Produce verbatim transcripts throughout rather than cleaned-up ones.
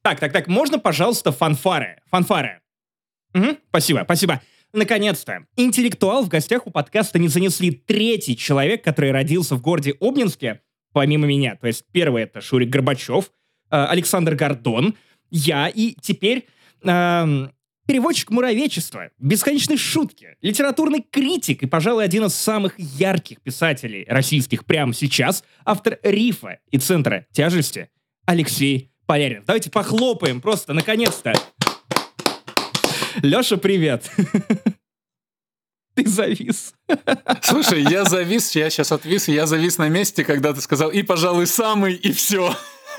Так, так, так, можно, пожалуйста, фанфары? Фанфары. Угу, спасибо, спасибо. Наконец-то. Интеллектуал в гостях у подкаста не занесли третий человек, который родился в городе Обнинске, помимо меня. То есть первый — это Шурик Горбачев, э, Александр Гордон, я и теперь э, переводчик муравейчества, бесконечной шутки, литературный критик и, пожалуй, один из самых ярких писателей российских прямо сейчас, автор «Рифа» и «Центра тяжести» Алексей Полярин. Давайте похлопаем просто, наконец-то. Леша, привет. Ты завис. Слушай, я завис, я сейчас отвис, я завис на месте, когда ты сказал «и, пожалуй, самый», и все.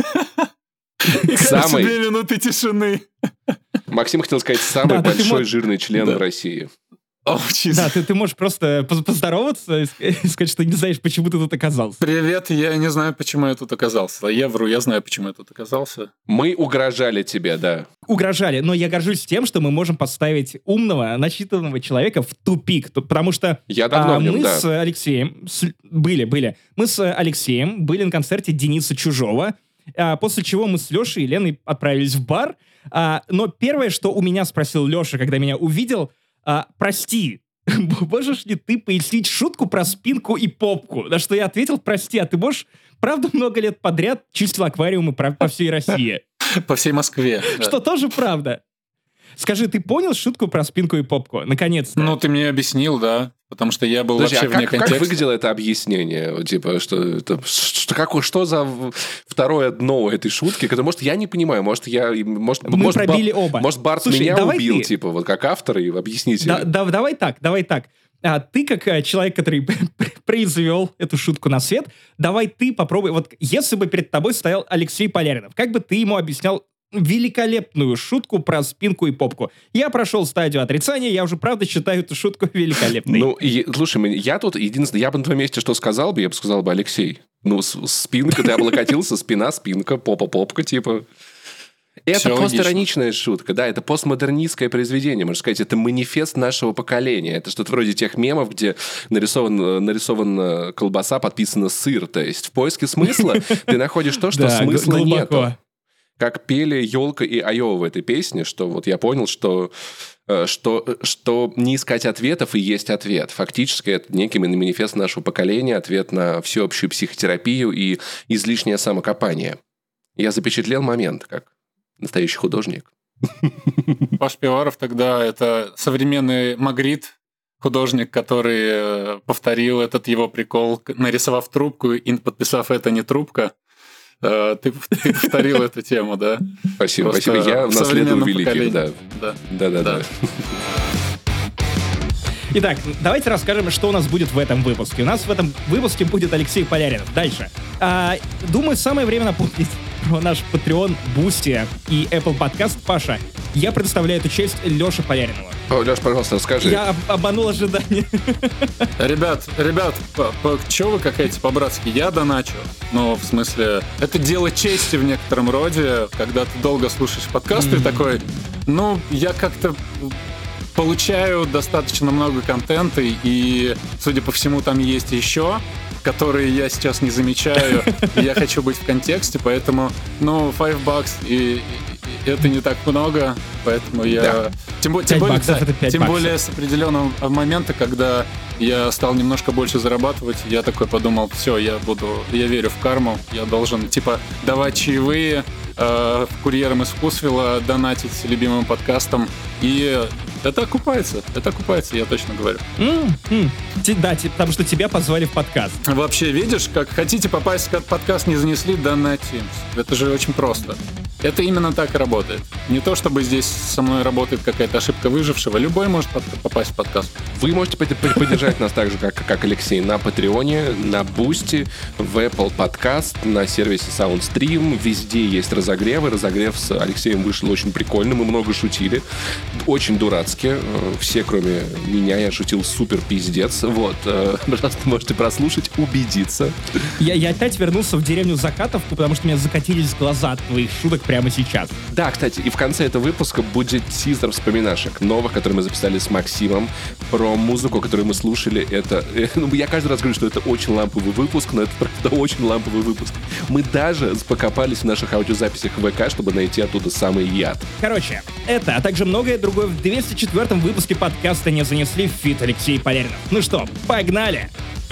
И самый. Две минуты тишины. Максим хотел сказать «самый да, большой мож... жирный член да. в России». Oh, да, ты, ты можешь просто поздороваться и сказать, что не знаешь, почему ты тут оказался. Привет, я не знаю, почему я тут оказался. Я вру, я знаю, почему я тут оказался. Мы угрожали тебе, да. Угрожали, но я горжусь тем, что мы можем поставить умного, начитанного человека в тупик, потому что я давно а, в нем, мы да. с Алексеем, с, были, были, мы с Алексеем были на концерте Дениса Чужого, а, после чего мы с Лешей и Леной отправились в бар, а, но первое, что у меня спросил Леша, когда меня увидел, а, прости, можешь ли ты пояснить шутку про спинку и попку? На что я ответил, прости, а ты можешь, правда, много лет подряд чистил аквариумы по всей России? По всей Москве. Что тоже правда. Скажи, ты понял шутку про спинку и попку? Наконец-то. Ну, ты мне объяснил, да. Потому что я был Подожди, вообще а вне как, контекста. как выглядело это объяснение? Типа, что, это, что, как, что за второе дно у этой шутки? Потому, может, я не понимаю. Может, я... Может, Мы может, пробили ба, оба. Может, Барт Слушай, меня убил, ты... типа, вот как автор, и объясните. Да, да, давай так, давай так. А, ты, как а, человек, который произвел эту шутку на свет, давай ты попробуй. Вот если бы перед тобой стоял Алексей Поляринов, как бы ты ему объяснял великолепную шутку про спинку и попку? Я прошел стадию отрицания, я уже правда считаю эту шутку великолепной. Ну, и, слушай, я тут единственное, я бы на твоем месте что сказал бы? Я бы сказал бы: Алексей, ну, спинка, ты облокотился, спина, спинка, попа, попка, типа... Это Все постироничная шутка, да, это постмодернистское произведение, можно сказать, это манифест нашего поколения. Это что-то вроде тех мемов, где нарисован, нарисована колбаса, подписано сыр. То есть в поиске смысла ты находишь то, что смысла нету. Как пели Ёлка и Айова в этой песне, что вот я понял, что, что, что не искать ответов и есть ответ. Фактически это некий манифест нашего поколения, ответ на всеобщую психотерапию и излишнее самокопание. Я запечатлел момент, как настоящий художник. Паш Пивоваров тогда это современный Магрит, художник, который повторил этот его прикол, нарисовав трубку и подписав «это не трубка». Ты, ты повторил эту тему, да? Спасибо, Просто спасибо. Я наследую великих, да. Да. Да, да, да. Итак, давайте расскажем, что у нас будет в этом выпуске. У нас в этом выпуске будет Алексей Поляринов. Дальше. А, думаю, самое время напомнить про наш Patreon, Boosty и Apple Podcast. Паша, я предоставляю эту честь Лёше Поляринову. О, Лёш, пожалуйста, расскажи. Я об- обманул ожидания. Ребят, ребят, чё вы какаете по-братски? Я доначу. Ну, в смысле, это дело чести в некотором роде, когда ты долго слушаешь подкасты mm-hmm. и такой, ну, я как-то... получаю достаточно много контента, и, судя по всему, там есть еще, которые я сейчас не замечаю, и я хочу быть в контексте, поэтому, ну, five bucks, и, и это не так много, поэтому я... Да. Тем, тем, более, да, тем более с определенного момента, когда я стал немножко больше зарабатывать, я такой подумал, все, я буду, я верю в карму, я должен, типа, давать чаевые, э, курьерам из Вкусвилла, донатить любимым подкастам, и это окупается, это окупается, я точно говорю. Mm-hmm. Да, потому что тебя позвали в подкаст. Вообще, видишь, как хотите попасть в подкаст, не занесли, донатим. Это же очень просто. Это именно так и работает. Не то, чтобы здесь со мной работает какая-то ошибка выжившего. Любой может попасть в подкаст. Вы можете поддержать нас так же, как, как Алексей, на Патреоне, на Бусти, в Apple Podcast, на сервисе SoundStream. Везде есть разогревы. Разогрев с Алексеем вышел очень прикольно. Мы много шутили. Очень дурацки. Все, кроме меня, я шутил супер пиздец. Вот. Пожалуйста, можете прослушать, убедиться. Я, я опять вернулся в деревню Закатовку, потому что у меня закатились глаза от твоих шуток прямо сейчас. Да, кстати, и в, в конце этого выпуска будет тизер вспоминашек новых, которые мы записали с Максимом, про музыку, которую мы слушали. Это, ну, я каждый раз говорю, что это очень ламповый выпуск, но это правда очень ламповый выпуск. Мы даже покопались в наших аудиозаписях в ВК, чтобы найти оттуда самый яд. Короче, это, а также многое другое в двести четвёртом выпуске подкаста «Не занесли» фит Алексей Поляринов. Ну что, погнали!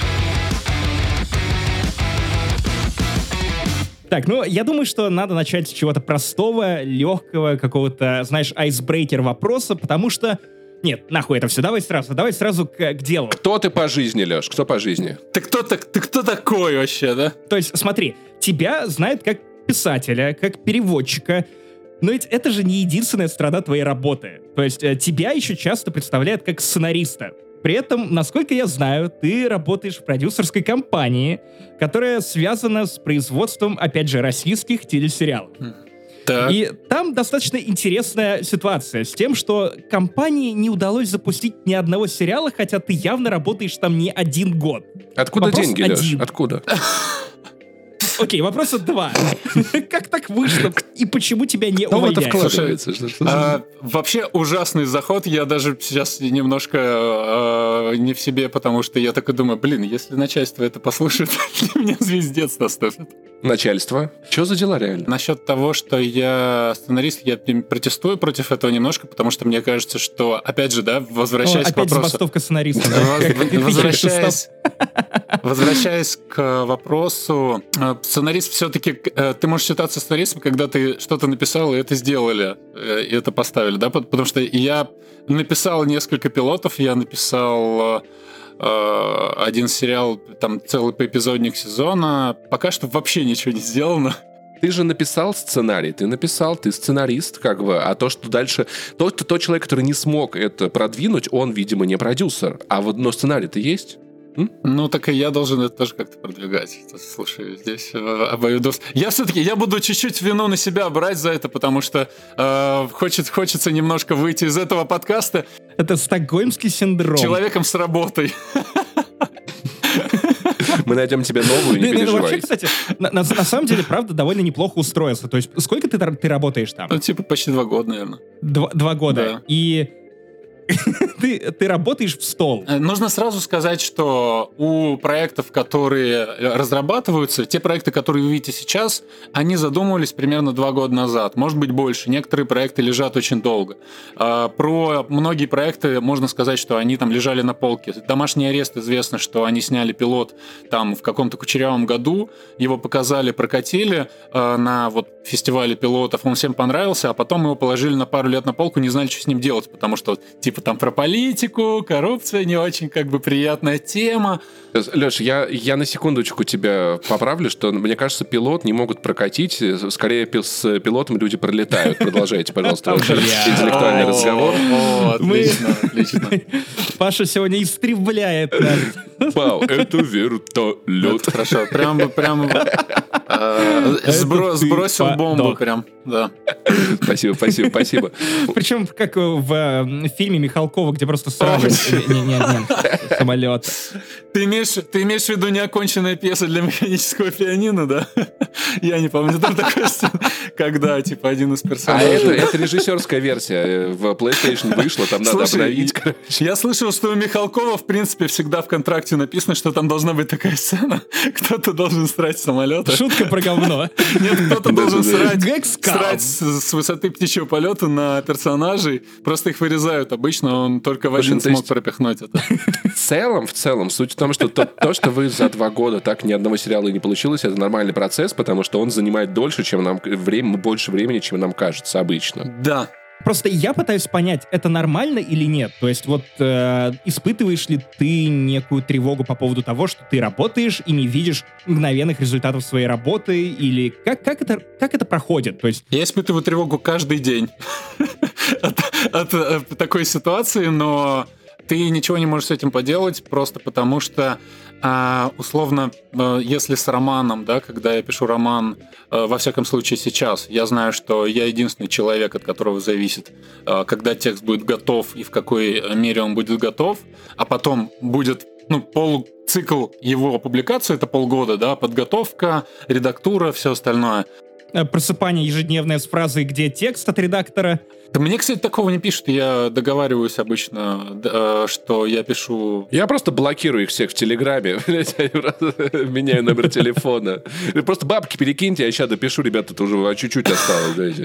Так, ну, я думаю, что надо начать с чего-то простого, легкого, какого-то, знаешь, айсбрейкер вопроса, потому что... Нет, нахуй это все, давай сразу, давай сразу к, к делу. Кто ты по жизни, Леш? Кто по жизни? Ты кто, ты, ты кто такой вообще, да? То есть, смотри, тебя знают как писателя, как переводчика, но ведь это же не единственная сторона твоей работы. То есть, тебя еще часто представляют как сценариста. При этом, насколько я знаю, ты работаешь в продюсерской компании, которая связана с производством, опять же, российских телесериалов. Так. И там достаточно интересная ситуация с тем, что компании не удалось запустить ни одного сериала, хотя ты явно работаешь там не один год. Откуда Вопрос деньги, один. Леш? Откуда? Окей, вопроса два. Как так вышло? И почему тебя не Кто в это увольняют? вкладывается? Что- что за- А, вообще ужасный заход. Я даже сейчас немножко э, не в себе, потому что я так и думаю, блин, если начальство это послушает, меня звездец наступит. Начальство. Что за дела реально? Насчет того, что я сценарист, я протестую против этого немножко, потому что мне кажется, что, опять же, да, О, возвращаясь к опять вопросу... забастовка сценаристов. Воз- Возвращаясь, возвращаясь к вопросу, э, сценарист все-таки, э, ты можешь считаться сценаристом, когда ты что-то написал, и это сделали, э, и это поставили, да, Пот- потому что я написал несколько пилотов, я написал э, один сериал, там целый поэпизодник сезона, пока что вообще ничего не сделано. Ты же написал сценарий, ты написал, ты сценарист, как бы, а то, что дальше... Тот, тот человек, который не смог это продвинуть, он, видимо, не продюсер. А вот, но сценарий-то есть? М? Ну, так и я должен это тоже как-то продвигать. Слушай, здесь э, обоюдос. Я все-таки, я буду чуть-чуть вину на себя брать за это, потому что э, хочет, хочется немножко выйти из этого подкаста Это стокгольмский синдром. человеком с работой. Мы найдем тебе новую, не Не, не, ну, вообще, переживай. кстати, на, на- на самом деле, правда, довольно неплохо устроился. То есть, сколько ты, тар- ты работаешь там? Ну, типа, почти два года, наверное. Два, два года. Да. И ты, ты работаешь в стол. Э, Нужно сразу сказать, что у проектов, которые разрабатываются, те проекты, которые вы видите сейчас, они задумывались примерно два года назад, может быть больше. Некоторые проекты лежат очень долго. А, Про многие проекты можно сказать, что они там лежали на полке. «Домашний арест» известно, что они сняли пилот там в каком-то кучерявом году, его показали, прокатили э, на вот фестивале пилотов, он всем понравился, а потом его положили на пару лет на полку, не знали, что с ним делать, потому что типа там про политику, коррупция не очень как бы приятная тема. Леш, я, я на секундочку тебя поправлю, что, мне кажется, пилот не могут прокатить. Скорее, пи- с пилотом люди пролетают. Продолжайте, пожалуйста, ваш Бля. интеллектуальный О, разговор. о, Мы- Отлично, отлично. Паша сегодня истребляет нас. Вау, это вертолет. Это хорошо. Прям бы, прям э, сбро- ты сбросил бомбу подох. прям, да. Спасибо, спасибо, спасибо. Причем, как в э, фильме Михалкова, где просто сразу... Не-не-не, самолет. Ты имеешь, ты имеешь в виду неоконченная пьеса для механического пианино, да? Я не помню, там такая сцена, когда, типа, один из А персонажей... это, это режиссерская версия. В PlayStation вышла, там надо Слушай, обновить. я слышал, что у Михалкова, в принципе, всегда в контракте написано, что там должна быть такая сцена. Кто-то должен срать с самолета. Шутка про говно. Нет, кто-то должен Да-да-да. срать, Гэкскам. срать с, с высоты птичьего полета на персонажей. Просто их вырезают. Обычно он только в один Слушай, то смог есть- пропихнуть это. В целом, в целом, суть в том, что то, то, что вы за два года так ни одного сериала и не получилось, это нормальный процесс, потому что он занимает дольше, чем нам время, больше времени, чем нам кажется обычно. Да. Просто я пытаюсь понять, это нормально или нет. То есть вот э, испытываешь ли ты некую тревогу по поводу того, что ты работаешь и не видишь мгновенных результатов своей работы, или как, как, это, как это проходит? То есть Я испытываю тревогу каждый день от, от, э, такой ситуации, но ты ничего не можешь с этим поделать, просто потому что, а, условно, э, если с романом, да, когда я пишу роман, э, во всяком случае сейчас, я знаю, что я единственный человек, от которого зависит, э, когда текст будет готов и в какой мере он будет готов, а потом будет, ну, полуцикл его публикации, это полгода, да, подготовка, редактура, все остальное. просыпание ежедневное с фразой «Где текст?» от редактора. Да мне, кстати, такого не пишут. Я договариваюсь обычно, что я пишу... Я просто блокирую их всех в Телеграме. Меняю номер телефона. Просто бабки перекиньте, я сейчас допишу, ребята, это уже чуть-чуть осталось.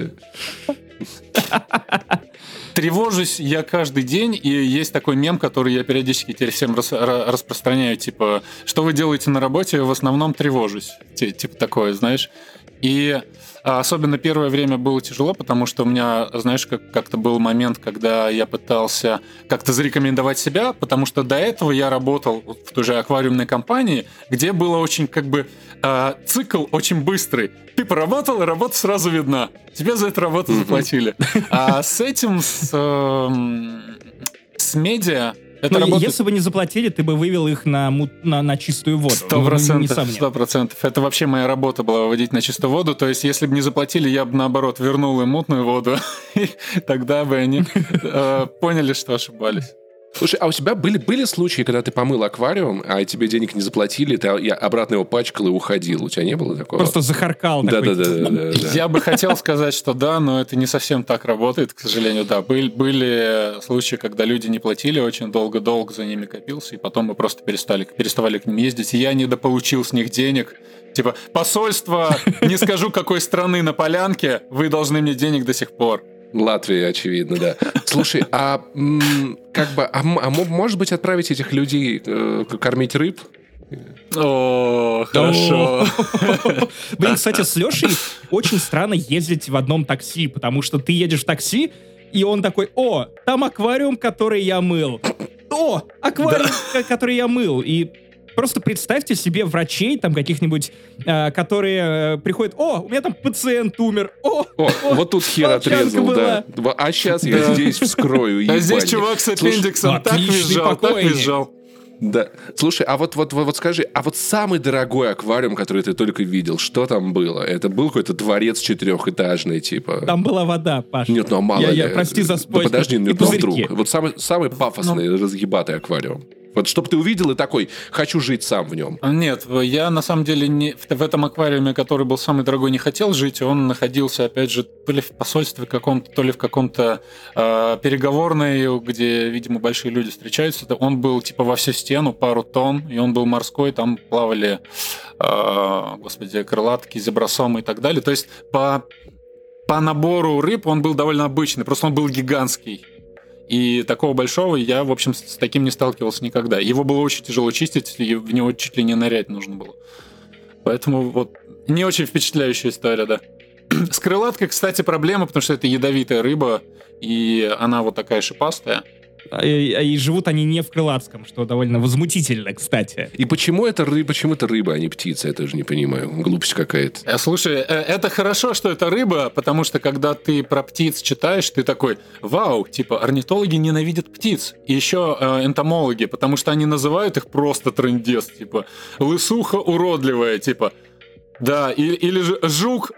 Тревожусь я каждый день, и есть такой мем, который я периодически теперь всем рас- распространяю, типа, что вы делаете на работе, в основном тревожусь. Типа такое, знаешь. И особенно первое время было тяжело, потому что у меня, знаешь, как- как-то был момент, когда я пытался как-то зарекомендовать себя, потому что до этого я работал в той же аквариумной компании, где было очень как бы э, цикл очень быстрый. Ты поработал, и работа сразу видна. Тебе за эту работу заплатили. А с этим, с, э, с медиа, это Но работает... если бы не заплатили, ты бы вывел их на, му- на, на чистую воду. Сто процентов, сто процентов. Это вообще моя работа была, выводить на чистую воду. То есть, если бы не заплатили, я бы, наоборот, вернул им мутную воду. И тогда бы они э, поняли, что ошибались. Слушай, а у тебя были, были случаи, когда ты помыл аквариум, а тебе денег не заплатили, ты обратно его пачкал и уходил? У тебя не было такого? Просто захаркал. Да, такой. да, да, да, да. Я бы хотел сказать, что да, но это не совсем так работает, к сожалению, да. Были, были случаи, когда люди не платили, очень долго долг за ними копился, и потом мы просто перестали, переставали к ним ездить, и я недополучил с них денег. Типа, посольство, не скажу какой страны на полянке, вы должны мне денег до сих пор. Латвия, очевидно, да. Слушай, а м, как бы, а, м- а мо- может быть отправить этих людей э, кормить рыб? О, хорошо. Блин, кстати, с Лешей очень странно ездить в одном такси, потому что ты едешь в такси, и он такой: о, там аквариум, который я мыл. О, аквариум, ко- который я мыл. И просто представьте себе врачей там каких-нибудь, э, которые э, приходят: о, у меня там пациент умер. О, О, вот тут хер волчанка отрезал, была. да. А сейчас я здесь вскрою. А здесь ебать. чувак с Слушай, аппендиксом так отличный визжал, так покойник. визжал. Да. Слушай, а вот, вот, вот, вот скажи, а вот самый дорогой аквариум, который ты только видел, что там было? Это был какой-то дворец четырехэтажный, типа? там была вода, Паш. Нет, ну а мало я, я, ли. прости за Да спойлер. подожди, И ну ну, пузырьки. вдруг. Вот самый, самый пафосный, разъебатый аквариум. Вот чтобы ты увидел и такой: хочу жить сам в нем. Нет, я на самом деле не, в, в этом аквариуме, который был самый дорогой, не хотел жить. Он находился, опять же, то ли в посольстве каком-то, то ли в каком-то э, переговорной, где, видимо, большие люди встречаются. Он был типа во всю стену, пару тонн, и он был морской, там плавали, э, господи, крылатки, зебросомы и так далее. То есть по, по набору рыб он был довольно обычный, просто он был гигантский. И такого большого я, в общем, с таким не сталкивался никогда. Его было очень тяжело чистить, и в него чуть ли не нырять нужно было. Поэтому вот не очень впечатляющая история, да. С крылаткой, кстати, проблема, потому что это ядовитая рыба, и она вот такая шипастая. А, И, и живут они не в Крылатском, что довольно возмутительно, кстати. И почему это рыба, почему это рыба, а не птица? Я тоже не понимаю. Глупость какая-то. Э, Слушай, э, это хорошо, что это рыба, потому что когда ты про птиц читаешь, ты такой: вау, типа, орнитологи ненавидят птиц. И еще э, энтомологи, потому что они называют их просто трындец, типа, лысуха уродливая, типа, да, и- или же жук,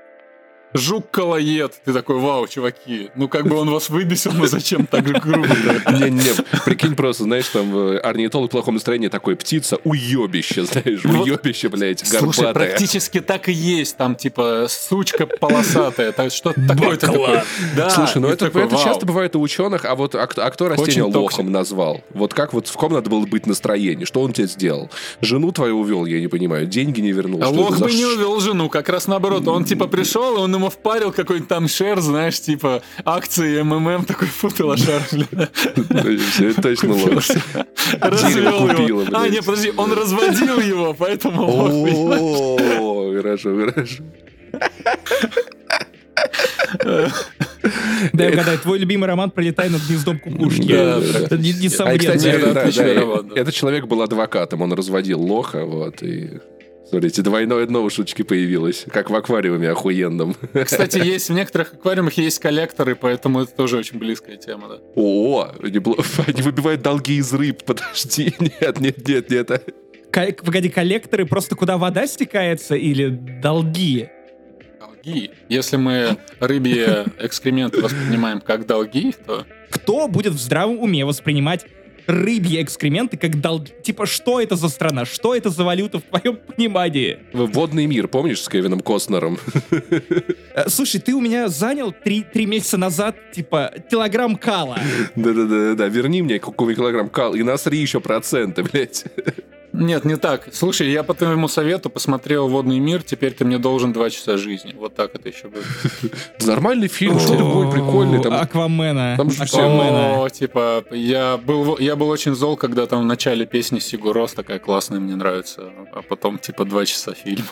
жук-колоед. Ты такой: вау, чуваки, ну как бы он вас выбесил, но зачем так же грубо? Не-не, прикинь просто, знаешь, там э, орнитолог в плохом настроении такой: птица уебище, знаешь, Вот. уебище, блядь, Слушай, горбатая. практически так и есть, там, типа, сучка полосатая, так, что-то такое. ты такой, да, Слушай, ну и это, такой: это вау. часто бывает у ученых, а вот а, кто- а кто растение Очень лохом токсик. назвал? Вот как вот в ком надо было быть настроение? Что он тебе сделал? Жену твою увел, я не понимаю, деньги не вернул. А Что лох это за бы не ш- увел жену, как раз наоборот. Он типа пришел, и он ему впарил какой-нибудь там шер, знаешь, типа акции эм эм эм, такой: фу ты лошар, бля. Это точно лох. Развел купила, его. А, блядь. не, подожди, он разводил его, поэтому лох. О, хорошо, хорошо. Дай угадай, твой любимый роман «Пролетая над гнездом кукушки». Да, Это не, не сам А, и, вредный. кстати, это да, отличный да, роман, да. этот человек был адвокатом, он разводил лоха, вот, и... Смотрите, двойное дно у шуточки появилось, как в аквариуме охуенном. Кстати, есть в некоторых аквариумах есть коллекторы, поэтому это тоже очень близкая тема, да. О, непло- они выбивают долги из рыб, подожди, нет, нет, нет, нет. Ко- Погоди, коллекторы просто куда вода стекается или долги? Долги. Если мы рыбьи экскременты воспринимаем как долги, то Кто будет в здравом уме воспринимать рыбьи экскременты как дол... Типа, что это за страна? Что это за валюта в твоем понимании? «Водный мир», помнишь, с Кевином Костнером? Слушай, ты у меня занял три, три месяца назад, типа, килограмм кала. Да-да-да, верни мне какой килограмм кала и насри еще проценты, блядь. Нет, не так. Слушай, я по твоему совету посмотрел «Водный мир», теперь ты мне должен два часа жизни. Вот так это еще будет. Нормальный фильм, что такой прикольный. Там... Аквамена. Там же Аквамена. О, типа, я был, я был очень зол, когда там в начале песни Сигур Рос такая классная, мне нравится, а потом типа два часа фильма.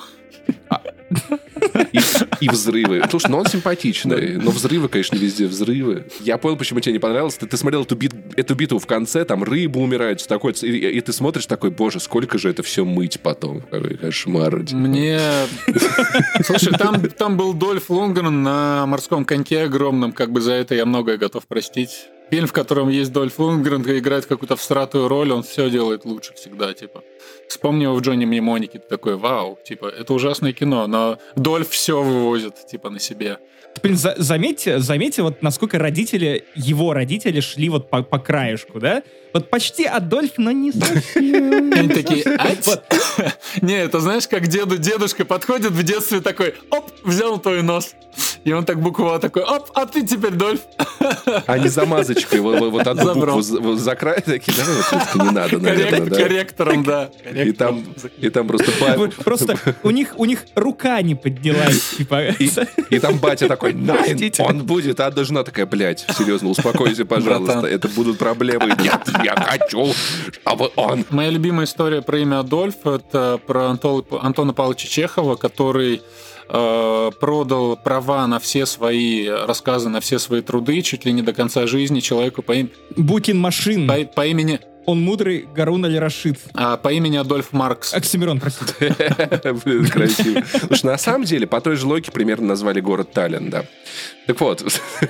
И, и взрывы. Слушай, ну он симпатичный, но взрывы, конечно, везде взрывы. Я понял, почему тебе не понравилось. Ты, ты смотрел эту, бит, эту битву в конце, там рыбы умирают, такой, и, и ты смотришь такой, боже, сколько же это все мыть потом. Какой кошмар. Типа. Мне... Слушай, там, там был Дольф Лундгрен на морском коньке огромном, как бы за это я многое готов простить. Фильм, в котором есть Дольф Лундгрен, играет какую-то всратую роль, он все делает лучше всегда, типа. Вспомни его в «Джонни Мнемонике», ты такой, вау, типа, это ужасное кино, но Дольф все вывозит, типа, на себе. Блин, за- заметьте, заметьте, вот насколько родители, его родители шли вот по, по краешку, да? Вот почти Адольф, но не совсем. Они такие, ать? Не, это знаешь, как деду дедушка подходит в детстве такой, оп, взял твой нос. И он так букву А такой, оп, а ты теперь Дольф. Они замазочкой вот, вот одну букву за, за край такие, да, вот все-таки не надо, наверное, Коррект, да? Корректором, да. И там, и там просто... Просто у них, у них рука не поднялась, типа. И, и там батя такой, найн, он будет, а одна жена такая, блядь, серьезно, успокойся, пожалуйста, братан, это будут проблемы. Нет, я хочу, чтобы он... Моя любимая история про имя Адольф, это про Антон, Антона Павловича Чехова, который э, продал права на все свои рассказы, на все свои труды, чуть ли не до конца жизни человеку по, им... Букин Машин. по, по имени... Он мудрый, Гарун аль-Рашид. А, по имени Адольф Маркс. Оксимирон, простите. Блин, красиво. Слушай, на самом деле, по той же логике примерно назвали город Таллин, да. Так вот.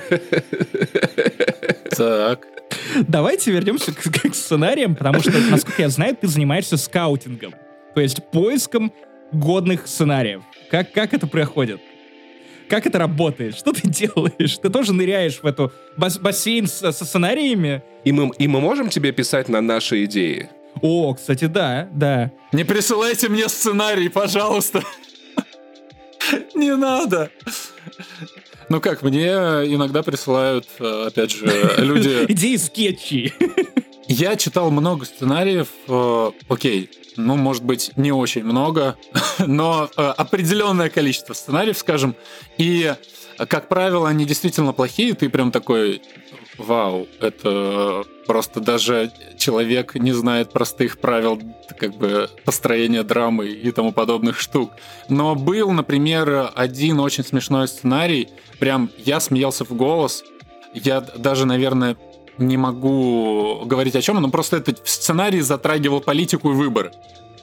Так. Давайте вернемся к, к сценариям, потому что, насколько я знаю, ты занимаешься скаутингом. То есть поиском годных сценариев. Как, как это происходит? Как это работает? Что ты делаешь? Ты тоже ныряешь в эту бас- бассейн со, со сценариями? И мы, и мы можем тебе писать на наши идеи? О, кстати, да, да. Не присылайте мне сценарий, пожалуйста. Не надо. Ну как, мне иногда присылают, опять же, люди... Идеи скетчи. Я читал много сценариев, э, окей, ну, может быть, не очень много, но э, определенное количество сценариев, скажем, и, как правило, они действительно плохие, ты прям такой, вау, это просто даже человек не знает простых правил как бы построения драмы и тому подобных штук. Но был, например, один очень смешной сценарий, прям я смеялся в голос, я даже, наверное... не могу говорить о чем, но просто этот сценарий затрагивал политику и выборы.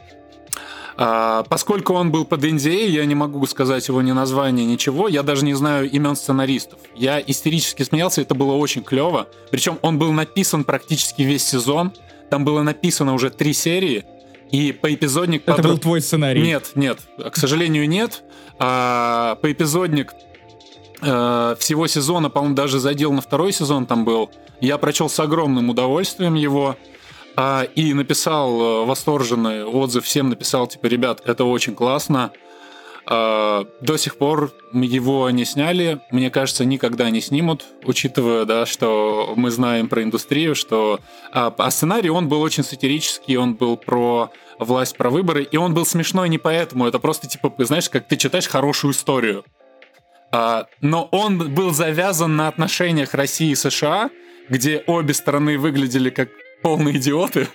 А, поскольку он был под эн ди эй, я не могу сказать его ни название, ничего. Я даже не знаю имен сценаристов. Я истерически смеялся, это было очень клево. Причем он был написан практически весь сезон. Там было написано уже три серии. И поэпизодник... Это подр... был твой сценарий? Нет, нет. К сожалению, нет. А, поэпизодник э, всего сезона, по-моему, даже задел на второй сезон там был. Я прочел с огромным удовольствием его а, и написал восторженный отзыв всем, написал, типа, ребят, это очень классно. А, до сих пор его не сняли, мне кажется, никогда не снимут, учитывая, да, что мы знаем про индустрию, что... А, а сценарий, он был очень сатирический, он был про власть, про выборы, и он был смешной не поэтому, это просто, типа, знаешь, как ты читаешь хорошую историю. А, но он был завязан на отношениях России и США, где обе стороны выглядели как полные идиоты.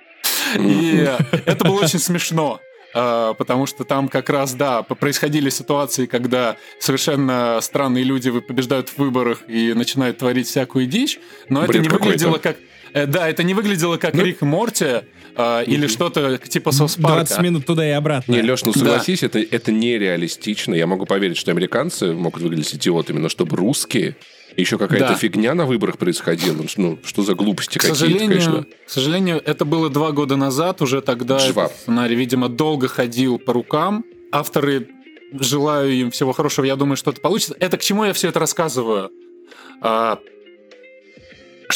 И это было очень смешно, потому что там как раз, да, происходили ситуации, когда совершенно странные люди побеждают в выборах и начинают творить всякую дичь, но это не выглядело как... Да, это не выглядело как Рик и Морти или что-то типа Саус Парка. двадцать минут туда и обратно. Не, Леш, ну согласись, это, это нереалистично. Я могу поверить, что американцы могут выглядеть идиотами, но чтобы русские... Еще какая-то да. фигня на выборах происходила. Ну, что за глупости к какие-то, конечно. К сожалению, это было два года назад. Уже тогда этот сценарий, видимо, долго ходил по рукам. Авторы, желаю им всего хорошего. Я думаю, что это получится. Это к чему я все это рассказываю? А,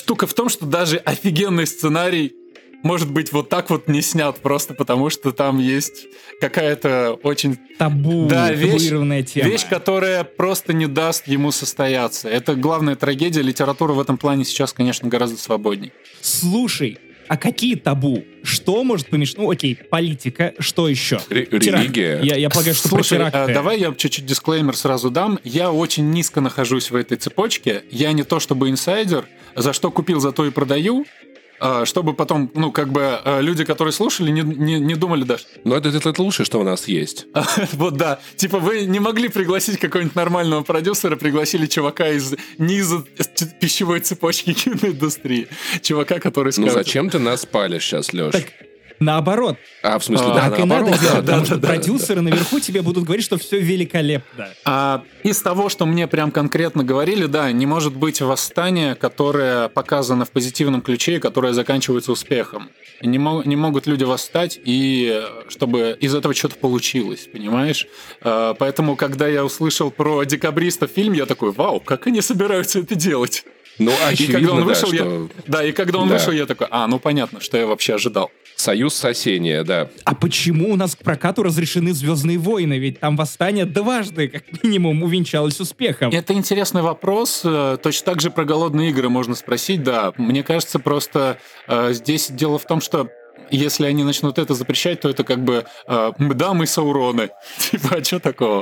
штука в том, что даже офигенный сценарий может быть вот так вот не снят, просто потому что там есть какая-то очень... Табу, да, вещь, табуированная тема. Вещь, которая просто не даст ему состояться. Это главная трагедия. Литература в этом плане сейчас, конечно, гораздо свободней. Слушай, а какие табу? Что может помешать? Ну, окей, политика, что еще? Р- религия. Я, я полагаю, что Слушай, про теракты. а, давай я чуть-чуть дисклеймер сразу дам. Я очень низко нахожусь в этой цепочке. Я не то чтобы инсайдер. За что купил, за то и продаю. Чтобы потом, ну, как бы, люди, которые слушали, не, не, не думали даже. Но это, это, это лучшее, что у нас есть. Вот да. Типа вы не могли пригласить какого-нибудь нормального продюсера, пригласили чувака из низа пищевой цепочки киноиндустрии. Чувака, который скажет... Ну зачем ты нас палишь сейчас, Лёш? Так, наоборот. А, в смысле, а, да, так наоборот. и надо делать, Да, потому да, что да, продюсеры да. наверху тебе будут говорить, что все великолепно. А из того, что мне прям конкретно говорили, да, не может быть восстания, которое показано в позитивном ключе и которое заканчивается успехом. Не, мог, не могут люди восстать, и чтобы из этого что-то получилось, понимаешь? А, поэтому, когда я услышал про декабристов фильм, я такой, вау, как они собираются это делать? Ну, И очевидно, когда он да, вышел, что... я... Да, и когда он Да. вышел, я такой, а, ну понятно, что я вообще ожидал. Союз спасения, да. А почему у нас к прокату разрешены «Звездные войны»? Ведь там восстание дважды, как минимум, увенчалось успехом. Это интересный вопрос. Э, Точно так же про «Голодные игры» можно спросить, да. Мне кажется, просто э, здесь дело в том, что если они начнут это запрещать, то это как бы э, «да, мы Сауроны». Типа, а что такого?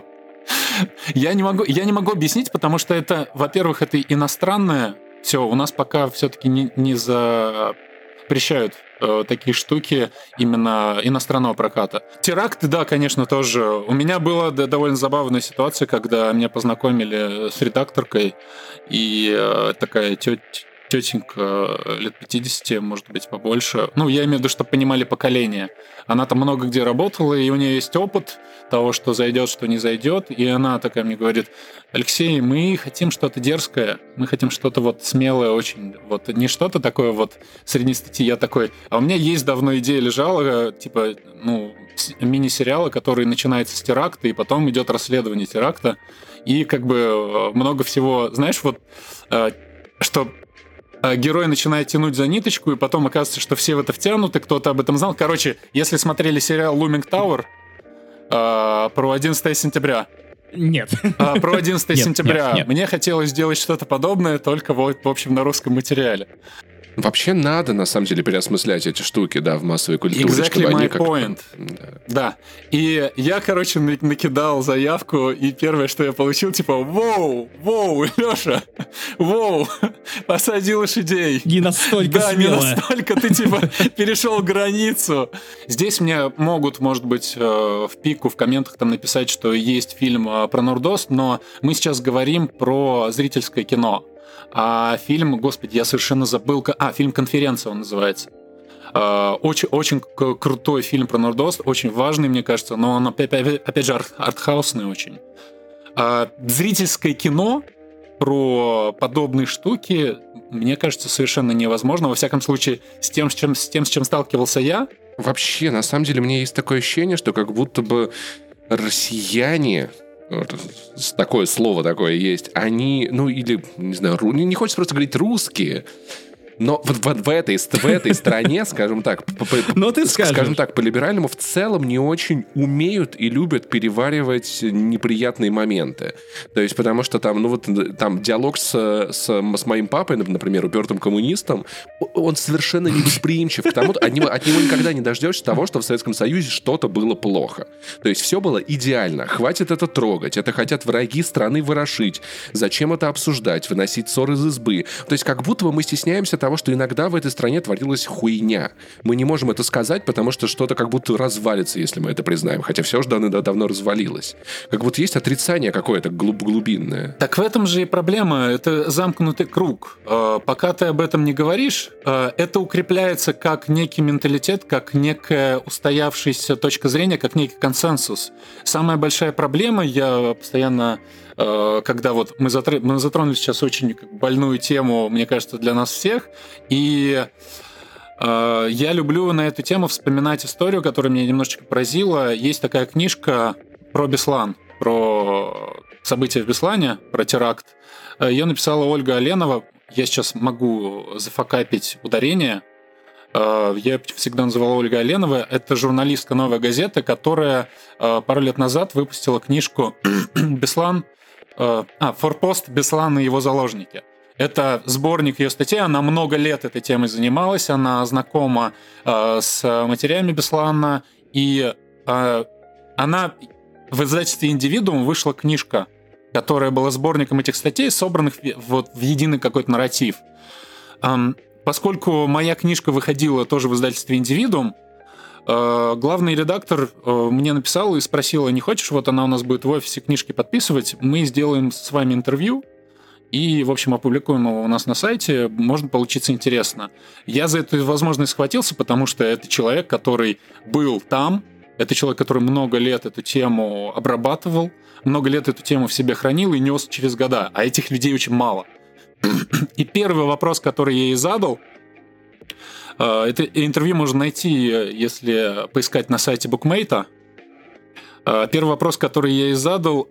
Я не могу, я не могу объяснить, потому что это, во-первых, это иностранное. Все, у нас пока все-таки не, не запрещают э, такие штуки именно иностранного проката. Теракты, да, конечно, тоже. У меня была да, довольно забавная ситуация, когда меня познакомили с редакторкой, и э, такая тетя тетенька лет пятидесяти, может быть, побольше. Ну, я имею в виду, чтобы понимали поколение. Она там много где работала, и у нее есть опыт того, что зайдет, что не зайдет. И она такая мне говорит: Алексей, мы хотим что-то дерзкое, мы хотим что-то вот смелое очень. Вот не что-то такое вот среднестатьи. Я такой, а у меня есть давно идея лежала, типа, ну, мини-сериала, который начинается с теракта, и потом идет расследование теракта. И как бы много всего, знаешь, вот, что герой начинает тянуть за ниточку, и потом оказывается, что все в это втянуты, кто-то об этом знал. Короче, если смотрели сериал «Looming Tower» э, про одиннадцатое сентября, Нет. э, про одиннадцатое Нет, сентября, нет, нет. мне хотелось сделать что-то подобное, только вот, в общем, на русском материале. Вообще надо, на самом деле, переосмыслять эти штуки, да, в массовой культуре. Exactly чтобы они my как-то- point. Да. Да. И я, короче, на- накидал заявку, и первое, что я получил, типа, воу, воу, Лёша, воу, посади лошадей. Не настолько Да, не смело. настолько ты, типа, перешел границу. Здесь мне могут, может быть, э, в пику, в комментах там написать, что есть фильм э, про Нордост, но мы сейчас говорим про зрительское кино. А фильм, господи, я совершенно забыл... ка- А, фильм «Конференция» он называется. Э, Очень, очень к- крутой фильм про Нордост, очень важный, мне кажется, но он, опять, опять- опять же, арт- артхаусный очень. А зрительское кино про подобные штуки, мне кажется, совершенно невозможно. Во всяком случае, с тем, с чем, с тем, с чем сталкивался я. Вообще, на самом деле, у меня есть такое ощущение, что как будто бы россияне, вот, с- такое слово такое есть, они, ну или, не знаю, ру- не хочется просто говорить русские, но вот, вот в, этой, в этой стране, скажем так, по- по- Но ты с- скажешь. скажем так, по-либеральному в целом не очень умеют и любят переваривать неприятные моменты. То есть, потому что там, ну вот, там диалог с, с, с моим папой, например, упертым коммунистом, он совершенно невосприимчив к тому, от него, от него никогда не дождешься того, что в Советском Союзе что-то было плохо. То есть все было идеально. Хватит это трогать. Это хотят враги страны ворошить. Зачем это обсуждать? Выносить ссор из избы. То есть как будто бы мы стесняемся того, что иногда в этой стране творилась хуйня. Мы не можем это сказать, потому что что-то как будто развалится, если мы это признаем. Хотя все же давно, давно развалилось. Как будто есть отрицание какое-то глуб- глубинное. Так в этом же и проблема. Это замкнутый круг. Э, Пока ты об этом не говоришь, э, это укрепляется как некий менталитет, как некая устоявшаяся точка зрения, как некий консенсус. Самая большая проблема, я постоянно, э, когда вот мы, затр... мы затронули сейчас очень как бы больную тему, мне кажется, для нас всех, и э, я люблю на эту тему вспоминать историю, которая меня немножечко поразила. Есть такая книжка про Беслан, про события в Беслане, про теракт. Ее написала Ольга Оленова. я сейчас могу зафакапить ударение. Я всегда называл Ольга Оленова. Это журналистка «Новой газеты», которая пару лет назад выпустила книжку «Беслан», а, «Форпост. Беслан и его заложники». Это сборник ее статей, она много лет этой темой занималась, она знакома э, с матерями Беслана, и э, она в издательстве «Индивидуум» вышла книжка, которая была сборником этих статей, собранных в, вот, в единый какой-то нарратив. Эм, поскольку моя книжка выходила тоже в издательстве «Индивидуум», э, главный редактор э, мне написал и спросил: не хочешь, вот она у нас будет в офисе книжки подписывать, мы сделаем с вами интервью, и, в общем, опубликуем его у нас на сайте, может получиться интересно. Я за эту возможность схватился, потому что это человек, который был там, это человек, который много лет эту тему обрабатывал, много лет эту тему в себе хранил и нес через года, а этих людей очень мало. И первый вопрос, который я ей задал, это интервью можно найти, если поискать на сайте Букмейта. Первый вопрос, который я ей задал...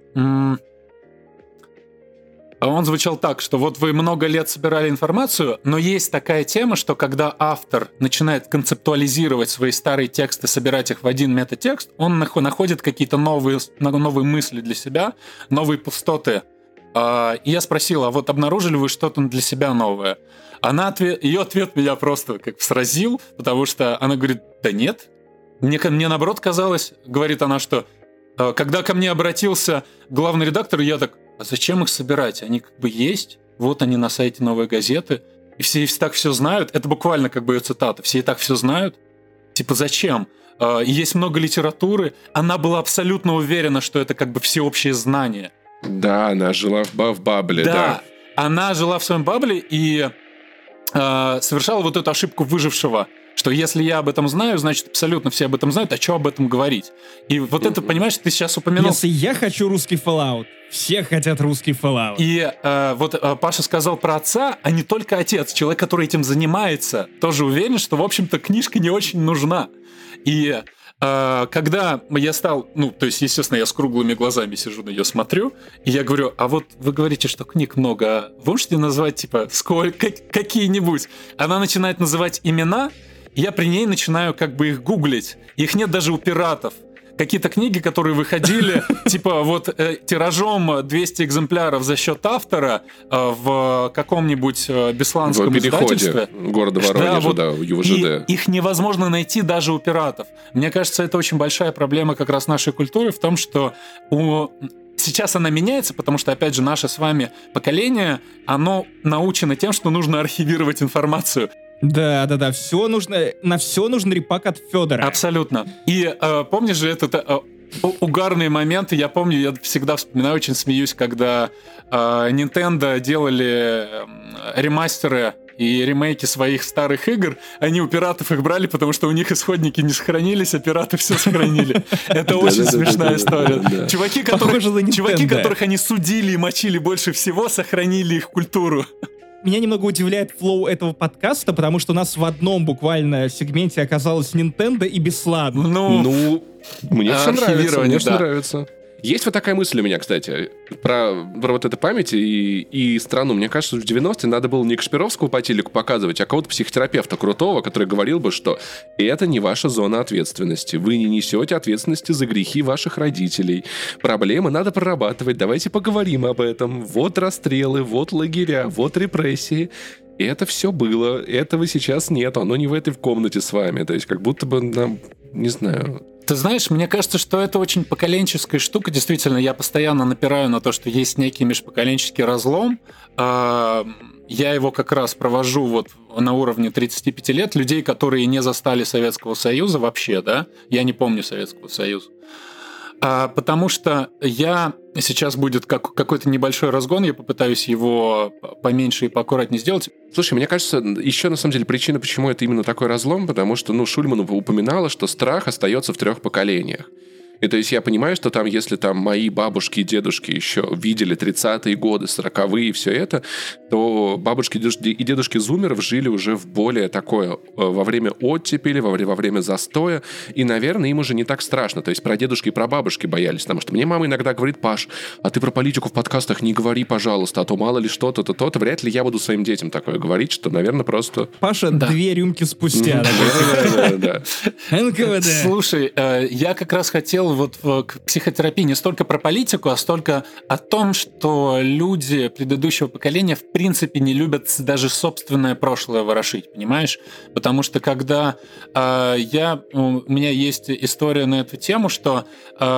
Он звучал так, что вот вы много лет собирали информацию, но есть такая тема, что когда автор начинает концептуализировать свои старые тексты, собирать их в один метатекст, он находит какие-то новые, новые мысли для себя, новые пустоты. И я спросил: а вот обнаружили вы что-то для себя новое? Она ответ, ее ответ меня просто как сразил, потому что она говорит: да нет. Мне, мне наоборот казалось, говорит она, что когда ко мне обратился главный редактор, я так: а зачем их собирать? Они как бы есть, вот они на сайте «Новой газеты», и все и так все знают. Это буквально как бы ее цитата. Все и так все знают. Типа зачем? И есть много литературы. Она была абсолютно уверена, что это как бы всеобщее знание. Да, она жила в, в бабле, да. Да, она жила в своем бабле и э, совершала вот эту ошибку выжившего, что если я об этом знаю, значит, абсолютно все об этом знают, а что об этом говорить? И вот mm-hmm. это, понимаешь, ты сейчас упомянул... Если я хочу русский Fallout, все хотят русский Fallout. И э, вот э, Паша сказал про отца, а не только отец. Человек, который этим занимается, тоже уверен, что, в общем-то, книжка не очень нужна. И э, когда я стал... Ну, то есть, естественно, я с круглыми глазами сижу на ее смотрю, и я говорю: а вот вы говорите, что книг много, вы можете назвать, типа, сколько, какие-нибудь? Она начинает называть имена, я при ней начинаю как бы их гуглить. Их нет даже у пиратов. Какие-то книги, которые выходили, типа вот э, тиражом двести экземпляров за счет автора э, в каком-нибудь э, бесланском в издательстве. Города Воронежа, да, вот, да, в ЮВЖД. И их невозможно найти даже у пиратов. Мне кажется, это очень большая проблема как раз нашей культуры в том, что у... Сейчас она меняется, потому что, опять же, наше с вами поколение, оно научено тем, что нужно архивировать информацию. Да, да, да, все нужно, на все нужен репак от Федора. Абсолютно. И э, помнишь же этот э, угарные моменты, я помню, я всегда вспоминаю, очень смеюсь, когда э, Nintendo делали э, ремастеры и ремейки своих старых игр, они у пиратов их брали, потому что у них исходники не сохранились, а пираты все сохранили. Это очень смешная история. Чуваки, которых они судили и мочили больше всего, сохранили их культуру. Меня немного удивляет флоу этого подкаста, потому что у нас в одном буквально сегменте оказалось Nintendo и Беслан. Ну, ну мне все нравится, мне все нравится. Есть вот такая мысль у меня, кстати, про, про вот эту память и, и страну. Мне кажется, в девяностые надо было не Кашпировского по телеку показывать, а кого-то психотерапевта крутого, который говорил бы, что это не ваша зона ответственности. Вы не несете ответственности за грехи ваших родителей. Проблемы надо прорабатывать. Давайте поговорим об этом. Вот расстрелы, вот лагеря, вот репрессии. И это все было. Этого сейчас нет. Оно не в этой комнате с вами. То есть как будто бы нам, не знаю... Ты знаешь, мне кажется, что это очень поколенческая штука. Действительно, я постоянно напираю на то, что есть некий межпоколенческий разлом. Я его как раз провожу вот на уровне тридцати пяти лет. Людей, которые не застали Советского Союза вообще, да? Я не помню Советского Союза. Потому что я... Сейчас будет как, какой-то небольшой разгон, я попытаюсь его поменьше и поаккуратнее сделать. Слушай, мне кажется, еще на самом деле причина, почему это именно такой разлом, потому что, ну, Шульман упоминала, что страх остается в трех поколениях. И то есть я понимаю, что там, если там мои бабушки и дедушки еще видели тридцатые годы, сороковые и все это, то бабушки и дедушки зумеров жили уже в более такое, во время оттепели, во время, во время застоя, и, наверное, им уже не так страшно. То есть про дедушки и про бабушки боялись, потому что мне мама иногда говорит: Паш, а ты про политику в подкастах не говори, пожалуйста, а то мало ли что-то, то то-то. Вряд ли я буду своим детям такое говорить, что, наверное, просто... Паша да. две рюмки спустя. эн ка вэ дэ. Слушай, я как раз хотел вот к психотерапии не столько про политику, а столько о том, что люди предыдущего поколения в принципе не любят даже собственное прошлое ворошить, понимаешь? Потому что когда э, я... У меня есть история на эту тему, что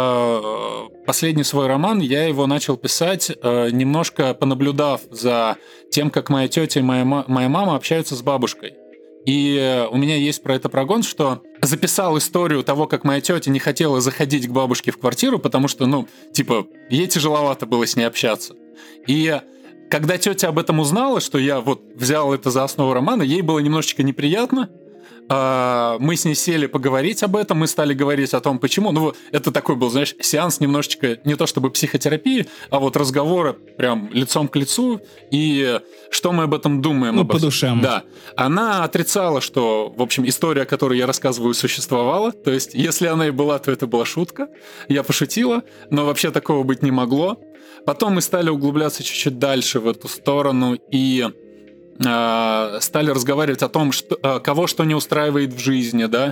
э, последний свой роман я его начал писать, э, немножко понаблюдав за тем, как моя тетя и моя, моя мама общаются с бабушкой. И у меня есть про это прогон, что записал историю того, как моя тетя не хотела заходить к бабушке в квартиру, потому что, ну, типа, ей тяжеловато было с ней общаться. И когда тетя об этом узнала, что я вот взял это за основу романа, ей было немножечко неприятно. Мы с ней сели поговорить об этом, мы стали говорить о том, почему. Ну, это такой был, знаешь, сеанс немножечко не то чтобы психотерапии, а вот разговора прям лицом к лицу, и что мы об этом думаем. Ну, по душам. Да. Она отрицала, что, в общем, история, которую я рассказываю, существовала. То есть, если она и была, то это была шутка. Я пошутила, но вообще такого быть не могло. Потом мы стали углубляться чуть-чуть дальше в эту сторону, и... стали разговаривать о том, что, кого что не устраивает в жизни, да,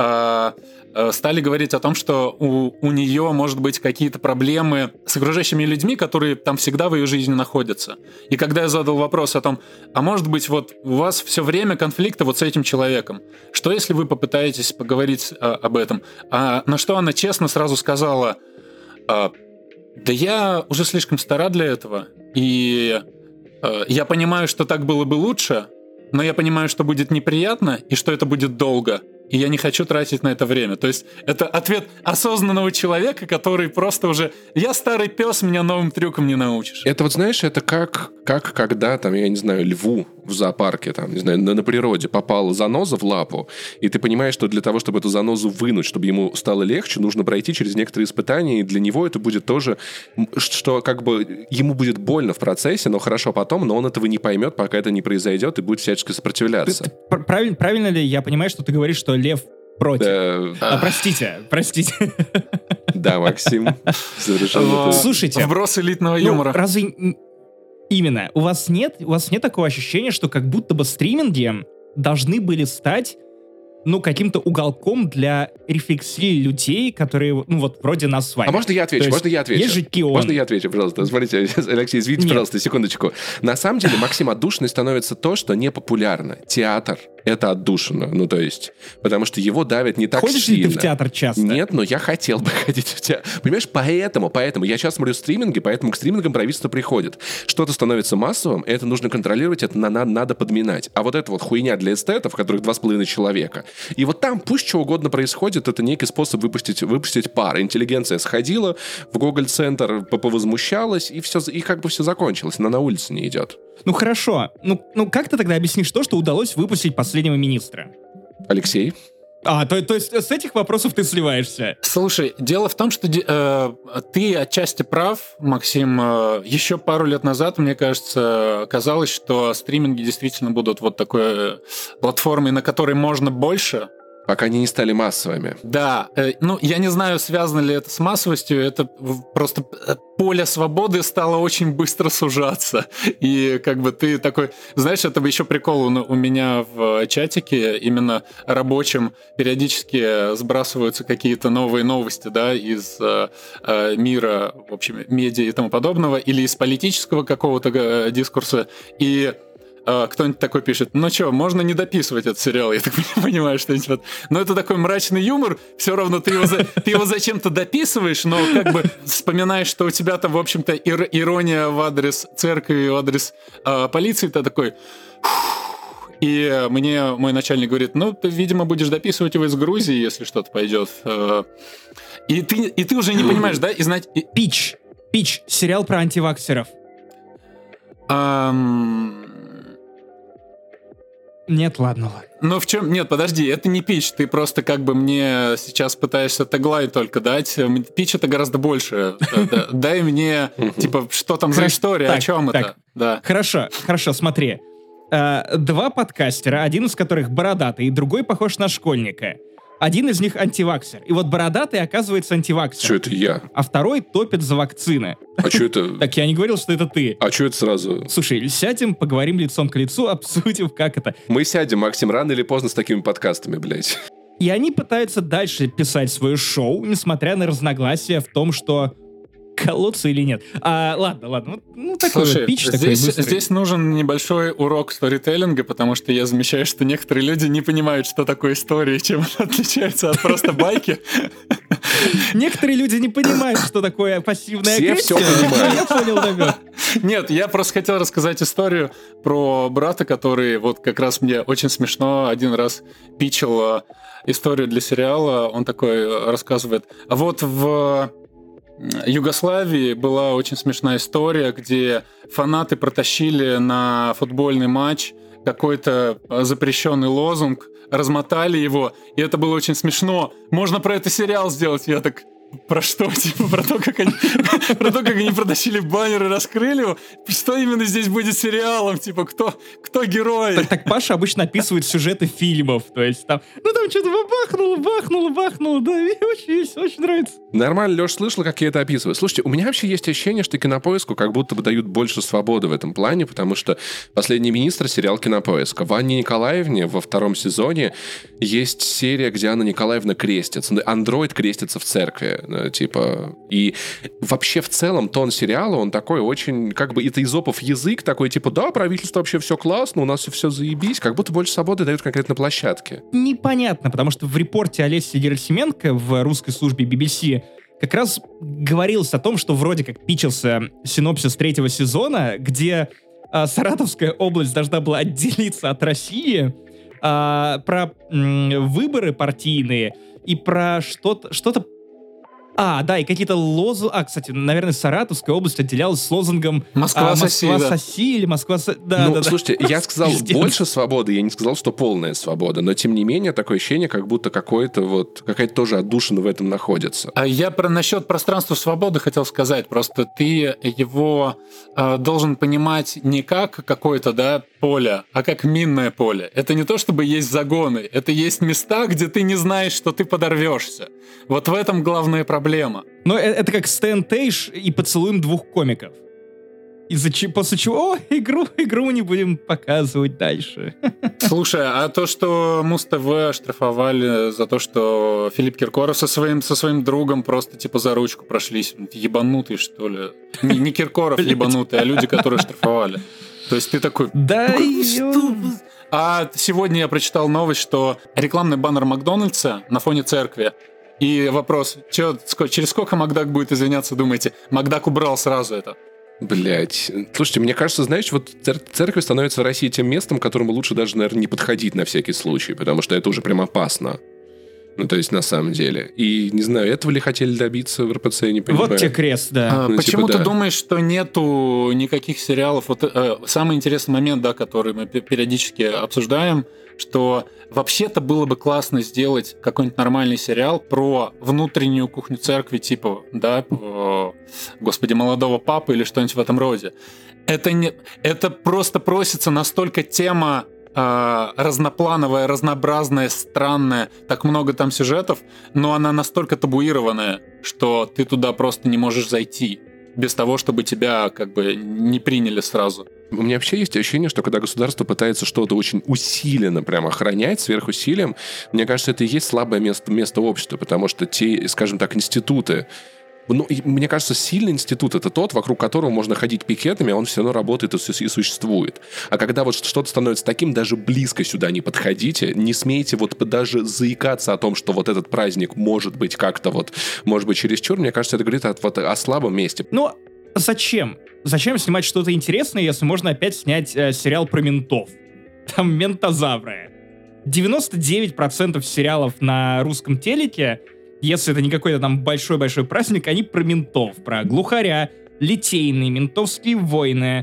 стали говорить о том, что у, у нее, может быть, какие-то проблемы с окружающими людьми, которые там всегда в ее жизни находятся. И когда я задал вопрос о том, а может быть, вот у вас все время конфликты вот с этим человеком, что если вы попытаетесь поговорить а, об этом? А на что она честно сразу сказала: а, да я уже слишком стара для этого, и... я понимаю, что так было бы лучше, но я понимаю, что будет неприятно и что это будет долго. И я не хочу тратить на это время. То есть это ответ осознанного человека, который просто уже... Я старый пес, меня новым трюкам не научишь. Это вот, знаешь, это как, как когда, там, я не знаю, льву в зоопарке, там, не знаю, на, на природе попала заноза в лапу, и ты понимаешь, что для того, чтобы эту занозу вынуть, чтобы ему стало легче, нужно пройти через некоторые испытания, и для него это будет тоже, что как бы ему будет больно в процессе, но хорошо потом, но он этого не поймет, пока это не произойдет, и будет всячески сопротивляться. Ты, ты, правильно, правильно ли я понимаю, что ты говоришь, что лев против? Да. А, простите, простите. Да, Максим. Совершенно. Слушайте. Вброс элитного юмора. Разве... Именно. У вас нет, у вас нет такого ощущения, что как будто бы стриминги должны были стать, ну, каким-то уголком для рефлексии людей, которые, ну, вот, вроде нас с вами. А можно я отвечу? Можно я отвечу? Есть же Кион. Можно я отвечу, пожалуйста? Смотрите, Алексей, извините, Нет. пожалуйста, секундочку. На самом деле, Максим, отдушиной становится то, что не популярно. Театр — это отдушина. Ну, то есть, потому что его давят не так Ходишь сильно. Ходишь ли ты в театр часто? Нет, но я хотел бы ходить в театр. Понимаешь, поэтому, поэтому. Я сейчас смотрю стриминги, поэтому к стримингам правительство приходит. Что-то становится массовым, это нужно контролировать, это на, на, надо подминать. А вот эта вот хуйня для эстетов, которых два с половиной человека, и вот там пусть что угодно происходит, это некий способ выпустить, выпустить пар. Интеллигенция сходила в Гоголь-центр, повозмущалась, и все, и как бы все закончилось. Она на улице не идет. Ну хорошо. Ну, ну как ты тогда объяснишь то, что удалось выпустить последнего министра? Алексей? А, то, то есть с этих вопросов ты сливаешься? Слушай, дело в том, что э, ты отчасти прав, Максим. Э, еще пару лет назад, мне кажется, казалось, что стриминги действительно будут вот такой э, платформой, на которой можно больше. Пока они не стали массовыми. Да, э, ну, я не знаю, связано ли это с массовостью, это просто поле свободы стало очень быстро сужаться. И как бы ты такой... Знаешь, это еще прикол у меня в чатике, именно рабочем, периодически сбрасываются какие-то новые новости, да, из э, мира, в общем, медиа и тому подобного, или из политического какого-то дискурса, и кто-нибудь такой пишет: ну что, можно не дописывать этот сериал, я так понимаю, что-нибудь вот. Но это такой мрачный юмор, все равно ты его, за... ты его зачем-то дописываешь, но как бы вспоминаешь, что у тебя там, в общем-то, ир- ирония в адрес церкви, в адрес э, полиции, ты такой... И мне мой начальник говорит: ну, ты, видимо, будешь дописывать его из Грузии, если что-то пойдет. И ты, и ты уже не понимаешь, да? И знать... Пич. Пич. Сериал про антиваксеров. Um... Нет, ладно, ладно. Ну в чем? Нет, подожди, это не пич. Ты просто как бы мне сейчас пытаешься теглайн только дать. Пич это гораздо больше. Дай мне, типа, что там за история, о чем это? Да. Хорошо, хорошо, смотри. Два подкастера, один из которых бородатый, и другой похож на школьника. Один из них антиваксер. И вот бородатый оказывается антиваксер. Что это я? А второй топит за вакцины. А что это? Так я не говорил, что это ты. А что это сразу? Слушай, сядем, поговорим лицом к лицу, обсудим, как это. Мы сядем, Максим, рано или поздно с такими подкастами, блядь. И они пытаются дальше писать свое шоу, несмотря на разногласия в том, что колоться или нет. А, ладно, ладно. Ну, такой Слушай, вот пич, такой здесь, быстрый. здесь нужен небольшой урок сторителлинга, потому что я замечаю, что некоторые люди не понимают, что такое история, чем она отличается от просто байки. Некоторые люди не понимают, что такое пассивная Все агрессия. всё понимают. Я понял намек. Нет, я просто хотел рассказать историю про брата, который вот как раз мне очень смешно один раз пичил э, историю для сериала. Он такой э, рассказывает. А вот в Югославии была очень смешная история, где фанаты протащили на футбольный матч какой-то запрещенный лозунг, размотали его, и это было очень смешно. Можно про это сериал сделать. Я так... Про что? Типа про то, как они, про то, как они протащили баннер и раскрыли его? Что именно здесь будет сериалом? Типа, кто, кто герой? Так, так Паша обычно описывает сюжеты фильмов. То есть там, ну там что-то бахнуло, бахнуло, бахнуло. Да, мне очень, очень нравится. Нормально, Леш, слышал, как я это описываю. Слушайте, у меня вообще есть ощущение, что Кинопоиску как будто бы дают больше свободы в этом плане, потому что «Последний министр» — сериал Кинопоиска. В Анне Николаевне во втором сезоне есть серия, где Анна Николаевна крестится. Андроид крестится в церкви. Типа, и вообще в целом тон сериала, он такой очень, как бы, это изопов язык, такой, типа, да, правительство вообще все классно, у нас все заебись, как будто больше свободы дают конкретно площадке. Непонятно, потому что в репорте Олеси Герасименко в русской службе би би си как раз говорилось о том, что вроде как пичился синопсис третьего сезона, где а, Саратовская область должна была отделиться от России, а, про м, выборы партийные и про что-то, что-то А, да, и какие-то лозунги... А, кстати, наверное, Саратовская область отделялась с лозунгом Москва, а, соси, Москва да. соси или Москва... Со... Да, ну, да, слушайте, да. я сказал Пиздец. больше свободы, я не сказал, что полная свобода, но тем не менее такое ощущение, как будто какое-то вот, какая-то тоже отдушина в этом находится. А я про насчет пространства свободы хотел сказать. Просто ты его э, должен понимать не как какое-то, да, поле, а как минное поле. Это не то, чтобы есть загоны, это есть места, где ты не знаешь, что ты подорвешься. Вот в этом главная проблема. Но это, это как Стэн Тейш и поцелуем двух комиков. Из-за чего, после чего, о, игру, игру не будем показывать дальше. Слушай, а то, что Муз-ТВ штрафовали за то, что Филипп Киркоров со своим, со своим другом просто типа за ручку прошлись, ебанутые, что ли? Не, не Киркоров ебанутые, а люди, которые штрафовали. То есть ты такой... Да, А сегодня я прочитал новость, что рекламный баннер Макдональдса на фоне церкви. И вопрос, чё, через сколько Макдак будет извиняться, думаете? Макдак убрал сразу это. Блять. Слушайте, мне кажется, знаешь, вот цер- церковь становится в России тем местом, к которому лучше даже, наверное, не подходить на всякий случай, потому что это уже прям опасно. Ну, то есть, на самом деле. И, не знаю, этого ли хотели добиться в эр пэ цэ, я не понимаю. вот тебе крест, да. А, Ну, почему типа, ты да. думаешь, что нету никаких сериалов? Вот э, самый интересный момент, да, который мы пе- периодически обсуждаем, что вообще-то было бы классно сделать какой-нибудь нормальный сериал про внутреннюю кухню церкви, типа, да, э, господи, молодого папы или что-нибудь в этом роде. Это, не, это просто просится настолько тема э, разноплановая, разнообразная, странная, так много там сюжетов, но она настолько табуированная, что ты туда просто не можешь зайти без того, чтобы тебя как бы не приняли сразу. У меня вообще есть ощущение, что когда государство пытается что-то очень усиленно прям охранять сверхусилием, мне кажется, это и есть слабое место, место общества, потому что те, скажем так, институты, ну, и мне кажется, сильный институт — это тот, вокруг которого можно ходить пикетами, а он все равно работает и, су- и существует. А когда вот что-то становится таким, даже близко сюда не подходите, не смейте вот даже заикаться о том, что вот этот праздник может быть как-то вот, может быть, чересчур, мне кажется, это говорит о, вот, о слабом месте. Ну, зачем? Зачем снимать что-то интересное, если можно опять снять э, сериал про ментов? Там ментозавры. девяносто девять процентов сериалов на русском телеке, если это не какой-то там большой-большой праздник, они про ментов, про глухаря, литейные, ментовские войны,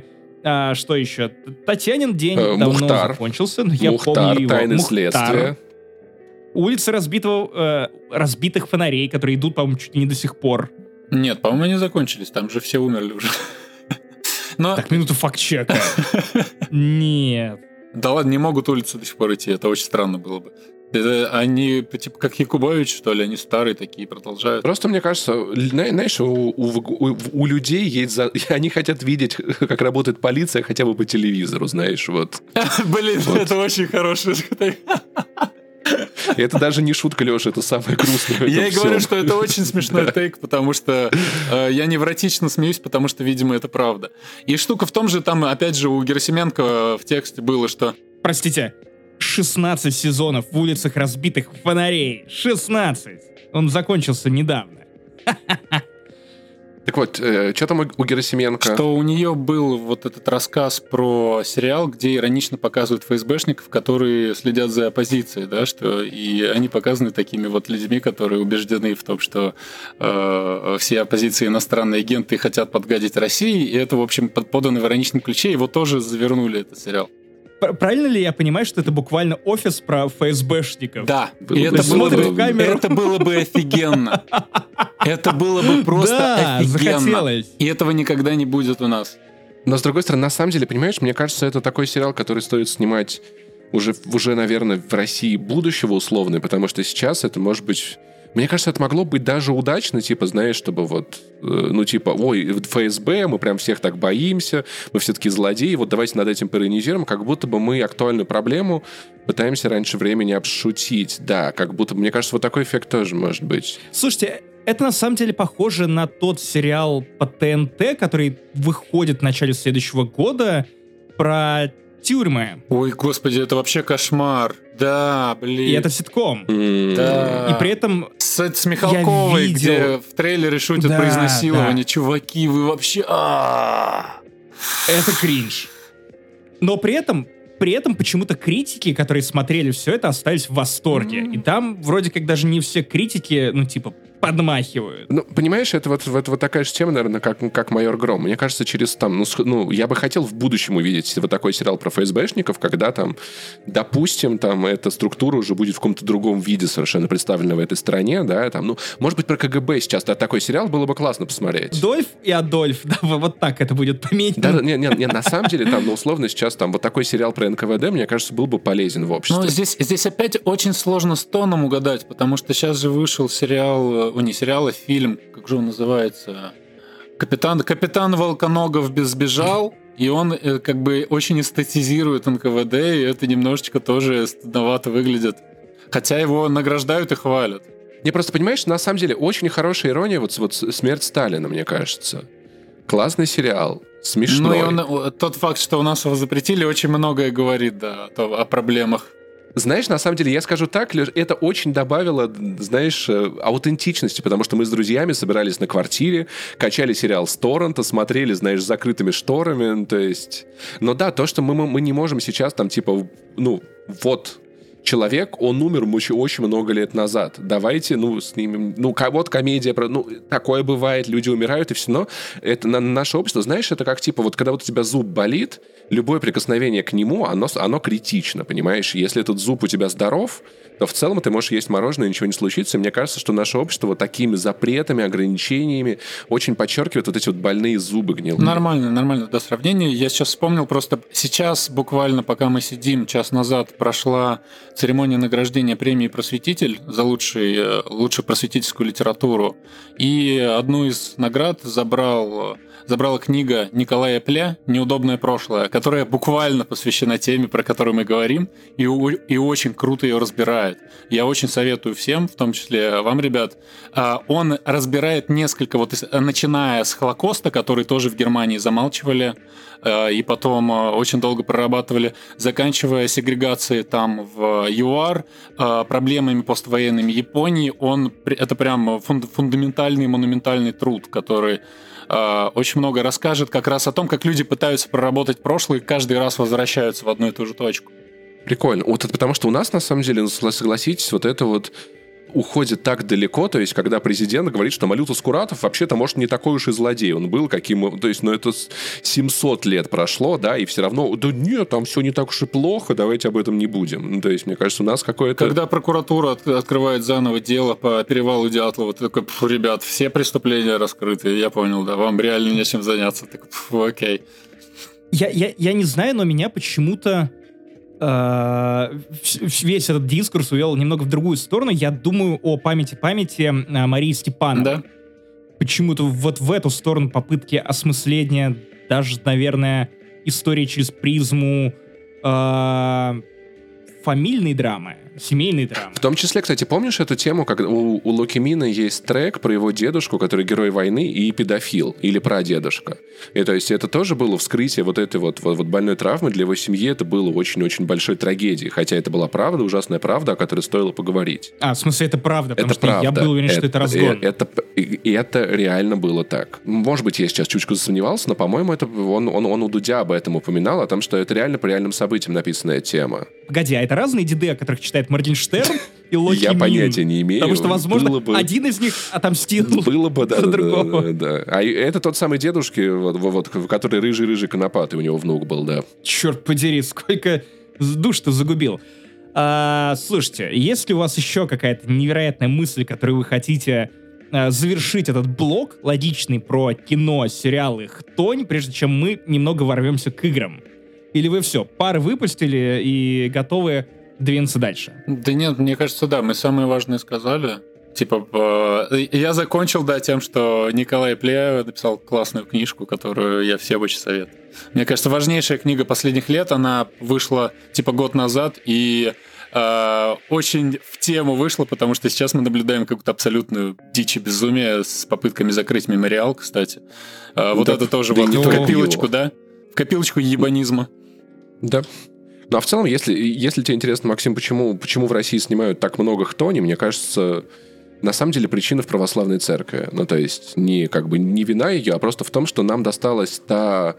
А, что еще? Татьянин день Э, давно Мухтар. закончился, но я Мухтар, помню его. «Тайны Мухтар. следствия». Улица разбитого, э, разбитых фонарей, которые идут, по-моему, чуть ли не до сих пор. Нет, по-моему, они закончились, там же все умерли уже. Но... Так, минуту факт-чека. Нет. Да ладно, не могут улицы до сих пор идти, это очень странно было бы. Это они, типа, как Якубович, что ли, они старые такие, продолжают. Просто, мне кажется, знаешь, у, у, у, у людей есть... За... Они хотят видеть, как работает полиция хотя бы по телевизору, знаешь, вот. Блин, это очень хорошая шутка. Это даже не шутка, Леша, это самое грустное. Я и говорю, что это очень смешной тейк, потому что э, я невротично смеюсь, потому что, видимо, это правда. И штука в том же, там, опять же, у Герасименко в тексте было, что... Простите, шестнадцать сезонов в улицах разбитых фонарей. шестнадцать! Он закончился недавно. Так вот, э, что там у, у Герасименко? Что у нее был вот этот рассказ про сериал, где иронично показывают ФСБшников, которые следят за оппозицией, да, что и они показаны такими вот людьми, которые убеждены в том, что э, все оппозиции иностранные агенты хотят подгадить России, и это, в общем, подано в ироничном ключе, его тоже завернули, этот сериал. Правильно ли я понимаю, что это буквально офис про ФСБшников? Да, Было и бы это было, смотрят в бы, камеру. это было бы офигенно. Это было бы просто Да, офигенно. захотелось. И этого никогда не будет у нас. Но, с другой стороны, на самом деле, понимаешь, мне кажется, это такой сериал, который стоит снимать уже, уже, наверное, в России будущего условно, потому что сейчас это может быть... Мне кажется, это могло быть даже удачно, типа, знаешь, чтобы вот, э, ну, типа, ой, ФСБ, мы прям всех так боимся, мы все таки злодеи, вот давайте над этим поиронизируем, как будто бы мы актуальную проблему пытаемся раньше времени обшутить. Да, как будто, мне кажется, вот такой эффект тоже может быть. Слушайте, это на самом деле похоже на тот сериал по ТНТ, который выходит в начале следующего года про тюрьмы. Ой, господи, это вообще кошмар. Да, блин. И это ситком. Да. И при этом... С, с Михалковой, Я видел. где в трейлере шутят Да, про изнасилование. да. Чуваки, вы вообще... А-а-а. Это кринж. Но при этом, при этом почему-то критики, которые смотрели все это, остались в восторге. Mm. И там вроде как даже не все критики, ну, типа, подмахивают. Ну, понимаешь, это вот, вот, вот такая же тема, наверное, как, как «Майор Гром». Мне кажется, через там, ну, сх- ну, я бы хотел в будущем увидеть вот такой сериал про ФСБшников, когда там, допустим, там эта структура уже будет в каком-то другом виде совершенно представлена в этой стране, да, там, ну, может быть, про КГБ сейчас, да, такой сериал было бы классно посмотреть. Дольф и Адольф, да, вот так это будет пометено. Да, не, не, не, на самом деле, там, ну, условно, сейчас там вот такой сериал про эн ка вэ дэ, мне кажется, был бы полезен в обществе. Ну, здесь, здесь опять очень сложно с тоном угадать, потому что сейчас же вышел сериал, о, не сериал, а фильм, как же он называется? Капитан, Капитан Волконогов сбежал, и он э, как бы очень эстетизирует эн ка вэ дэ, и это немножечко тоже стыдновато выглядит. Хотя его награждают и хвалят. Не, просто, понимаешь, на самом деле, очень хорошая ирония, вот, вот «Смерть Сталина», мне кажется. Классный сериал, смешной. Ну и он, тот факт, что у нас его запретили, очень многое говорит, да, о, о проблемах. Знаешь, на самом деле, я скажу так, Лёш, это очень добавило, знаешь, аутентичности, потому что мы с друзьями собирались на квартире, качали сериал с торрента, смотрели, знаешь, с закрытыми шторами, то есть... Но да, то, что мы, мы, мы не можем сейчас там, типа, ну, вот... Человек, он умер очень, очень много лет назад. Давайте, ну, снимем... Ну, вот комедия, про, ну, такое бывает, люди умирают, и все равно это на, наше общество, знаешь, это как, типа, вот когда вот у тебя зуб болит, любое прикосновение к нему, оно, оно критично, понимаешь? Если этот зуб у тебя здоров, то в целом ты можешь есть мороженое, и ничего не случится. И мне кажется, что наше общество вот такими запретами, ограничениями очень подчеркивает вот эти вот больные зубы гнилые. Нормально, нормально, да, сравнение. Я сейчас вспомнил, просто сейчас, буквально пока мы сидим, час назад прошла церемония награждения премии «Просветитель» за лучший, лучшую просветительскую литературу. И одну из наград забрал... забрала книга Николая Пля «Неудобное прошлое», которая буквально посвящена теме, про которую мы говорим, и, и очень круто ее разбирает. Я очень советую всем, в том числе вам, ребят. Он разбирает несколько, вот начиная с Холокоста, который тоже в Германии замалчивали, и потом очень долго прорабатывали, заканчивая сегрегацией там в ЮАР, проблемами поствоенными Японии. Он, это прям фундаментальный, монументальный труд, который очень много расскажет как раз о том, как люди пытаются проработать прошлое и каждый раз возвращаются в одну и ту же точку. Прикольно. Вот это потому что у нас, на самом деле, согласитесь, вот это вот уходит так далеко, то есть когда президент говорит, что Малюта Скуратов вообще-то, может, не такой уж и злодей, он был каким... То есть, ну, это семьсот лет прошло, да, и все равно, да нет, там все не так уж и плохо, давайте об этом не будем. Ну, то есть, мне кажется, у нас какое-то... Когда прокуратура от- открывает заново дело по перевалу Дятлова, ты такой, пф, ребят, все преступления раскрыты, я понял, да, вам реально нечем заняться. Так, пф, окей. Я, я, я не знаю, но меня почему-то э, весь этот дискурс увел немного в другую сторону. Я думаю о памяти-памяти Марии Степановой. Да. Почему-то вот в эту сторону попытки осмысления, даже, наверное, истории через призму э, фамильной драмы, семейной драмы. В том числе, кстати, помнишь эту тему, как у, у Лукимина есть трек про его дедушку, который герой войны и педофил, или прадедушка. И то есть это тоже было вскрытие вот этой вот, вот, вот больной травмы. Для его семьи это было очень-очень большой трагедией. Хотя это была правда, ужасная правда, о которой стоило поговорить. А, в смысле, это правда, потому это что правда. я был уверен, это, что это разгон. Это, это, это реально было так. Может быть, я сейчас чуточку засомневался, но, по-моему, это он, он, он у Дудя об этом упоминал, о том, что это реально по реальным событиям написанная тема. Погоди, а это разные деды, о которых читает Моргенштерн и Локи Я Мин? понятия не имею. Потому что, возможно, Было бы... один из них отомстил Было бы, да, за да, другого. да, да, да. А это тот самый дедушки, вот, вот, который рыжий-рыжий конопатый у него внук был, да. Черт подери, сколько душ ты загубил. А, слушайте, есть ли у вас еще какая-то невероятная мысль, которую вы хотите а, завершить этот блок логичный про кино, сериалы, хтонь, прежде чем мы немного ворвемся к играм? Или вы все, пары выпустили и готовы двинуться дальше? Да нет, мне кажется, да, мы самое важное сказали. Типа, э, я закончил, да, тем, что Николай Пляев написал классную книжку, которую я всем очень советую. Мне кажется, важнейшая книга последних лет, она вышла, типа, год назад, и э, очень в тему вышла, потому что сейчас мы наблюдаем какую-то абсолютную дичь и безумие с попытками закрыть мемориал, кстати. Э, вот Да, это тоже да вот не в только копилочку, его. да? В копилочку ебанизма. Да. Ну, а в целом, если, если тебе интересно, Максим, почему, почему в России снимают так много хтони, мне кажется, на самом деле причина в православной церкви. Ну, то есть, не, как бы, не вина ее, а просто в том, что нам досталась та...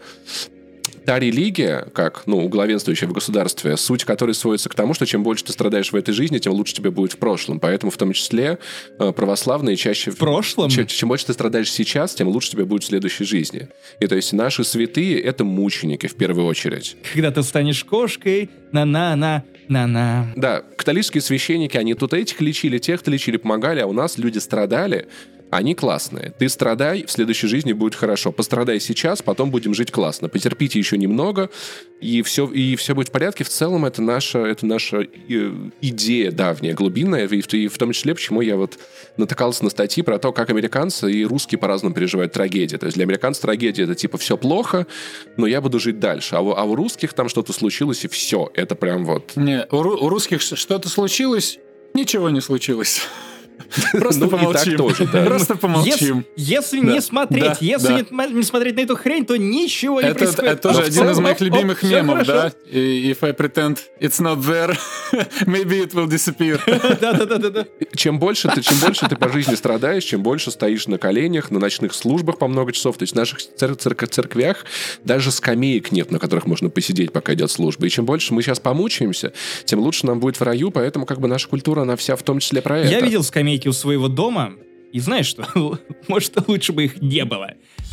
Та религия, как, ну, главенствующая в государстве, суть которой сводится к тому, что чем больше ты страдаешь в этой жизни, тем лучше тебе будет в прошлом. Поэтому, в том числе, православные чаще... В прошлом? Чем, чем больше ты страдаешь сейчас, тем лучше тебе будет в следующей жизни. И то есть наши святые — это мученики, в первую очередь. Когда ты станешь кошкой, на-на-на, на-на. Да, католические священники, они тут этих лечили, тех-то лечили, помогали, а у нас люди страдали. Они классные. Ты страдай, в следующей жизни будет хорошо. Пострадай сейчас, потом будем жить классно. Потерпите еще немного, и все, и все будет в порядке. В целом это наша, это наша идея давняя, глубинная, и в, и в том числе, почему я вот натыкался на статьи про то, как американцы и русские по-разному переживают трагедию. То есть для американцев трагедия — это типа все плохо, но я буду жить дальше. А у, а у русских там что-то случилось, и все. Это прям вот... Не, у, ру- у русских что-то случилось, ничего не случилось. Просто Ну, и так помолчим. тоже, да. Просто помолчим. Если, если Да. не смотреть, Да, если да. Не, не смотреть на эту хрень, то ничего не Это, происходит. это тоже Но в один из целом, моих оп, любимых оп, всё мемов, да? хорошо. И If I pretend it's not there, maybe it will disappear. Да-да-да-да. Чем больше ты, чем больше ты по жизни страдаешь, чем больше стоишь на коленях, на ночных службах по много часов. То есть в наших цер- цер- церквях даже скамеек нет, на которых можно посидеть, пока идет служба. И чем больше мы сейчас помучаемся, тем лучше нам будет в раю. Поэтому как бы наша культура, она вся в том числе про это. Я видел скамейки у своего дома, и знаешь что? Может, лучше бы их не было.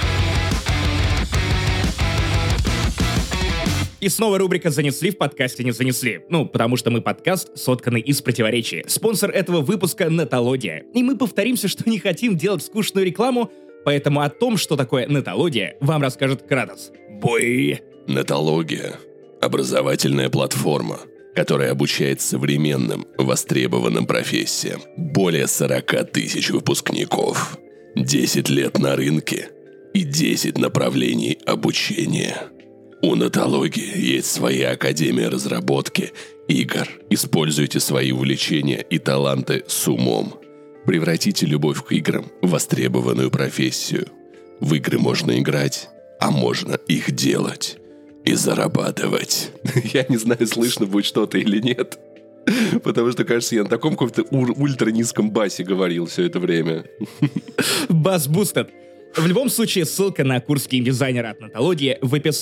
И снова рубрика «Занесли» в подкасте «Не занесли». Ну, потому что мы подкаст, сотканный из противоречий. Спонсор этого выпуска — Нетология. И мы повторимся, что не хотим делать скучную рекламу, поэтому о том, что такое Нетология, вам расскажет Кратос. Бой! Нетология – образовательная платформа, которая обучает современным, востребованным профессиям. Более сорок тысяч выпускников, десять лет на рынке и десять направлений обучения. У Нетологии есть своя академия разработки игр. Используйте свои увлечения и таланты с умом. Превратите любовь к играм в востребованную профессию. В игры можно играть, а можно их делать и зарабатывать. Я не знаю, слышно будет что-то или нет. Потому что, кажется, я на таком каком-то ур- ультра-низком басе говорил все это время. Бас Бустед. В любом случае, ссылка на курс геймдизайнера от Нетологии в описании.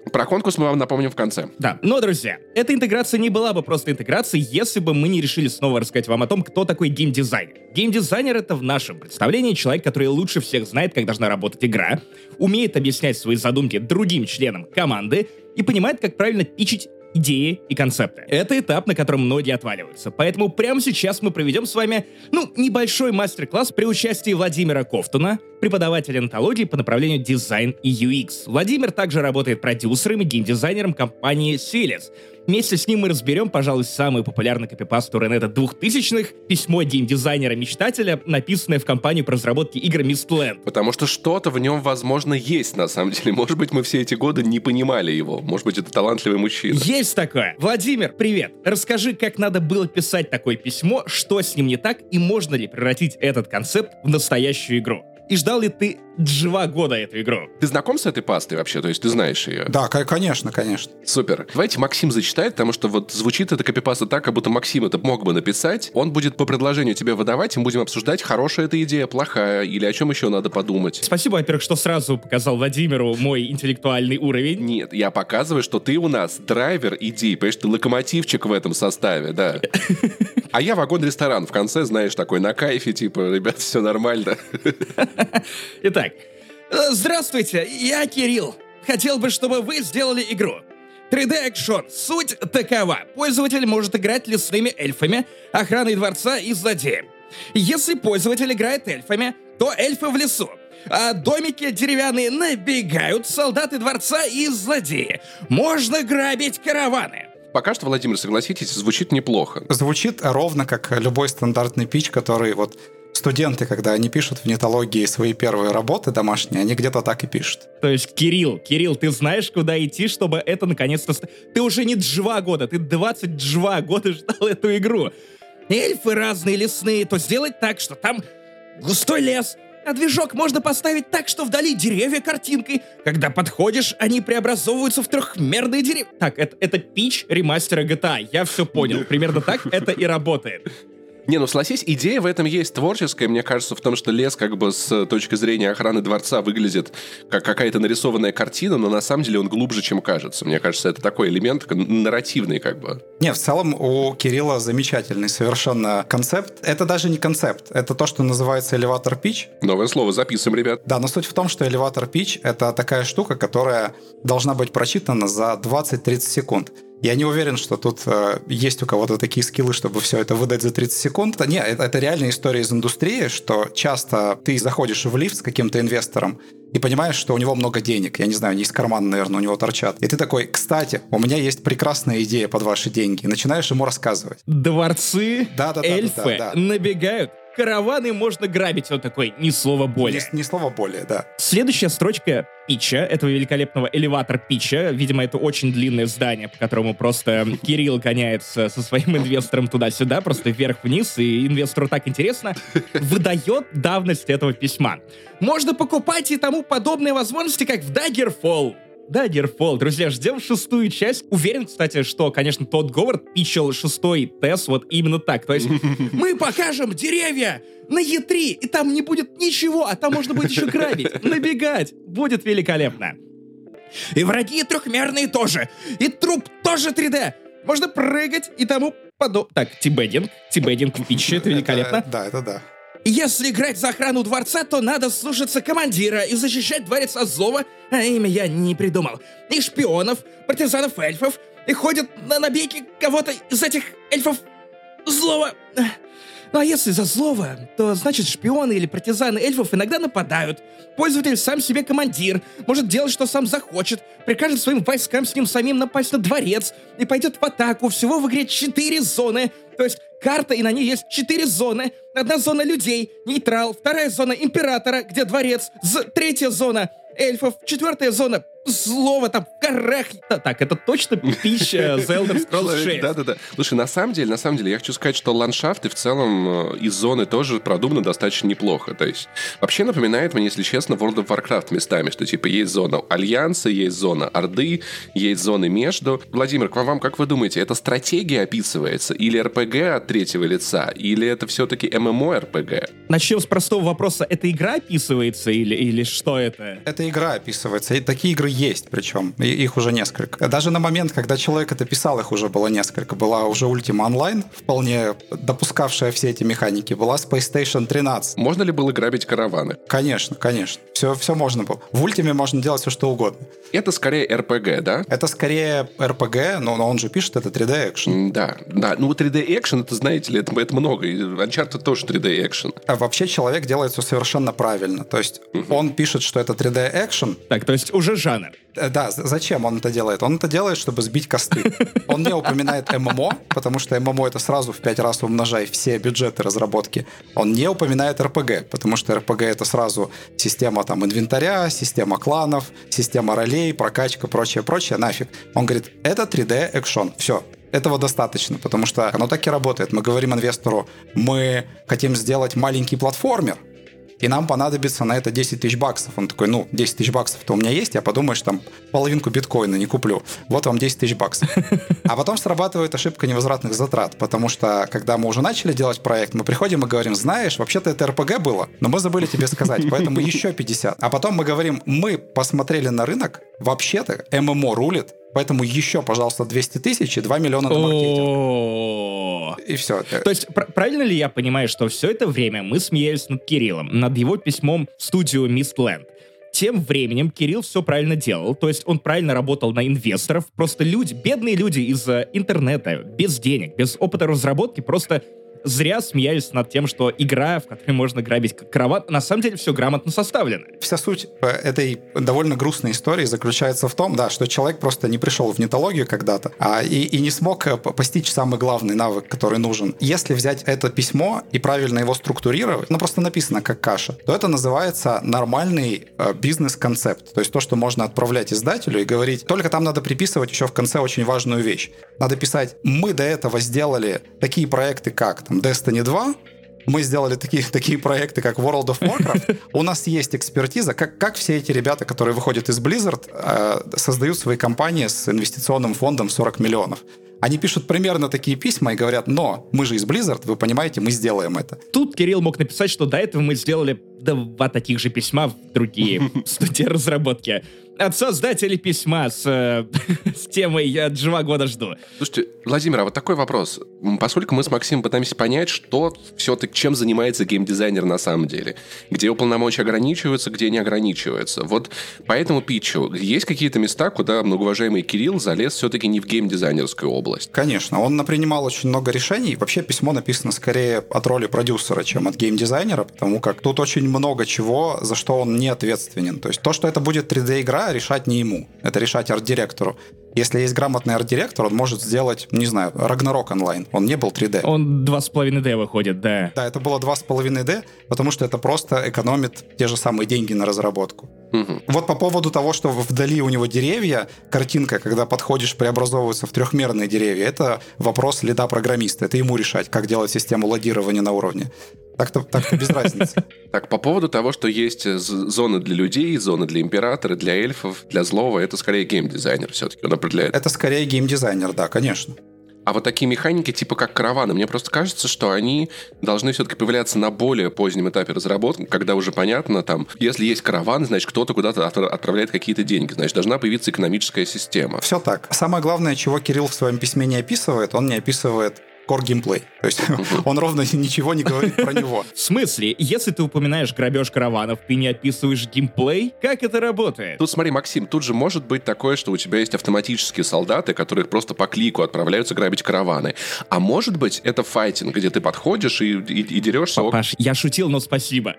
Про конкурс мы вам напомним в конце. Да, но, друзья, эта интеграция не была бы просто интеграцией, если бы мы не решили снова рассказать вам о том, кто такой геймдизайнер. Геймдизайнер — это в нашем представлении человек, который лучше всех знает, как должна работать игра, умеет объяснять свои задумки другим членам команды и понимает, как правильно питчить идеи и концепты. Это этап, на котором многие отваливаются. Поэтому прямо сейчас мы проведем с вами, ну, небольшой мастер-класс при участии Владимира Ковтуна, преподавателя онтологии по направлению дизайн и ю экс. Владимир также работает продюсером и геймдизайнером компании Siles. Вместе с ним мы разберем, пожалуй, самую популярную копипасту Рунета двухтысячных, письмо геймдизайнера-мечтателя, написанное в компанию по разработке игр Mistland. Потому что что-то в нем, возможно, есть, на самом деле. Может быть, мы все эти годы не понимали его. Может быть, это талантливый мужчина. Есть такое. Владимир, привет. Расскажи, как надо было писать такое письмо, что с ним не так, и можно ли превратить этот концепт в настоящую игру. И ждал ли ты два года эту игру? Ты знаком с этой пастой вообще? То есть ты знаешь ее? Да, конечно, конечно. Супер. Давайте Максим зачитает, потому что вот звучит эта копипаста так, как будто Максим это мог бы написать. Он будет по предложению тебе выдавать, и мы будем обсуждать, хорошая эта идея, плохая, или о чем еще надо подумать. Спасибо, во-первых, что сразу показал Владимиру мой интеллектуальный уровень. Нет, я показываю, что ты у нас драйвер идей, понимаешь, ты локомотивчик в этом составе, да. А я вагон-ресторан в конце, знаешь, такой на кайфе, типа, ребят, все нормально. Итак, здравствуйте, я Кирилл. Хотел бы, чтобы вы сделали игру. три дэ экшон. Суть такова. Пользователь может играть лесными эльфами, охраной дворца и злодеем. Если пользователь играет эльфами, то эльфы в лесу. А домики деревянные набегают, солдаты дворца и злодеи. Можно грабить караваны. Пока что, Владимир, согласитесь, звучит неплохо. Звучит ровно как любой стандартный питч, который вот студенты, когда они пишут в нетологии свои первые работы домашние, они где-то так и пишут. То есть, Кирилл, Кирилл, ты знаешь, куда идти, чтобы это наконец-то... Ты уже не два года, ты двадцать два года ждал эту игру. Эльфы разные лесные, то сделать так, что там густой лес, а движок можно поставить так, что вдали деревья картинкой. Когда подходишь, они преобразовываются в трехмерные деревья. Так, это, это питч ремастера джи ти эй, я все понял. Примерно так это и работает. Не, ну согласись, идея в этом есть творческая, мне кажется, в том, что лес как бы с точки зрения охраны дворца выглядит как какая-то нарисованная картина, но на самом деле он глубже, чем кажется. Мне кажется, это такой элемент нарративный как бы. Не, в целом у Кирилла замечательный совершенно концепт. Это даже не концепт, это то, что называется элеватор питч. Новое слово записываем, ребят. Да, но суть в том, что элеватор питч — это такая штука, которая должна быть прочитана за двадцать-тридцать секунд. Я не уверен, что тут э, есть у кого-то такие скиллы, чтобы все это выдать за тридцать секунд. Нет, это, это реальная история из индустрии, что часто ты заходишь в лифт с каким-то инвестором и понимаешь, что у него много денег. Я не знаю, не из кармана, наверное, у него торчат. И ты такой: кстати, у меня есть прекрасная идея под ваши деньги. И начинаешь ему рассказывать. Дворцы, да, да, да, эльфы да, да, да. набегают. Караваны можно грабить. Он такой: ни слова более. Ни, ни слова более, да. Следующая строчка питча, этого великолепного элеватор питча. Видимо, это очень длинное здание, по которому просто Кирилл гоняется со своим инвестором туда-сюда, просто вверх-вниз, и инвестору так интересно, выдает давность этого письма. Можно покупать и тому подобные возможности, как в Daggerfall. Daggerfall. Друзья, ждем шестую часть. Уверен, кстати, что, конечно, Тодд Говард питчил шестой тест вот именно так. То есть мы покажем деревья на и три, и там не будет ничего, а там можно будет еще грабить, набегать. Будет великолепно. И враги трехмерные тоже. И труп тоже три дэ. Можно прыгать и тому подобное. Так, тибэддинг. Тибэддинг в питче, это великолепно. Это, да, это да. Если играть за охрану дворца, то надо слушаться командира и защищать дворец от злого, а имя я не придумал, и шпионов, партизанов-эльфов, и ходят на набеги кого-то из этих эльфов злого. Ну а если за злого, то значит шпионы или партизаны эльфов иногда нападают. Пользователь сам себе командир, может делать, что сам захочет, прикажет своим войскам с ним самим напасть на дворец и пойдет в атаку. Всего в игре четыре зоны, то есть карта, и на ней есть четыре зоны. Одна зона людей, нейтрал, вторая зона императора, где дворец, з- третья зона эльфов, четвертая зона злого там в горах. Так, это точно пища The Elder Scrolls шесть. Да-да-да. Слушай, на самом деле, на самом деле, я хочу сказать, что ландшафты в целом и зоны тоже продуманы достаточно неплохо. То есть, вообще напоминает мне, если честно, World of Warcraft местами, что типа есть зона Альянса, есть зона Орды, есть зоны между. Владимир, к вам, как вы думаете, это стратегия описывается? Или эр пи джи от третьего лица? Или это все-таки эм эм о эр пи джи? Начнем с простого вопроса. Это игра описывается или, или что это? Это игра описывается. И такие игры есть, причем. И их уже несколько. Даже на момент, когда человек это писал, их уже было несколько. Была уже Ultima Online, вполне допускавшая все эти механики. Была Space Station тринадцать. Можно ли было грабить караваны? Конечно, конечно. Все, все можно было. В Ultima можно делать все, что угодно. Это скорее эр пи джи, да? Это скорее эр пи джи, но он же пишет, это три дэ экшен. Да, да. Ну, три дэ экшен, это, знаете ли, это, это много. И Uncharted тоже три дэ экшен. А вообще человек делает все совершенно правильно. То есть uh-huh. он пишет, что это три дэ экшен. Так, то есть уже жанр. Да, зачем он это делает? Он это делает, чтобы сбить косты. Он не упоминает эм эм о, потому что эм эм о это сразу в пять раз умножай все бюджеты разработки. Он не упоминает эр пи джи, потому что эр пи джи это сразу система там инвентаря, система кланов, система ролей, прокачка, прочее, прочее, нафиг. Он говорит, это три дэ экшон. Все. Этого достаточно, потому что оно так и работает. Мы говорим инвестору, мы хотим сделать маленький платформер, и нам понадобится на это десять тысяч баксов. Он такой, ну, десять тысяч баксов-то у меня есть, я подумаю, что там половинку биткоина не куплю. Вот вам десять тысяч баксов. А потом срабатывает ошибка невозвратных затрат, потому что, когда мы уже начали делать проект, мы приходим и говорим, знаешь, вообще-то это эр пи джи было, но мы забыли тебе сказать, поэтому еще пятьдесят. А потом мы говорим, мы посмотрели на рынок, вообще-то эм эм о рулит, поэтому еще, пожалуйста, двести тысяч и два миллиона на маркетинг. И все. То есть, пр- правильно ли я понимаю, что все это время мы смеялись над Кириллом, над его письмом в студию Mistland? Тем временем Кирилл все правильно делал, то есть он правильно работал на инвесторов. Просто люди, бедные люди из интернета, без денег, без опыта разработки, просто зря смеялись над тем, что игра, в которой можно грабить караван, на самом деле все грамотно составлено. Вся суть этой довольно грустной истории заключается в том, да, что человек просто не пришел в нетологию когда-то а, и, и не смог постичь самый главный навык, который нужен. Если взять это письмо и правильно его структурировать, ну просто написано как каша, то это называется нормальный э, бизнес-концепт. То есть то, что можно отправлять издателю и говорить, только там надо приписывать еще в конце очень важную вещь. Надо писать, мы до этого сделали такие проекты, как там Destiny два, мы сделали такие, такие проекты, как World of Warcraft. У нас есть экспертиза, как, как все эти ребята, которые выходят из Blizzard, э, создают свои компании с инвестиционным фондом сорок миллионов. Они пишут примерно такие письма и говорят, но мы же из Blizzard, вы понимаете, мы сделаем это. Тут Кирилл мог написать, что до этого мы сделали два таких же письма в другие студии разработки. От создателей письма с, э, с темой «Я два года жду». Слушайте, Владимир, а вот такой вопрос. Поскольку мы с Максимом пытаемся понять, что все-таки, чем занимается геймдизайнер на самом деле, где его полномочия ограничиваются, где не ограничиваются. Вот по этому питчу есть какие-то места, куда многоуважаемый Кирилл залез все-таки не в геймдизайнерскую область? Конечно, он напринимал очень много решений. Вообще письмо написано скорее от роли продюсера, чем от геймдизайнера, потому как тут очень много чего, за что он не ответственен. То есть то, что это будет три дэ-игра, решать не ему. Это решать арт-директору. Если есть грамотный арт-директор, он может сделать, не знаю, Ragnarok онлайн. Он не был три дэ. Он два с половиной дэ выходит, да. Да, это было два с половиной дэ, потому что это просто экономит те же самые деньги на разработку. Угу. Вот по поводу того, что вдали у него деревья, картинка, когда подходишь, преобразовывается в трехмерные деревья, это вопрос лида программиста. Это ему решать, как делать систему лодирования на уровне. Так-то, так-то без разницы. Так, по поводу того, что есть зоны для людей, зоны для императора, для эльфов, для злого, это скорее геймдизайнер все-таки, он определяет. Это скорее геймдизайнер, да, конечно. А вот такие механики, типа как караваны, мне просто кажется, что они должны все-таки появляться на более позднем этапе разработки, когда уже понятно, там, если есть караван, значит, кто-то куда-то отправляет какие-то деньги, значит, должна появиться экономическая система. Все так. Самое главное, чего Кирилл в своем письме не описывает, он не описывает core геймплей. То есть он ровно ничего не говорит про него. В смысле? Если ты упоминаешь грабеж караванов, ты не описываешь геймплей? Как это работает? Тут смотри, Максим, тут же может быть такое, что у тебя есть автоматические солдаты, которые просто по клику отправляются грабить караваны. А может быть, это файтинг, где ты подходишь и, и, и дерешься... Папаш, я шутил, но спасибо.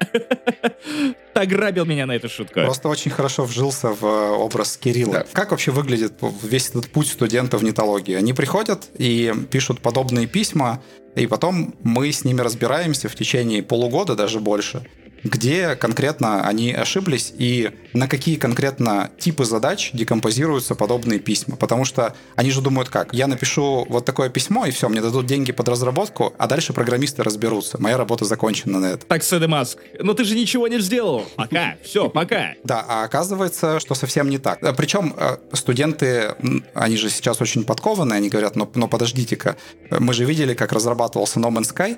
Ты ограбил меня на эту шутку. Просто очень хорошо вжился в образ Кирилла. Да. Как вообще выглядит весь этот путь студента в нетологии? Они приходят и пишут подобные письма, и потом мы с ними разбираемся в течение полугода, даже больше, где конкретно они ошиблись и на какие конкретно типы задач декомпозируются подобные письма. Потому что они же думают как? Я напишу вот такое письмо, и все, мне дадут деньги под разработку, а дальше программисты разберутся. Моя работа закончена на это. Так, Сэдэ Маск, но ты же ничего не сделал. Пока, все, пока. Да, а оказывается, что совсем не так. Причем студенты, они же сейчас очень подкованы, они говорят, но, но подождите-ка, мы же видели, как разрабатывался No Man's Sky,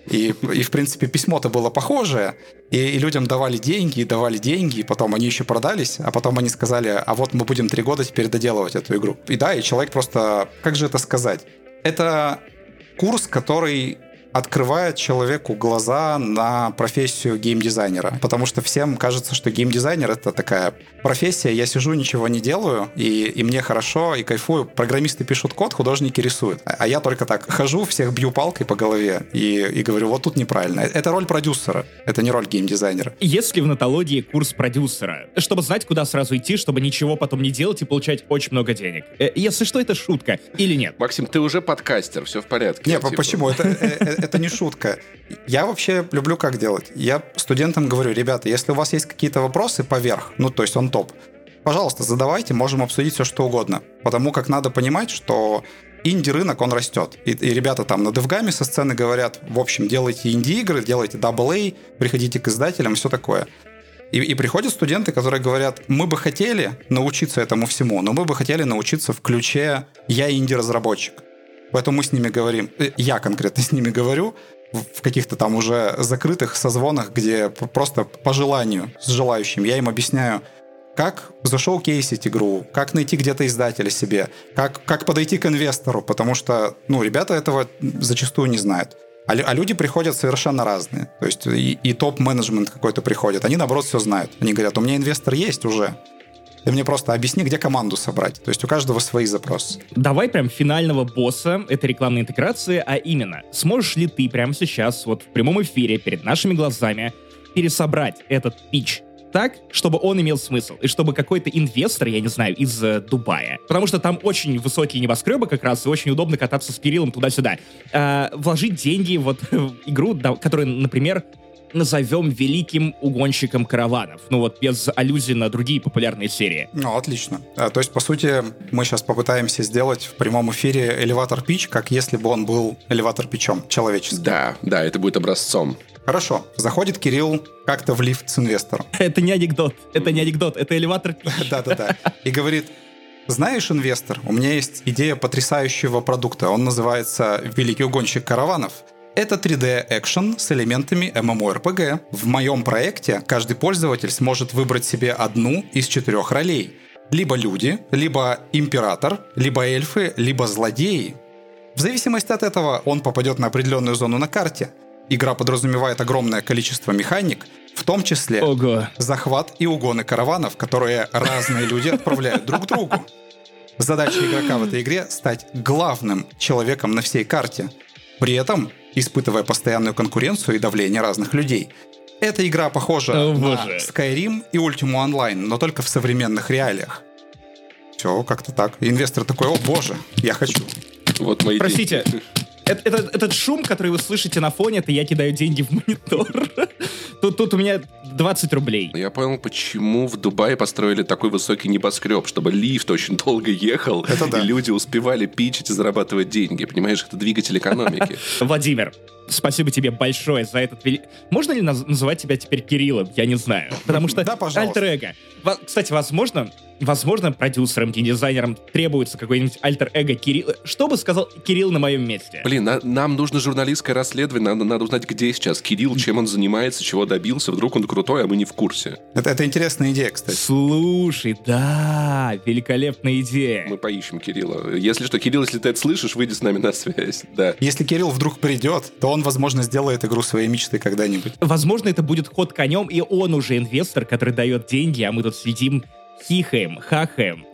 И, и в принципе, письмо-то было похожее. И, и людям давали деньги, и давали деньги, и потом они еще продались, а потом они сказали, а вот мы будем три года теперь доделывать эту игру. И да, и человек просто... Как же это сказать? Это курс, который открывает человеку глаза на профессию геймдизайнера. Потому что всем кажется, что геймдизайнер — это такая профессия, я сижу, ничего не делаю, и, и мне хорошо, и кайфую. Программисты пишут код, художники рисуют. А я только так хожу, всех бью палкой по голове и, и говорю, вот тут неправильно. Это роль продюсера, это не роль геймдизайнера. Есть ли в Натологии курс продюсера? Чтобы знать, куда сразу идти, чтобы ничего потом не делать и получать очень много денег. Э, если что, это шутка или нет? Максим, ты уже подкастер, все в порядке. Не, типа. Почему? Это это не шутка. Я вообще люблю как делать. Я студентам говорю, ребята, если у вас есть какие-то вопросы поверх, ну, то есть он топ, пожалуйста, задавайте, можем обсудить все, что угодно. Потому как надо понимать, что инди-рынок, он растет. И, и ребята там на DevGAM со сцены говорят, в общем, делайте инди-игры, делайте дабл эй, приходите к издателям, все такое. И, и приходят студенты, которые говорят, мы бы хотели научиться этому всему, но мы бы хотели научиться в ключе «я инди-разработчик». Поэтому мы с ними говорим, я конкретно с ними говорю, в каких-то там уже закрытых созвонах, где просто по желанию с желающим я им объясняю, как зашоукейсить игру, как найти где-то издателя себе, как, как подойти к инвестору, потому что, ну, ребята этого зачастую не знают. А, а люди приходят совершенно разные. То есть и, и топ-менеджмент какой-то приходит. Они, наоборот, все знают. Они говорят, у меня инвестор есть уже. Ты мне просто объясни, где команду собрать. То есть у каждого свои запросы. Давай прям финального босса этой рекламной интеграции, а именно, сможешь ли ты прямо сейчас, вот в прямом эфире, перед нашими глазами, пересобрать этот питч так, чтобы он имел смысл, и чтобы какой-то инвестор, я не знаю, из э, Дубая, потому что там очень высокие небоскребы как раз, и очень удобно кататься с Кириллом туда-сюда, э, вложить деньги вот в игру, да, которая, например, назовем великим угонщиком караванов. Ну вот, без аллюзий на другие популярные серии. Ну, отлично. А, то есть, по сути, мы сейчас попытаемся сделать в прямом эфире элеватор-питч, как если бы он был элеватор-питчом человеческим. Да, да, это будет образцом. Хорошо. Заходит Кирилл как-то в лифт с инвестором. Это не анекдот. Это не анекдот. Это элеватор-питч. Да-да-да. И говорит, знаешь, инвестор, у меня есть идея потрясающего продукта. Он называется «Великий угонщик караванов». Это три дэ-экшен с элементами эм эм о эр пи джи. В моем проекте каждый пользователь сможет выбрать себе одну из четырех ролей. Либо люди, либо император, либо эльфы, либо злодеи. В зависимости от этого он попадет на определенную зону на карте. Игра подразумевает огромное количество механик, в том числе Ого. захват и угоны караванов, которые разные люди отправляют друг другу. Задача игрока в этой игре — стать главным человеком на всей карте, при этом испытывая постоянную конкуренцию и давление разных людей. Эта игра похожа О, на боже. Skyrim и Ultima Online, но только в современных реалиях. Все, как-то так. Инвестор такой, о боже, я хочу. Вот мои Простите, деньги. это- это- этот шум, который вы слышите на фоне, это я кидаю деньги в монитор. Тут, тут у меня двадцать рублей. Я понял, почему в Дубае построили такой высокий небоскреб, чтобы лифт очень долго ехал, Это да. и люди успевали питчить и зарабатывать деньги. Понимаешь, это двигатель экономики. Владимир, спасибо тебе большое за этот... вели- Можно ли наз- называть тебя теперь Кириллом? Я не знаю. Потому что Да, пожалуйста. альтер-эго. Во- Кстати, возможно, возможно, продюсерам, геймдизайнерам требуется какой-нибудь альтер-эго Кирилла. Что бы сказал Кирилл на моем месте? Блин, на- нам нужно журналистское расследование, надо, надо узнать, где сейчас Кирилл, чем он занимается, чего добился. Вдруг он крутой, а мы не в курсе. Это, это интересная идея, кстати. Слушай, да, великолепная идея. Мы поищем Кирилла. Если что, Кирилл, если ты это слышишь, выйди с нами на связь. Да. Если Кирилл вдруг придет, то он, возможно, сделает игру своей мечты когда-нибудь. Возможно, это будет ход конем, и он уже инвестор, который дает деньги, а мы тут сидим, хихаем, хахаем.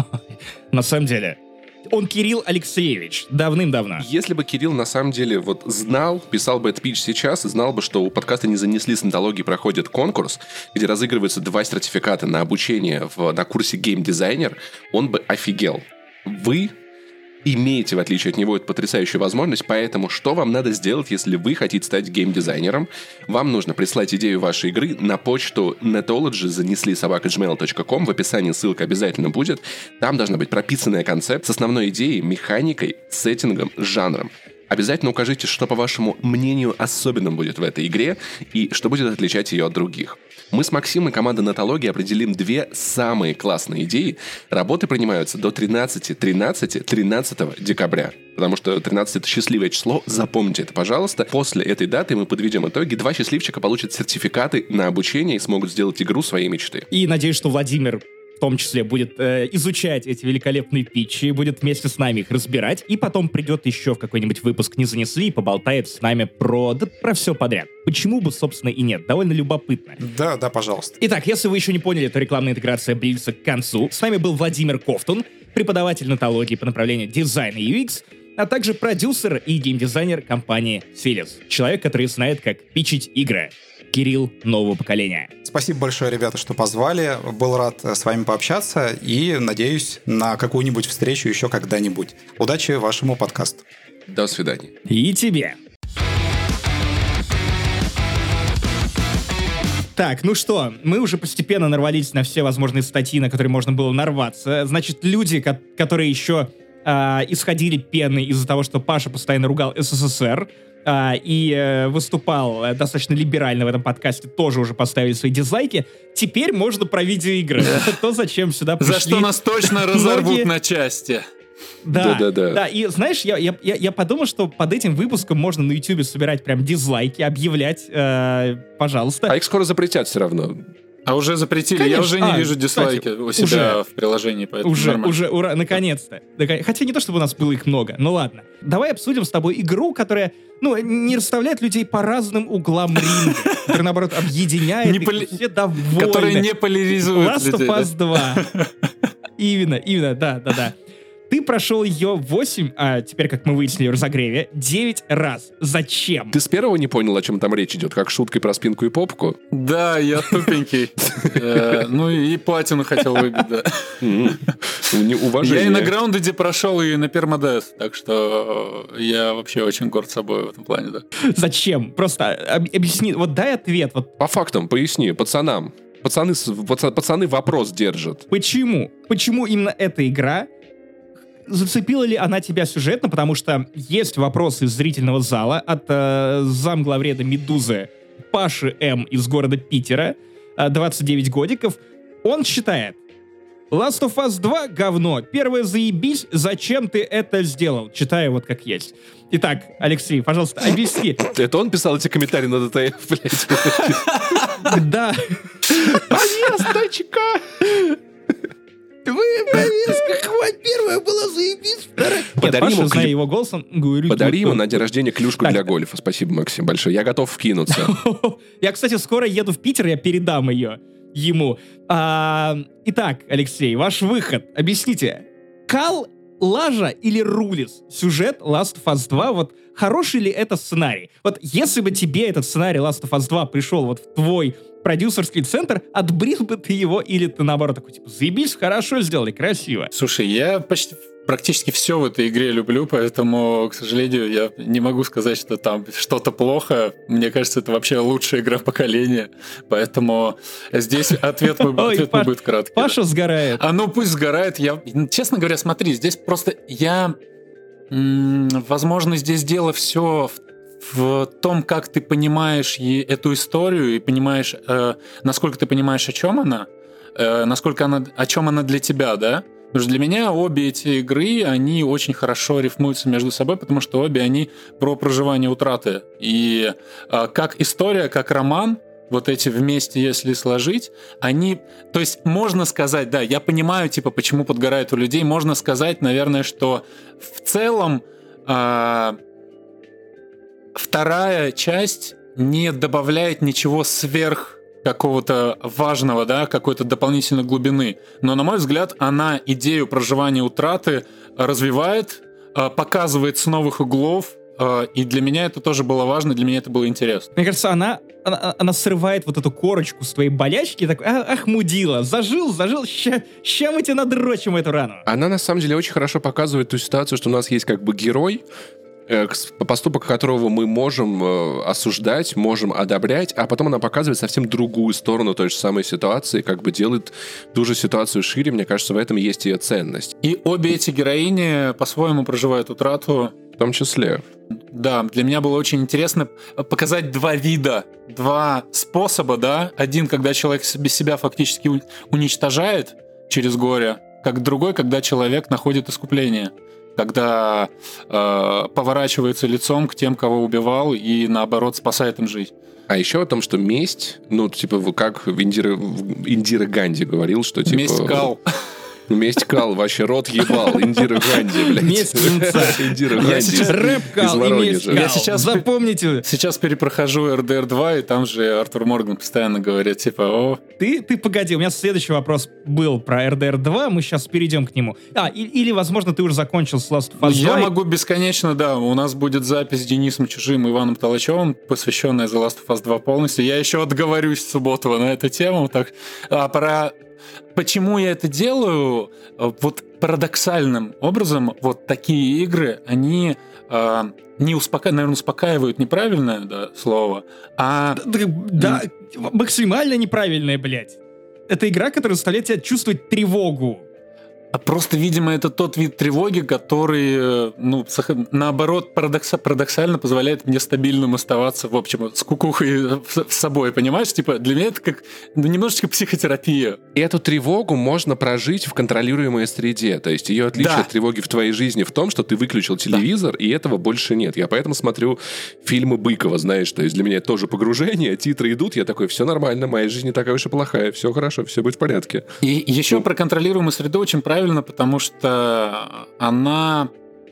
На самом деле, он Кирилл Алексеевич, давным-давно. Если бы Кирилл на самом деле вот знал, писал бы этот питч сейчас и знал бы, что у подкаста «Не занесли» с Натологией проходит конкурс, где разыгрываются два сертификата на обучение в, на курсе геймдизайнер, он бы офигел. Вы имеете, в отличие от него, эту потрясающую возможность, поэтому что вам надо сделать, если вы хотите стать геймдизайнером? Вам нужно прислать идею вашей игры на почту netology занесли собака джимейл точка ком, в описании ссылка обязательно будет. Там должна быть прописанная концепция с основной идеей, механикой, сеттингом, жанром. Обязательно укажите, что, по вашему мнению, особенным будет в этой игре и что будет отличать ее от других. Мы с Максимом и командой Натологии определим две самые классные идеи. Работы принимаются до тринадцатого тринадцатого тринадцатого декабря. Потому что тринадцать это счастливое число. Запомните это, пожалуйста. После этой даты мы подведем итоги. Два счастливчика получат сертификаты на обучение и смогут сделать игру своей мечты. И надеюсь, что Владимир в том числе будет э, изучать эти великолепные питчи, будет вместе с нами их разбирать, и потом придет еще в какой-нибудь выпуск «Не занесли» и поболтает с нами про, да, про все подряд. Почему бы, собственно, и нет. Довольно любопытно. Да, да, пожалуйста. Итак, если вы еще не поняли, то рекламная интеграция близится к концу. С нами был Владимир Ковтун, преподаватель Натологии по направлению дизайн и ю экс, а также продюсер и геймдизайнер компании Силис. Человек, который знает, как питчить игры. Кирилл нового поколения. Спасибо большое, ребята, что позвали. Был рад с вами пообщаться и надеюсь на какую-нибудь встречу еще когда-нибудь. Удачи вашему подкасту. До свидания. И тебе. Так, ну что, мы уже постепенно нарвались на все возможные статьи, на которые можно было нарваться. Значит, люди, ко- которые еще э, исходили пеной из-за того, что Паша постоянно ругал СССР, Uh, и uh, выступал uh, достаточно либерально в этом подкасте, тоже уже поставили свои дизлайки. Теперь можно про видеоигры. То, зачем сюда пришли. За что нас точно разорвут на части. Да, да, да, да. И знаешь, я, я, я подумал, что под этим выпуском можно на Ютубе собирать прям дизлайки, объявлять, э, пожалуйста. А их скоро запретят все равно. А уже запретили, Конечно. я уже не а, вижу дизлайки кстати, у себя уже, в приложении, поэтому уже, нормально. уже, ура, наконец-то. Хотя не то, чтобы у нас было их много, ну ладно. Давай обсудим с тобой игру, которая, ну, не расставляет людей по разным углам ринга, которая, наоборот, объединяет их, поли... все довольны. Которая не поляризует Last людей. of Us два. Именно, именно, да, да, да. Ты прошел ее восемь, а теперь, как мы выяснили в разогреве, девять раз. Зачем? Ты с первого не понял, о чем там речь идет? Как шуткой про спинку и попку? Да, я тупенький. Ну и платину хотел выбить, да. Уважение. Я и на Grounded прошел, и на Permadeath, так что я вообще очень горд собой в этом плане, да. Зачем? Просто объясни, вот дай ответ. Вот. По фактам, поясни, пацанам. Пацаны, пацаны вопрос держат. Почему? Почему именно эта игра? Зацепила ли она тебя сюжетно? Потому что есть вопросы из зрительного зала от э, замглавреда «Медузы» Паши М. из города Питера, э, двадцать девять годиков. Он считает: Last of Us два — говно. Первое — заебись. Зачем ты это сделал? Читаю вот как есть. Итак, Алексей, пожалуйста, объясни. Это он писал эти комментарии на ДТФ, блядь? Да. Повесточка! Вы повестка, хватит, первая была заебись, вторая... Подари Нет, ему, Паша, зная клю... его голосом, говорит... Подари ему вот, на день рождения клюшку так. для гольфа. Спасибо, Максим, большое. Я готов вкинуться. Я, кстати, скоро еду в Питер, я передам ее ему. А, итак, Алексей, ваш выход. Объясните, кал, лажа или рулис? Сюжет Last of Us два, вот хороший ли это сценарий? Вот если бы тебе этот сценарий Last of Us два пришел вот в твой продюсерский центр, отбрил бы ты его, или ты наоборот такой, типа, заебись, хорошо сделали, красиво. Слушай, я почти практически все в этой игре люблю, поэтому, к сожалению, я не могу сказать, что там что-то плохо. Мне кажется, это вообще лучшая игра поколения, поэтому здесь ответ мой, Ой, ответ Паш, мой будет краткий. Паша сгорает. А ну пусть сгорает. Я, честно говоря, смотри, здесь просто я... М- возможно, здесь дело все в в том, как ты понимаешь эту историю и понимаешь, э, насколько ты понимаешь, о чем она, э, насколько она, о чем она для тебя, да? Потому что для меня обе эти игры, они очень хорошо рифмуются между собой, потому что обе они про проживание утраты. И э, как история, как роман, вот эти вместе, если сложить, они... То есть можно сказать, да, я понимаю, типа, почему подгорает у людей, можно сказать, наверное, что в целом... Э, Вторая часть не добавляет ничего сверх какого-то важного, да, какой-то дополнительной глубины. Но, на мой взгляд, она идею проживания утраты развивает, показывает с новых углов, и для меня это тоже было важно, для меня это было интересно. Мне кажется, она, она, она срывает вот эту корочку с твоей болячки, и такой, а, ах, мудила, зажил, зажил, ща, ща мы тебе надрочим эту рану. Она, на самом деле, очень хорошо показывает ту ситуацию, что у нас есть как бы герой, поступок которого мы можем э, осуждать, можем одобрять, а потом она показывает совсем другую сторону той же самой ситуации, как бы делает ту же ситуацию шире. Мне кажется, в этом есть ее ценность. И обе эти героини по-своему проживают утрату. В том числе. Да, для меня было очень интересно показать два вида, два способа, да. Один, когда человек без себя фактически уничтожает через горе, как другой, когда человек находит искупление, когда э, поворачивается лицом к тем, кого убивал, и наоборот спасает им жизнь. А еще о том, что месть, ну, типа, как Индира, Индира Ганди говорил, что типа... Месть кал. Месть кал, вообще рот ебал. Индира Ганди, блядь. Месть птенца. Индира Ганди. Рэп кал и месть кал. Я сейчас Запомните. Сейчас перепрохожу эр дэ эр два, и там же Артур Морган постоянно говорит, типа, о... Ты, ты погоди, у меня следующий вопрос был про эр дэ эр два, мы сейчас перейдем к нему. А, и, или, возможно, ты уже закончил с Last of Us два. Я могу бесконечно, да, у нас будет запись с Денисом Чужим и Иваном Толачевым, посвященная The Last of Us два полностью. Я еще отговорюсь в субботу на эту тему. Так, а про... Почему я это делаю? Вот парадоксальным образом вот такие игры, они э, не успокаивают, наверное, успокаивают неправильное да, слово, а... Да, да, максимально неправильное, блядь. Это игра, которая заставляет тебя чувствовать тревогу. А просто, видимо, это тот вид тревоги, который, ну, наоборот, парадокса, парадоксально позволяет мне стабильным оставаться, в общем, с кукухой с собой, понимаешь? Типа, для меня это как ну, немножечко психотерапия. И эту тревогу можно прожить в контролируемой среде. То есть ее отличие да. от тревоги в твоей жизни в том, что ты выключил телевизор, да. и этого больше нет. Я поэтому смотрю фильмы Быкова, знаешь, то есть для меня это тоже погружение, титры идут, я такой, все нормально, моя жизнь не такая уж и плохая, все хорошо, все будет в порядке. И еще ну, про контролируемую среду очень правильно, потому что она,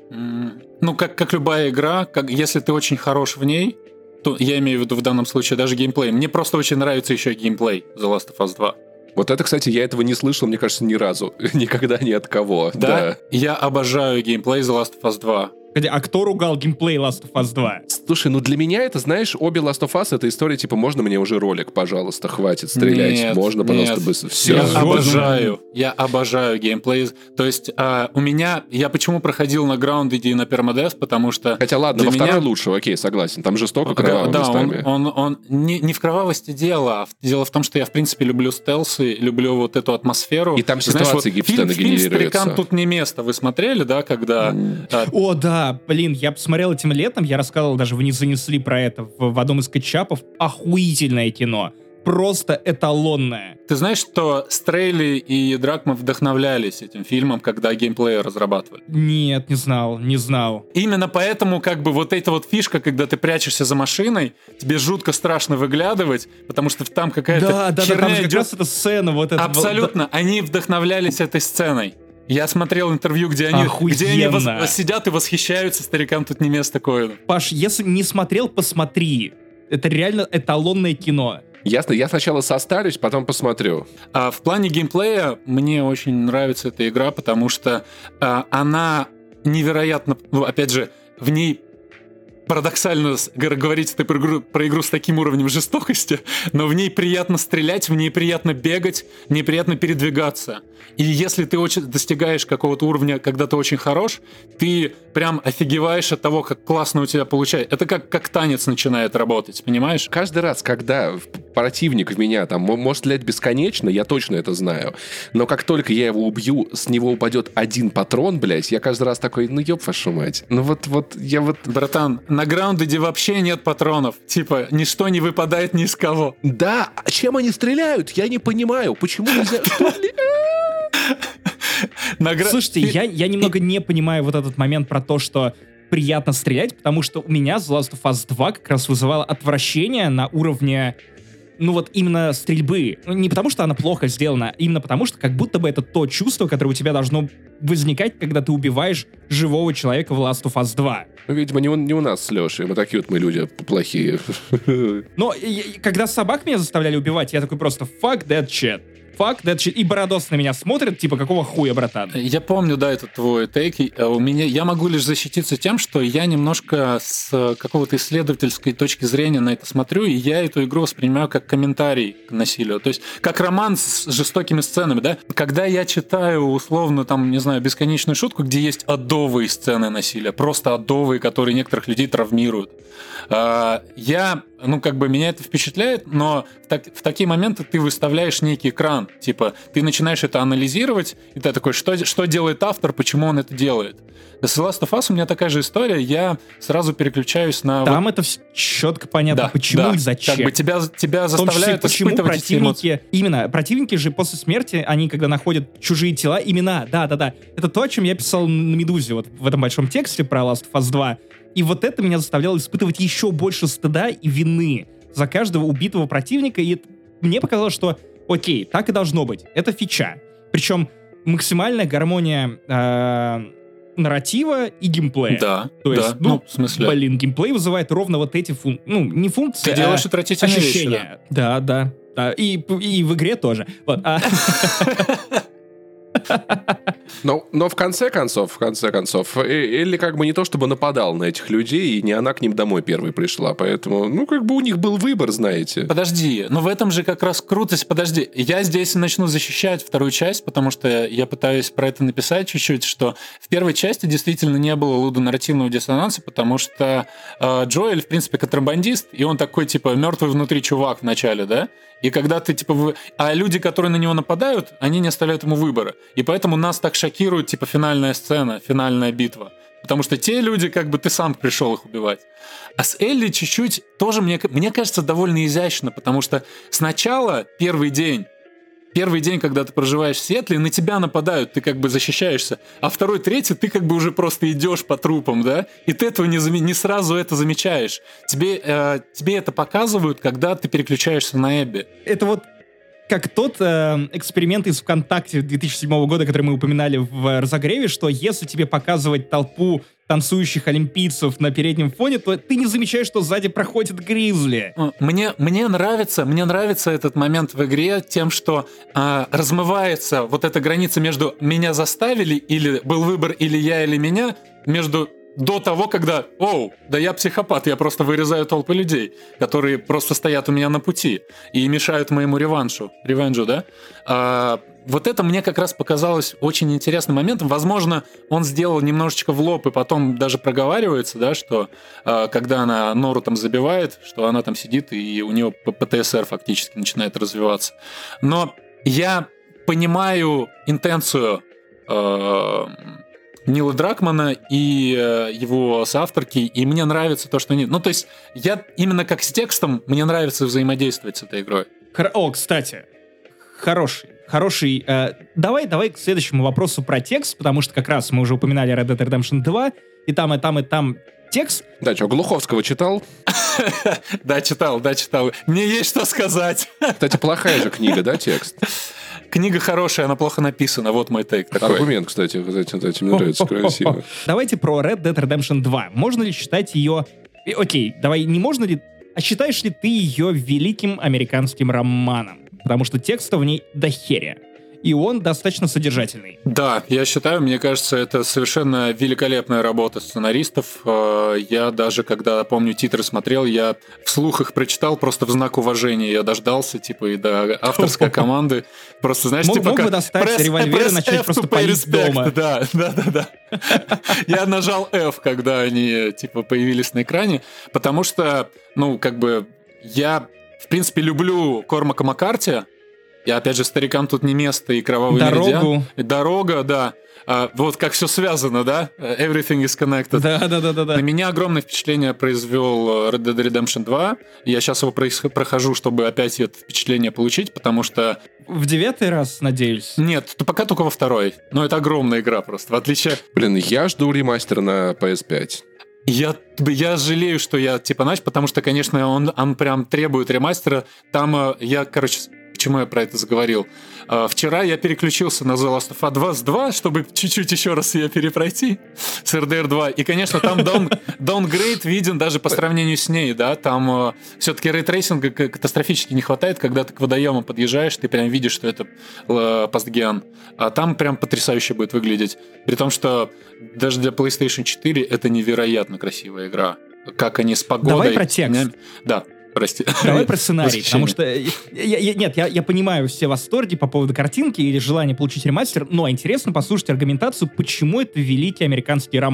ну, как, как любая игра, как, если ты очень хорош в ней, то я имею в виду в данном случае даже геймплей. Мне просто очень нравится еще геймплей The Last of Us два. Вот это, кстати, я этого не слышал, мне кажется, ни разу. Никогда ни от кого. Да? да. Я обожаю геймплей The Last of Us два. А кто ругал геймплей Last of Us два? Слушай, ну для меня это, знаешь, обе Last of Us — это история, типа, можно мне уже ролик, пожалуйста, хватит стрелять. Нет, можно, пожалуйста, нет. быстро. Все. Я обожаю, я обожаю геймплей. То есть а, у меня, я почему проходил на Grounded и на Permadeath, потому что... Хотя ладно, во меня... второй лучше, окей, согласен. Там жестоко, кроваво да, местами. он, он, он не, не в кровавости дело, а дело в том, что я, в принципе, люблю стелсы, люблю вот эту атмосферу. И там ситуации вот гипстенно генерируются. Фильм «Старикам тут не место» вы смотрели, да, когда... Mm. А... О, да, блин, я посмотрел этим летом, я рассказывал, даже вы не занесли про это в, в одном из кетчапов. Охуительное кино. Просто эталонное. Ты знаешь, что Стрейли и Дракман вдохновлялись этим фильмом, когда геймплей разрабатывали? Нет, не знал, не знал. Именно поэтому, как бы, вот эта вот фишка, когда ты прячешься за машиной, тебе жутко страшно выглядывать, потому что там какая-то да, да, херня да, там же идет. как раз эта сцена вот эта. Абсолютно. Да. Они вдохновлялись этой сценой. Я смотрел интервью, где они, где они вос- сидят и восхищаются «Старикам тут не место» Коэну. Паш, если не смотрел, посмотри. Это реально эталонное кино. Ясно, я сначала состарюсь, потом посмотрю. А в плане геймплея мне очень нравится эта игра, потому что а, она невероятно... Ну, опять же, в ней... Парадоксально говорить про игру, про игру с таким уровнем жестокости, но в ней приятно стрелять, в ней приятно бегать, в ней приятно передвигаться. И если ты очень достигаешь какого-то уровня, когда ты очень хорош, ты прям офигеваешь от того, как классно у тебя получается. Это как, как танец начинает работать, понимаешь? Каждый раз, когда противник в меня там может стрелять бесконечно, я точно это знаю, но как только я его убью, с него упадет один патрон, блядь, я каждый раз такой, ну ёб вашу мать. Ну вот, вот, я вот... Братан, на Grounded вообще нет патронов. Типа, ничто не выпадает ни из кого. Да, чем они стреляют? Я не понимаю. Почему нельзя... Слушайте, я, я немного не понимаю вот этот момент про то, что приятно стрелять, потому что у меня The Last of Us два как раз вызывало отвращение на уровне, ну вот именно стрельбы. Не потому что она плохо сделана, а именно потому что как будто бы это то чувство, которое у тебя должно возникать, когда ты убиваешь живого человека в Last of Us два. Ну, видимо, не у, не у нас с Лешей. Мы такие вот мы люди плохие. Но и, и, когда собак меня заставляли убивать, я такой просто fuck that shit. Fuck that shit. И Бородос на меня смотрит, типа, какого хуя, братан? Я помню, да, этот твой тейк. У меня, я могу лишь защититься тем, что я немножко с какого-то исследовательской точки зрения на это смотрю, и я эту игру воспринимаю как комментарий к насилию. То есть, как роман с жестокими сценами, да? Когда я читаю, условно, там, не знаю, бесконечную шутку, где есть адовые сцены насилия, просто адовые, которые некоторых людей травмируют, я ну, как бы меня это впечатляет, но в, так, в такие моменты ты выставляешь некий экран, типа, ты начинаешь это анализировать, и ты такой, что, что делает автор, почему он это делает. С The Last of Us у меня такая же история, я сразу переключаюсь на... Там вот... это четко понятно, да, почему да, и зачем. Как бы тебя, тебя В том числе, заставляют почему испытывать эти эмоции. противники... Именно, противники же после смерти, они когда находят чужие тела, имена, да-да-да. Это то, о чем я писал на «Медузе», вот в этом большом тексте про Last of Us два. И вот это меня заставляло испытывать еще больше стыда и вины за каждого убитого противника. И это... мне показалось, что окей, так и должно быть. Это фича. Причем максимальная гармония э, нарратива и геймплея. Да, То есть, да, ну, ну, в смысле... блин, геймплей вызывает ровно вот эти функции. Ну, не функции, Ты делаешь а отвратительные вещи, ощущения. Да, да. да. И, и в игре тоже. Вот. А... Но, но в конце концов, в конце концов, Элли как бы не то чтобы нападал на этих людей, и не она к ним домой первой пришла, поэтому, ну, как бы у них был выбор, знаете. Подожди, но в этом же как раз крутость. Подожди, я здесь начну защищать вторую часть, потому что я пытаюсь про это написать чуть-чуть, что в первой части действительно не было лудонарративного диссонанса, потому что э, Джоэль, в принципе, контрабандист, и он такой, типа, мертвый внутри чувак в начале, да? И когда ты, типа... Вы... А люди, которые на него нападают, они не оставляют ему выбора. И поэтому нас так шокирует, типа, финальная сцена, финальная битва. Потому что те люди, как бы, ты сам пришел их убивать. А с Элли чуть-чуть тоже, мне, мне кажется, довольно изящно, потому что сначала, первый день, Первый день, когда ты проживаешь в Сиэтле, на тебя нападают, ты как бы защищаешься. А второй, третий, ты как бы уже просто идешь по трупам, да? И ты этого не, зам... не сразу это замечаешь. Тебе, э, тебе это показывают, когда ты переключаешься на Эбби. Это вот как тот э, эксперимент из ВКонтакте две тысячи седьмого года, который мы упоминали в разогреве, что если тебе показывать толпу танцующих олимпийцев на переднем фоне, то ты не замечаешь, что сзади проходит гризли. Мне, мне нравится, мне нравится этот момент в игре тем, что э, размывается вот эта граница между «меня заставили» или «был выбор или я, или меня», между до того, когда «Оу, да я психопат, я просто вырезаю толпы людей, которые просто стоят у меня на пути и мешают моему реваншу». Ревенжу, да? А, вот это мне как раз показалось очень интересным моментом. Возможно, он сделал немножечко в лоб и потом даже проговаривается, да, что а, когда она Нору там забивает, что она там сидит и у нее ПТСР фактически начинает развиваться. Но я понимаю интенцию э, Нила Дракмана и э, его соавторки, и мне нравится то, что они... Ну, то есть, я именно как с текстом, мне нравится взаимодействовать с этой игрой. Хор- О, кстати, хороший, хороший... Э, давай, давай к следующему вопросу про текст, потому что как раз мы уже упоминали Red Dead Redemption два, и там, и там, и там текст. Да, что, Глуховского читал? Да, читал, да, читал. Мне есть что сказать. Кстати, плохая же книга, да, текст? Книга хорошая, она плохо написана. Вот мой тейк такой. Аргумент, кстати, кстати, мне нравится, красиво. Давайте про Red Dead Redemption два. Можно ли считать ее... Окей, давай, не можно ли... А считаешь ли ты ее великим американским романом? Потому что текста в ней дохеря. И он достаточно содержательный. Да, я считаю, мне кажется, это совершенно великолепная работа сценаристов. Я даже, когда, помню, титры смотрел, я вслух их прочитал просто в знак уважения. Я дождался, типа, и до авторской команды. Просто, знаешь, Мог, типа... мог бы достать револьвер и начать просто палить дома. Да, да, да, да. Я нажал F, когда они, типа, появились на экране, потому что, ну, как бы, я, в принципе, люблю Кормака Маккарти. И опять же, старикам тут не место, и кровавый меридиан. Дорога, да. А, вот как все связано, да? Everything is connected. Да, да, да, да, да. На меня огромное впечатление произвел Red Dead Redemption два. Я сейчас его прохожу, чтобы опять это впечатление получить, потому что... В девятый раз, надеюсь? Нет, то пока только во второй. Но это огромная игра просто, в отличие... Блин, я жду ремастер на пи эс пять. Я, я жалею, что я, типа, знаешь, потому что, конечно, он, он прям требует ремастера. Там я, короче... Почему я про это заговорил? Uh, вчера я переключился на The Last of Us два, чтобы чуть-чуть еще раз ее перепройти с эр ди ар два. И, конечно, там даун, даунгрейд виден даже по сравнению с ней, да, там uh, все-таки рейтрейсинга катастрофически не хватает, когда ты к водоемам подъезжаешь, ты прям видишь, что это uh, постген. А там прям потрясающе будет выглядеть. При том, что даже для PlayStation четыре это невероятно красивая игра. Как они с погодой... Давай про текст. Да. Прости. Давай про сценарий, потому что... Я, я, нет, я, я понимаю все восторги по поводу картинки или желания получить ремастер, но интересно послушать аргументацию, почему это великий американский роман.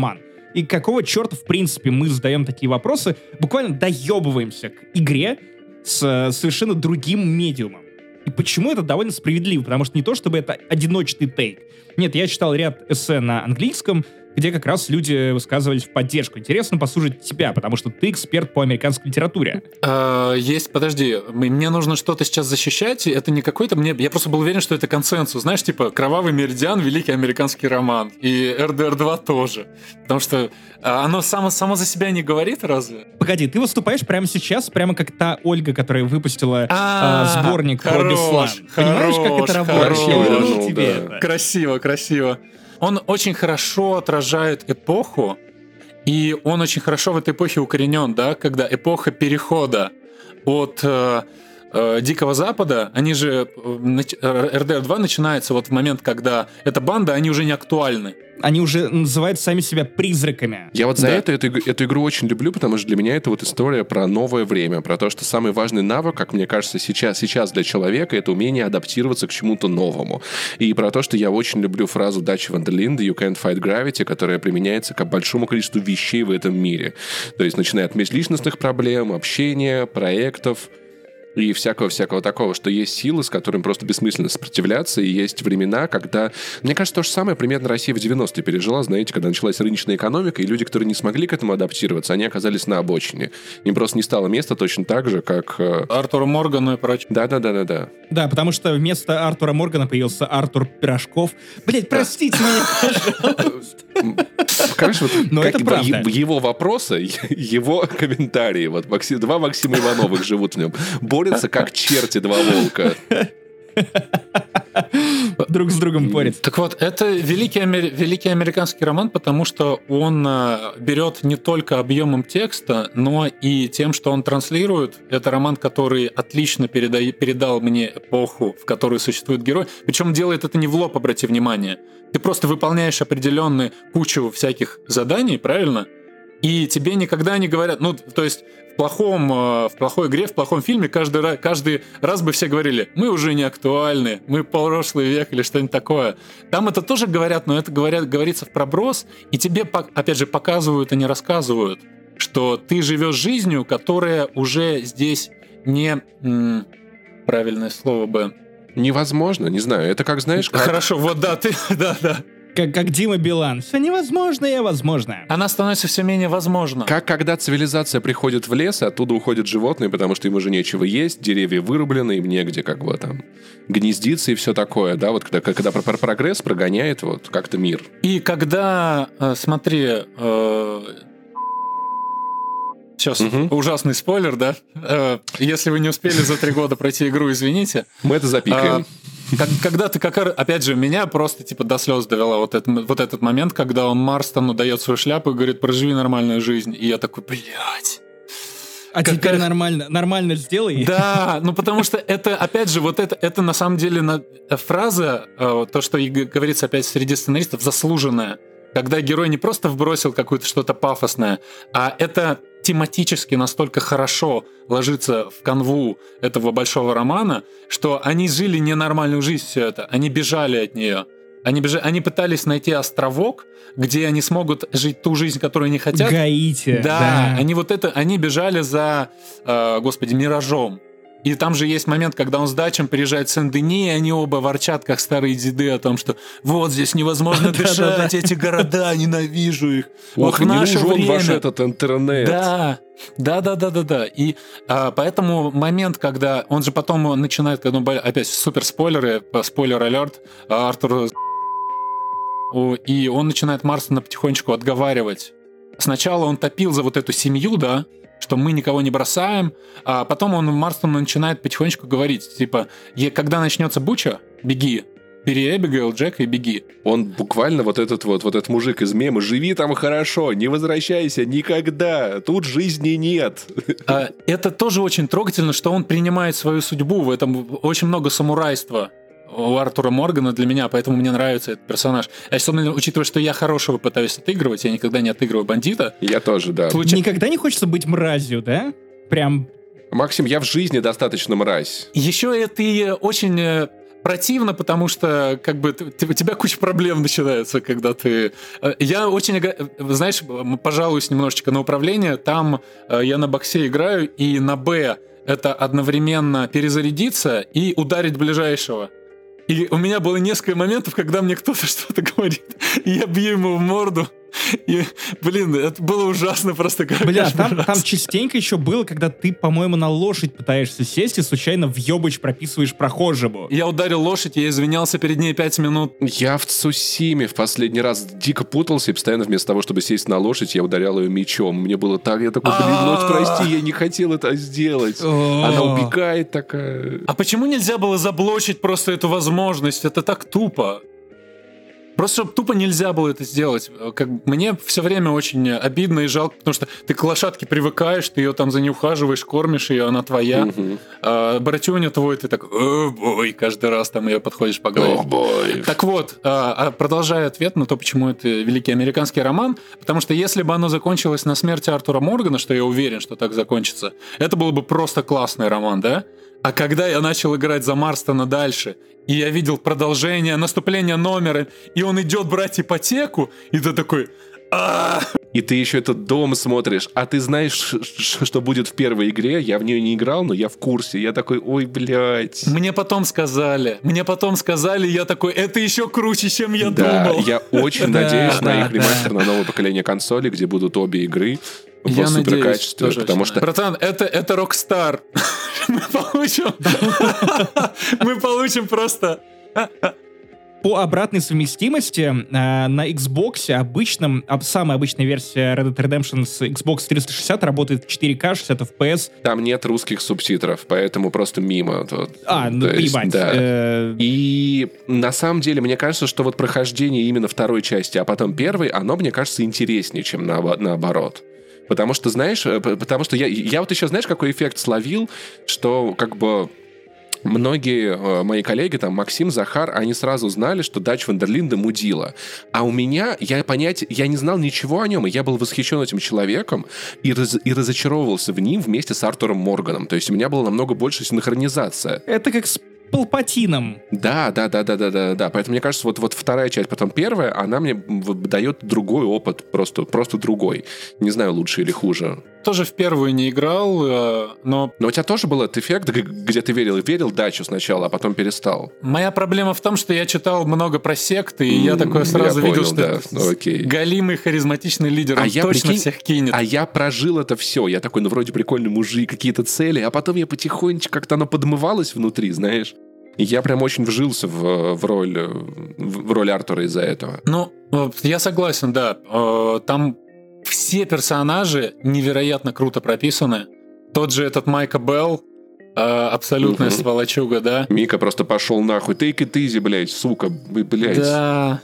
И какого черта, в принципе, мы задаем такие вопросы, буквально доебываемся к игре с э, совершенно другим медиумом. И почему это довольно справедливо? Потому что не то, чтобы это одиночный тейк. Нет, я читал ряд эссе на английском, где как раз люди высказывались в поддержку. Интересно послушать тебя, потому что ты эксперт по американской литературе. А, есть, подожди, мне нужно что-то сейчас защищать, это не какой-то, мне, я просто был уверен, что это консенсус, знаешь, типа «Кровавый меридиан», великий американский роман, и эр дэ эр два тоже, потому что оно само, само за себя не говорит, разве? Погоди, ты выступаешь прямо сейчас, прямо как та Ольга, которая выпустила а, сборник про Беслан. Понимаешь, как это работает? Я говорил тебе это. Красиво, красиво. Он очень хорошо отражает эпоху, и он очень хорошо в этой эпохе укоренен, да, когда эпоха перехода от э, э, Дикого Запада, они же, э, эр дэ эр два начинается вот в момент, когда эта банда, они уже не актуальны. Они уже называют сами себя призраками. Я вот за Да. это эту, эту игру очень люблю, потому что для меня это вот история про новое время, про то, что самый важный навык, как мне кажется, сейчас, сейчас для человека, это умение адаптироваться к чему-то новому. И про то, что я очень люблю фразу Дачи Ван дер Линде «You can't fight gravity», которая применяется к большому количеству вещей в этом мире. То есть начиная от межличностных проблем, общения, проектов и всякого-всякого такого, что есть силы, с которыми просто бессмысленно сопротивляться, и есть времена, когда... Мне кажется, то же самое примерно Россия в девяностые пережила, знаете, когда началась рыночная экономика, и люди, которые не смогли к этому адаптироваться, они оказались на обочине. Им просто не стало места точно так же, как... Артуру Моргану и прочее. Да-да-да-да-да. Да, потому что вместо Артура Моргана появился Артур Пирожков. Блять, простите меня, пожалуйста. Короче, вот Но как это бы правда. е- его вопросы, его комментарии, вот Максим, два Максима Ивановых живут в нем, борются как черти два волка. Друг с другом борется. Так вот, это великий, амер- великий американский роман, потому что он э, берет не только объемом текста, но и тем, что он транслирует. Это роман, который отлично переда- передал мне эпоху, в которой существует герой. Причем делает это не в лоб, обрати внимание. Ты просто выполняешь определенную кучу всяких заданий, правильно? И тебе никогда не говорят... Ну, то есть в плохом, э, в плохой игре, в плохом фильме каждый, ра- каждый раз бы все говорили: мы уже не актуальны, мы прошлый век или что-нибудь такое. Там это тоже говорят, но это говорят, говорится в проброс, и тебе, пок- опять же, показывают и не рассказывают, что ты живешь жизнью, которая уже здесь не... м, правильное слово бы... Невозможно, не знаю. Это как, знаешь, как... Хорошо, вот да, ты... Да, да. Как, как Дима Билан. Все невозможное, возможно. Она становится все менее возможна. Как когда цивилизация приходит в лес, и оттуда уходят животные, потому что им уже нечего есть, деревья вырублены, им негде как бы там гнездиться и все такое, да, вот когда, когда про- про- прогресс прогоняет вот как-то мир. И когда, э, смотри, э, сейчас Мгм. ужасный спойлер, да? Э, если вы не успели за три года пройти игру, извините. Мы это запикаем. А, как- когда ты, как, опять же, меня просто типа до слез довела вот, это, вот этот момент, когда он Марстону дает свою шляпу и говорит: проживи нормальную жизнь. И я такой: блядь. А Какая- теперь нормально, нормально сделай. Да, ну потому что это, опять же, вот это, это на самом деле на- фраза, э, то, что и г- говорится опять среди сценаристов, заслуженная. Когда герой не просто вбросил какое-то что-то пафосное, а это тематически настолько хорошо ложится в канву этого большого романа, что они жили ненормальную жизнь все это, они бежали от нее. Они, бежали, они пытались найти островок, где они смогут жить ту жизнь, которую они хотят. Гаити. Да, они вот это, они бежали за, э, господи, миражом. И там же есть момент, когда он с Дачем приезжает в Сен-Дени, и они оба ворчат, как старые деды, о том, что вот здесь невозможно дышать, эти города, ненавижу их. Вот Ох, в не наше нужен время... ваш этот интернет. Да, да, да, да, да, да. И а, поэтому момент, когда он же потом начинает, когда он, бо- опять супер спойлеры, спойлер алерт, Артур, и он начинает Марстона потихонечку отговаривать. Сначала он топил за вот эту семью, да, что мы никого не бросаем, а потом он Марстону начинает потихонечку говорить, типа: «Е- когда начнется буча, беги, бери Эбигейл, Джека и беги». Он буквально вот этот вот, вот этот мужик из мема: живи там хорошо, не возвращайся никогда, тут жизни нет. А, Это тоже очень трогательно, что он принимает свою судьбу. В этом очень много самурайства у Артура Моргана для меня, поэтому мне нравится этот персонаж. Особенно учитывая, что я хорошего пытаюсь отыгрывать, я никогда не отыгрываю бандита. Я тоже, да. Случай- Никогда не хочется быть мразью, да? Прям... Максим, я в жизни достаточно мразь. Еще это и очень... э, противно, потому что как бы ты, у тебя куча проблем начинается, когда ты... Я очень, знаешь, пожалуюсь немножечко на управление. Там я на боксе играю, и на Б это одновременно перезарядиться и ударить ближайшего. И у меня было несколько моментов, когда мне кто-то что-то говорит, и я бью ему в морду. И, блин, это было ужасно просто. Как Бля, там, там частенько еще было, когда ты, по-моему, на лошадь пытаешься сесть и случайно въебыч прописываешь прохожему. Я ударил лошадь, я извинялся перед ней пять минут. Я в Цусиме в последний раз дико путался, и постоянно вместо того, чтобы сесть на лошадь, я ударял ее мечом. Мне было так, я такой, блин, ну прости, я не хотел это сделать. Она убегает такая. А почему нельзя было заблочить просто эту возможность? Это так тупо. Просто чтобы тупо нельзя было это сделать. Как, мне все время очень обидно и жалко, потому что ты к лошадке привыкаешь, ты ее там за ней ухаживаешь, кормишь ее, она твоя. Uh-huh. А братюня твой, ты так, о бой, каждый раз там ее подходишь погладить. Oh boy. Так вот, а, продолжая ответ на то, почему это великий американский роман, потому что если бы оно закончилось на смерти Артура Моргана, что я уверен, что так закончится, это был бы просто классный роман, да? А когда я начал играть за Марстона дальше, и я видел продолжение, наступление номера, и он идет брать ипотеку, и ты такой... А-а-а! И ты еще этот дом смотришь, а ты знаешь, что будет в первой игре? Я в нее не играл, но я в курсе. Я такой, ой, блядь. Мне потом сказали, мне потом сказали, я такой, это еще круче, чем я да, думал. Я очень надеюсь на их ремастер на новое поколение консолей, где будут обе игры в суперкачестве, потому что... Братан, это, это Rockstar. Мы получим... Мы получим просто... По обратной совместимости э, на Xbox обычном, об, самая обычная версия Red Dead Redemption с Xbox триста шестьдесят работает в четыре ка шестьдесят эф пи эс. Там нет русских субтитров, поэтому просто мимо. Тут. А, ну поебать. Да. Э... И на самом деле, мне кажется, что вот прохождение именно второй части, а потом первой, оно, мне кажется, интереснее, чем на, наоборот. Потому что, знаешь, потому что я, я вот еще, знаешь, какой эффект словил, что как бы... Многие э, мои коллеги, там, Максим, Захар, они сразу знали, что Дач Ван дер Линде мудила. А у меня, я понять, я не знал ничего о нем, и я был восхищен этим человеком и, раз, и разочаровывался в ним вместе с Артуром Морганом. То есть у меня была намного больше синхронизация. Это как с Палпатином. Да, да, да, да, да, да, да. Поэтому мне кажется, вот, вот вторая часть, потом первая, она мне дает другой опыт, просто, просто другой. Не знаю, лучше или хуже. Тоже в первую не играл, но... Но у тебя тоже был этот эффект, где ты верил, верил Дачу сначала, а потом перестал? Моя проблема в том, что я читал много про секты, и mm, я такое сразу я видел, понял, что да. ну, окей. галимый харизматичный лидер, а он я, точно прикинь, всех кинет. А я прожил это все. Я такой, ну вроде прикольный мужик, какие-то цели, а потом я потихонечку как-то оно подмывалось внутри, знаешь. И я прям очень вжился в, в, роль, в роль Артура из-за этого. Ну, я согласен, да. Там все персонажи невероятно круто прописаны. Тот же этот Майка Белл, абсолютная угу. сволочуга, да? Мика просто пошел нахуй. Take it easy, блядь, сука, блядь. Да.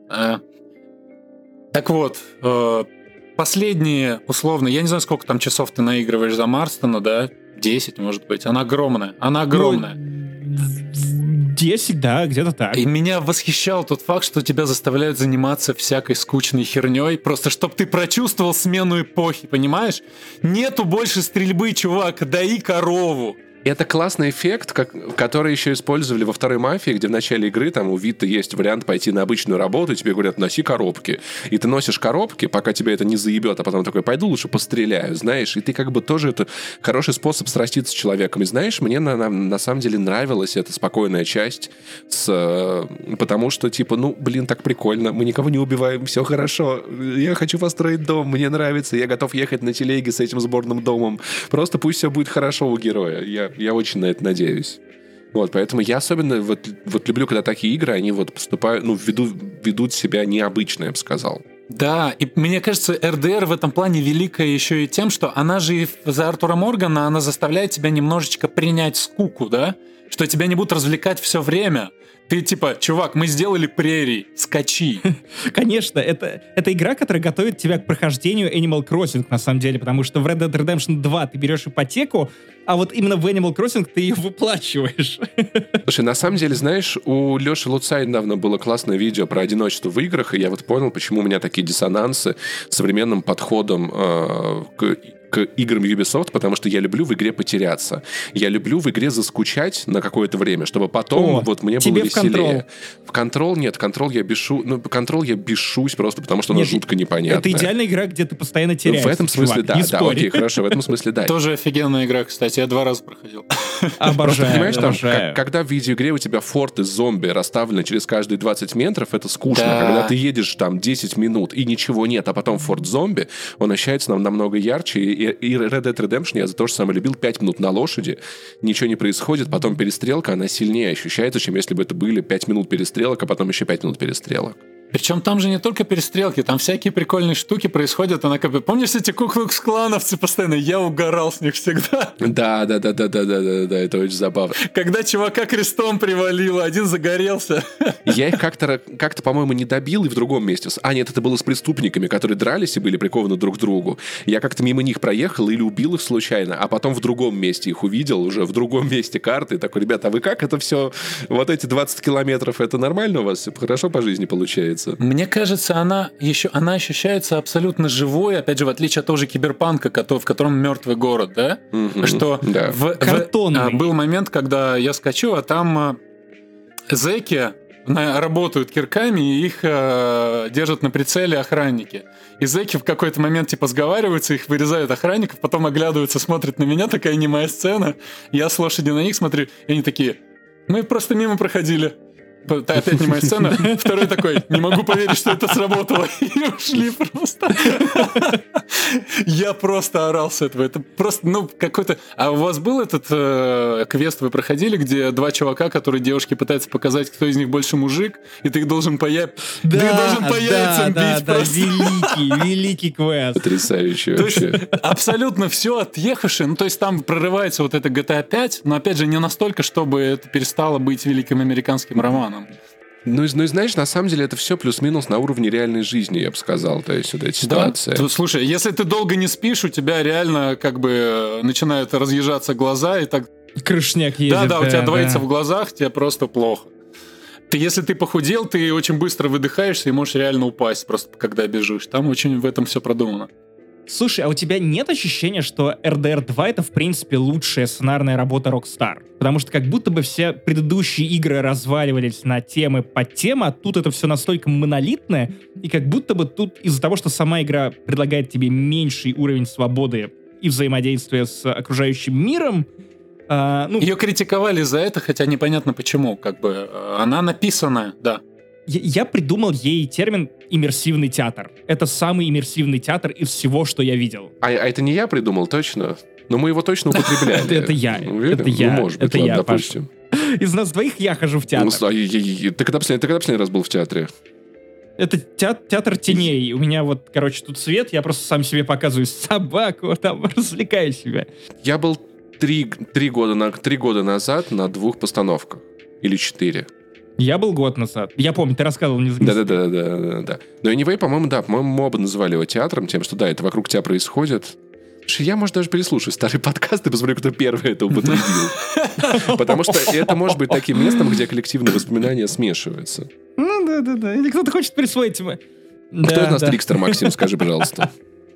Так вот, последние, условно, я не знаю, сколько там часов ты наигрываешь за Марстона, да? десять, может быть. Она огромная. Она огромная. десять, да, где-то так. И меня восхищал тот факт, что тебя заставляют заниматься всякой скучной херней, просто чтобы ты прочувствовал смену эпохи, понимаешь? Нету больше стрельбы, чувак, даи корову. Это классный эффект, как, который еще использовали во второй «Мафии», где в начале игры там у Вита есть вариант пойти на обычную работу, и тебе говорят, носи коробки. И ты носишь коробки, пока тебя это не заебет, а потом такой, пойду лучше постреляю, знаешь. И ты как бы тоже, это хороший способ сраститься с человеком. И знаешь, мне на, на, на самом деле нравилась эта спокойная часть, с, потому что, типа, ну, блин, так прикольно, мы никого не убиваем, все хорошо, я хочу построить дом, мне нравится, я готов ехать на телеге с этим сборным домом. Просто пусть все будет хорошо у героя. Я Я очень на это надеюсь. Вот, поэтому я особенно вот, вот люблю, когда такие игры, они вот поступают, ну, ведут, ведут себя необычно, я бы сказал. Да, и мне кажется, эр дэ эр в этом плане великая еще и тем, что она же за Артура Моргана, она заставляет тебя немножечко принять скуку, да? Что тебя не будут развлекать все время. Ты типа, чувак, мы сделали прерий, скачи. Конечно, это, это игра, которая готовит тебя к прохождению Animal Crossing, на самом деле, потому что в Red Dead Redemption два ты берешь ипотеку, а вот именно в Animal Crossing ты ее выплачиваешь. Слушай, на самом деле, знаешь, у Леши Луца недавно было классное видео про одиночество в играх, и я вот понял, почему у меня такие диссонансы с современным подходом э, к, к к играм Ubisoft, потому что я люблю в игре потеряться. Я люблю в игре заскучать на какое-то время, чтобы потом О, вот мне было тебе в веселее. Control. В Control нет, Control я бешу, ну, Control я бешусь просто потому, что она Нет, жутко непонятная. Это идеальная игра, где ты постоянно теряешься. В этом смысле, чувак, да, не да, спорь. окей, хорошо, в этом смысле, да. Тоже офигенная игра, кстати, я два раза проходил. Обожаю, Понимаешь, там, обожаю. как- когда в видеоигре у тебя форты зомби расставлены через каждые двадцать метров, это скучно. Да. Когда ты едешь там десять минут и ничего нет, а потом форт зомби, он ощущается нам намного ярче. И, и Red Dead Redemption я за то же самое любил. пять минут на лошади, ничего не происходит, потом перестрелка, она сильнее ощущается, чем если бы это были пять минут перестрелок, а потом еще пять минут перестрелок. Причем там же не только перестрелки, там всякие прикольные штуки происходят. Она как бы, помнишь эти куклукс-клановцы постоянно? Я угорал с них всегда. Да, да, да, да, да, да, да, да, это очень забавно. Когда чувака крестом привалило, один загорелся. Я их как-то, как-то, по-моему, не добил и в другом месте. А, нет, это было с преступниками, которые дрались и были прикованы друг к другу. Я как-то мимо них проехал или убил их случайно, а потом в другом месте их увидел, уже в другом месте карты. И такой, ребята, а вы как это все, вот эти двадцать километров, это нормально у вас? Все хорошо по жизни получается? Мне кажется, она еще она ощущается абсолютно живой, опять же, в отличие от того же киберпанка, в котором мертвый город, да? Мгм, Что да. в, в- Картонный. а, был момент, когда я скачу, а там а, зэки на- работают кирками, и их а, держат на прицеле охранники. И зэки в какой-то момент типа сговариваются, их вырезают охранников, потом оглядываются, смотрят на меня, такая немая сцена. Я с лошади на них смотрю, и они такие, мы просто мимо проходили. П- Опять не моя сцена. Второй такой, не могу поверить, что это сработало. И ушли просто. Я просто орал с этого. Это просто, ну, какой-то... А у вас был этот э, квест, вы проходили, где два чувака, которые девушке пытаются показать, кто из них больше мужик, и ты их должен по, я... ты их должен по яйцам да, бить да, просто. великий, великий квест. Потрясающе То есть вообще. абсолютно все отъехавшее. Ну, то есть там прорывается вот это джи ти эй пять, но опять же не настолько, чтобы это перестало быть великим американским романом. Ну, и- ну и знаешь, на самом деле это все плюс-минус на уровне реальной жизни, я бы сказал, то есть вот эти Да? ситуации. Т- Слушай, если ты долго не спишь, у тебя реально как бы э, начинают разъезжаться глаза и так. Крышняк едет. Да, да, у тебя двоится да. в глазах, тебе просто плохо. Ты, если ты похудел, ты очень быстро выдыхаешься и можешь реально упасть, просто когда бежишь. Там очень в этом все продумано. Слушай, а у тебя нет ощущения, что эр ди ар два это, в принципе, лучшая сценарная работа Rockstar? Потому что как будто бы все предыдущие игры разваливались на темы под темы, а тут это все настолько монолитное, и как будто бы тут из-за того, что сама игра предлагает тебе меньший уровень свободы и взаимодействия с окружающим миром, а, ну, Ее критиковали за это, хотя непонятно почему. Как бы э, она написанная, да. я, я придумал ей термин «иммерсивный театр». Это самый иммерсивный театр из всего, что я видел. А, а это не я придумал, точно? Но мы его точно употребляли. Это я, Уверен? это я, Ну, может быть, это ладно, я, Паш. допустим. Из нас двоих я хожу в театр. Ну, а, я- я- я- Ты когда последний ты когда последний раз был в театре? Это театр, театр теней. У меня вот, короче, тут свет, я просто сам себе показываю собаку, там развлекаю себя. Я был три, три, года, на, три года назад на двух постановках. Или четыре. Я был год назад. Я помню, ты рассказывал не Да-да-да-да-да. Но anyway, по-моему, да, по-моему, мы оба называли его театром, тем, что да, это вокруг тебя происходит. Слушай, я, может, даже переслушаю старый подкаст и посмотрю, кто первый это употребил. Потому что это может быть таким местом, где коллективные воспоминания смешиваются. Ну да-да-да. Или кто-то хочет присвоить ему. Кто из нас трикстер, Максим, скажи, пожалуйста.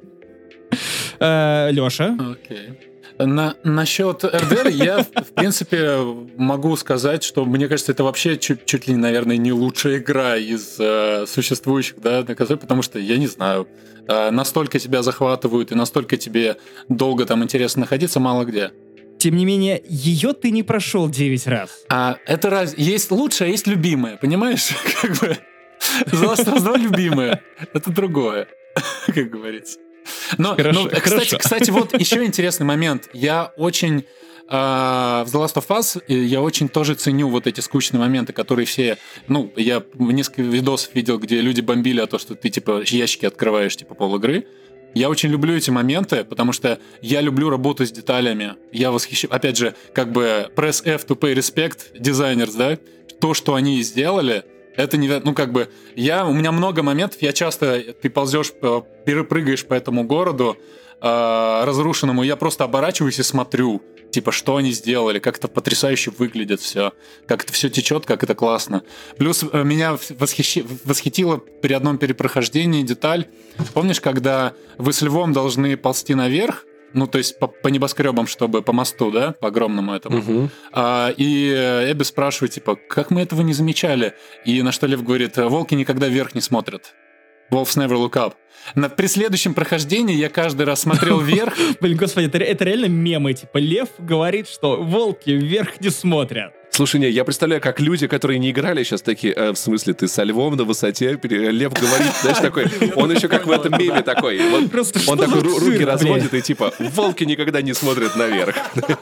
Леша. Окей. На, насчет эр ди ар я, в принципе, могу сказать, что мне кажется, это вообще чуть, чуть ли, наверное, не лучшая игра из э, существующих, да, потому что, я не знаю, э, настолько тебя захватывают и настолько тебе долго там интересно находиться, мало где. Тем не менее, ее ты не прошел девять раз. А это раз... Есть лучшее, а есть любимое, понимаешь? Как бы The Last of Us два любимое, это другое, как говорится. Но, Хорошо, но кстати, хорошо. кстати, вот еще интересный момент. Я очень э, в The Last of Us э, я очень тоже ценю вот эти скучные моменты, которые все... Ну, я несколько видосов видел, где люди бомбили о том, что ты, типа, ящики открываешь, типа, пол игры. Я очень люблю эти моменты, потому что я люблю работу с деталями. Я восхищаюсь... Опять же, как бы press F to pay respect, designers, да? То, что они сделали... Это не, ну как бы, я, у меня много моментов, я часто, ты ползешь, перепрыгаешь по этому городу э, разрушенному, я просто оборачиваюсь и смотрю, типа, что они сделали, как это потрясающе выглядит все, как это все течет, как это классно. Плюс э, меня восхищи, восхитила при одном перепрохождении деталь, помнишь, когда вы с львом должны ползти наверх, ну, то есть по, по небоскребам, чтобы по мосту, да, по огромному этому. Угу. А, и Эбби спрашивает, типа, как мы этого не замечали? И на что Лев говорит, волки никогда вверх не смотрят. Wolves never look up. На, при следующем прохождении я каждый раз смотрел вверх. Блин, господи, это, это реально мемы. Типа, Лев говорит, что волки вверх не смотрят. Слушай, не, я представляю, как люди, которые не играли, сейчас такие, э, в смысле, ты со львом на высоте, пере... Лев говорит, знаешь, такой, он еще как в этом меме такой, вот, Просто он что такой за ру- цирк, руки разводит блядь? и типа, волки никогда не смотрят наверх.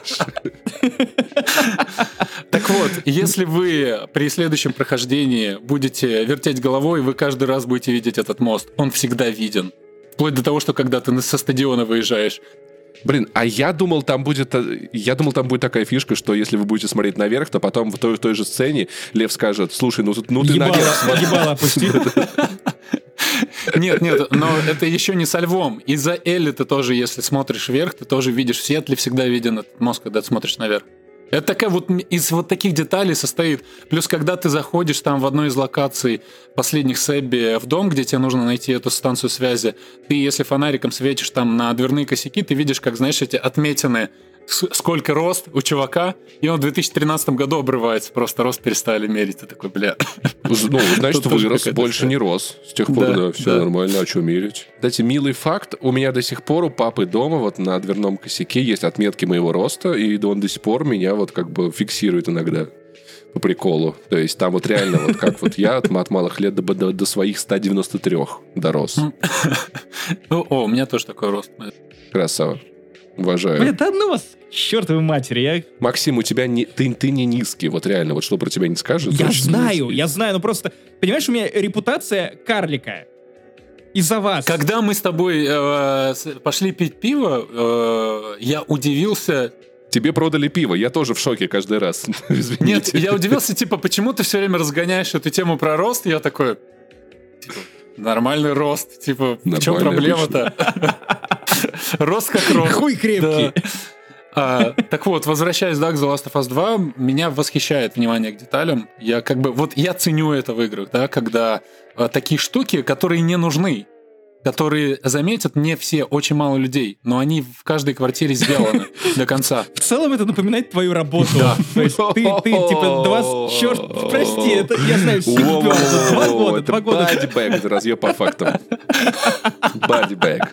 Так вот, если вы при следующем прохождении будете вертеть головой, вы каждый раз будете видеть этот мост. Он всегда виден. Вплоть до того, что когда ты со стадиона выезжаешь. Блин, а я думал, там будет, я думал, там будет такая фишка, что если вы будете смотреть наверх, то потом в той, в той же сцене Лев скажет, слушай, ну, ну ты Ебало, наверх смотри. ебало опусти. Нет, нет, но это еще не со львом. Из-за Элли ты тоже, если смотришь вверх, ты тоже видишь. В Сиэтле всегда виден этот мост, когда ты смотришь наверх. Это такая вот из вот таких деталей состоит. Плюс, когда ты заходишь там в одной из локаций последних с Эбби в дом, где тебе нужно найти эту станцию связи, ты, если фонариком светишь там на дверные косяки, ты видишь, как, знаешь, эти отметины, сколько рост у чувака, и он в две тысячи тринадцатом году обрывается. Просто рост перестали мерить. Ты такой, бля. Ну, значит, Тут тоже вырос, какая-то больше история. не рос. С тех пор, Да, да, все да. нормально, а что мерить? Кстати, милый факт, у меня до сих пор у папы дома вот на дверном косяке есть отметки моего роста, и он до сих пор меня вот как бы фиксирует иногда по приколу. То есть там вот реально вот как вот я от, от малых лет до, до, до своих ста девяноста трёх дорос. Ну, о, у меня тоже такой рост. Красава. Уважаю. Блин, да ну вас, к чертовой матери. Я, Максим, у тебя не, ты, ты не низкий, вот реально, вот что про тебя не скажут. я очень знаю, низкий. я знаю, но просто, понимаешь, у меня репутация карлика. Из-за вас. Когда мы с тобой э, с- пошли пить пиво, э, я удивился. Тебе продали пиво, я тоже в шоке каждый раз. Извините. Нет, я удивился, типа, почему ты все время разгоняешь эту тему про рост? Я такой, типа, нормальный рост, типа, в чем Нормальный, проблема-то? Рост как рост. Хуй крепкий. Да. А, так вот, возвращаясь да, к The Last of Us два, меня восхищает внимание к деталям. Я как бы, вот я ценю это в играх, да, когда а, такие штуки, которые не нужны, которые заметят не все, очень мало людей, но они в каждой квартире сделаны до конца. В целом это напоминает твою работу. То есть ты, ты типа, два... Черт, прости, это я знаю, всю два года, Это два года. бодибэк, это разъем по фактам. Бодибэк.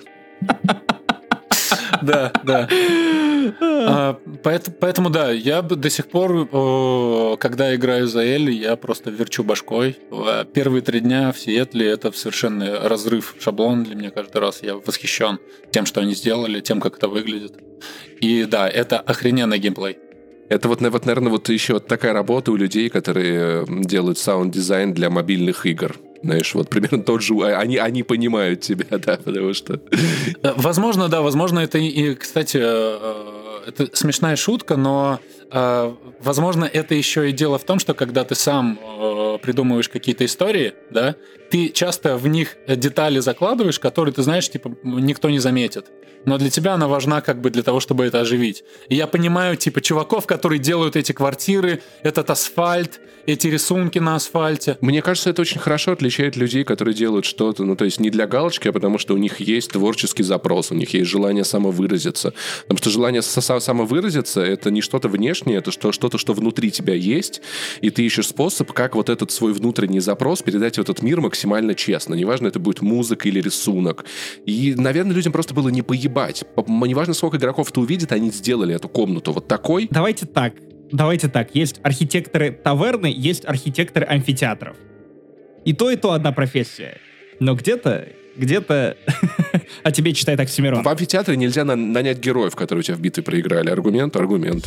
Да, да. А, поэтому, поэтому, да, я бы до сих пор, о, когда играю за Элли, я просто верчу башкой. А Первые три дня в Сиэтле — это совершенно разрыв шаблона для меня каждый раз. Я восхищен тем, что они сделали, тем, как это выглядит. И да, это охрененный геймплей. Это вот, вот, наверное, вот еще вот такая работа у людей, которые делают саунд-дизайн для мобильных игр. Знаешь, вот примерно тот же... Они, они понимают тебя, да, потому что... Возможно, да, возможно, это и, кстати, это смешная шутка, но, возможно, это еще и дело в том, что когда ты сам придумываешь какие-то истории, да, ты часто в них детали закладываешь, которые, ты знаешь, типа, никто не заметит. Но для тебя она важна как бы для того, чтобы это оживить. И я понимаю, типа, чуваков, которые делают эти квартиры, этот асфальт, эти рисунки на асфальте. Мне кажется, это очень хорошо отличает людей, которые делают что-то, ну, то есть не для галочки, а потому что у них есть творческий запрос, у них есть желание самовыразиться. Потому что желание со- самовыразиться — это не что-то внешнее, это что- что-то, что внутри тебя есть, и ты ищешь способ, как вот этот свой внутренний запрос передать в этот мир максимально честно. Неважно, это будет музыка или рисунок. И, наверное, людям просто было не поебать. Неважно, сколько игроков это увидит, они сделали эту комнату вот такой. Давайте так. Давайте так. Есть архитекторы таверны, есть архитекторы амфитеатров. И то, и то одна профессия. Но где-то, где-то... А тебе читает Оксимирон. В амфитеатре нельзя на- нанять героев, которые у тебя в битве проиграли. Аргумент, аргумент.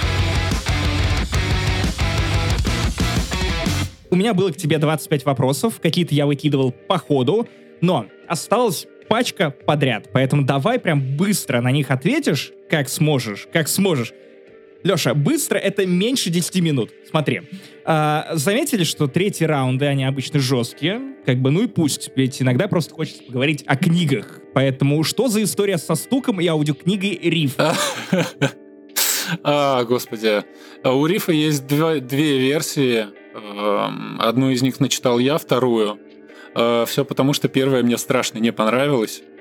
У меня было к тебе двадцать пять вопросов. Какие-то я выкидывал по ходу. Но осталось пачка подряд. Поэтому давай прям быстро на них ответишь, как сможешь. Как сможешь. Леша, быстро — это меньше десяти минут. Смотри. А, заметили, что третьи раунды, они обычно жесткие? Как бы, ну и пусть. Ведь иногда просто хочется поговорить о книгах. Поэтому что за история со стуком и аудиокнигой «Риф»? А, господи. У Рифа есть два, две версии. Эм, Одну из них начитал я, вторую. Э, Все потому, что первая мне страшно не понравилась.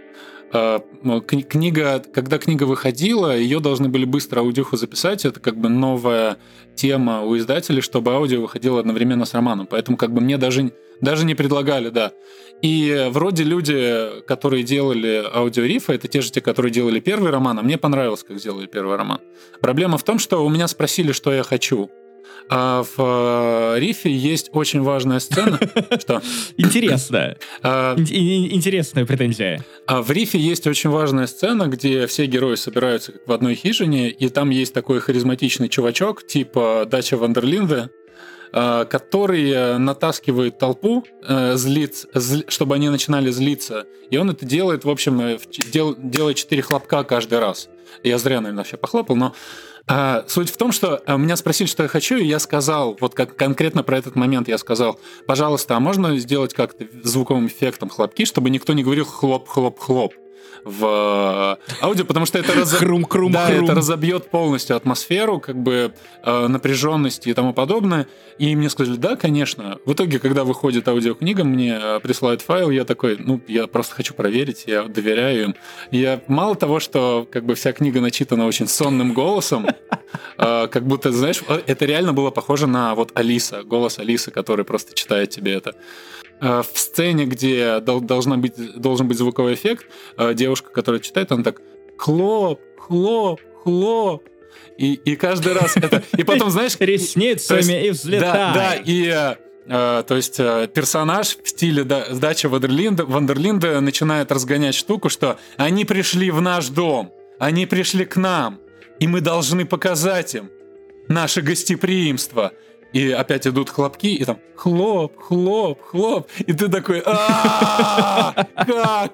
Книга, когда книга выходила, ее должны были быстро аудиоху записать. Это как бы новая тема у издателей, чтобы аудио выходило одновременно с романом. Поэтому как бы мне даже, даже не предлагали, да. И вроде люди, которые делали аудиорифы, это те же те, которые делали первый роман, а мне понравилось, как сделали первый роман. Проблема в том, что у меня спросили, что я хочу. А в рифе есть очень важная сцена. Что? Интересно. Интересная претензия. В рифе есть очень важная сцена, где все герои собираются как в одной хижине, и там есть такой харизматичный чувачок, типа Дача Вандерлинде, который натаскивает толпу, злиц, зл, чтобы они начинали злиться. И он это делает, в общем, дел, делает четыре хлопка каждый раз. Я зря, наверное, вообще похлопал, но а, суть в том, что меня спросили, что я хочу, и я сказал, вот как конкретно про этот момент я сказал, пожалуйста, а можно сделать как-то звуковым эффектом хлопки, чтобы никто не говорил хлоп-хлоп-хлоп в аудио, потому что это, раз... хрум, хрум, да, хрум. это разобьет полностью атмосферу, как бы э, напряженности и тому подобное. И мне сказали, да, конечно. В итоге, когда выходит аудиокнига, мне э, присылают файл, я такой, ну, я просто хочу проверить, я доверяю им. Я мало того, что как бы вся книга начитана очень сонным голосом, э, как будто, знаешь, это реально было похоже на вот Алиса, голос Алисы, который просто читает тебе это. В сцене, где должна быть, должен быть звуковой эффект, девушка, которая читает, она так хлоп, хлоп, хлоп. И, и каждый раз это... И потом, знаешь... Ресницами и взлетай. Да, да, и... Uh, то есть uh, персонаж в стиле да, Дача Вандерлинда, Вандерлинда начинает разгонять штуку, что они пришли в наш дом, они пришли к нам, и мы должны показать им наше гостеприимство. И опять идут хлопки, и там хлоп, хлоп, хлоп. И ты такой, а как?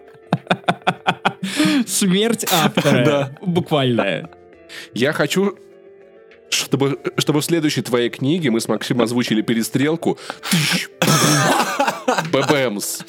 Смерть автора. Буквально. Я хочу, чтобы, чтобы в следующей твоей книге мы с Максимом озвучили перестрелку. Бэбэмс.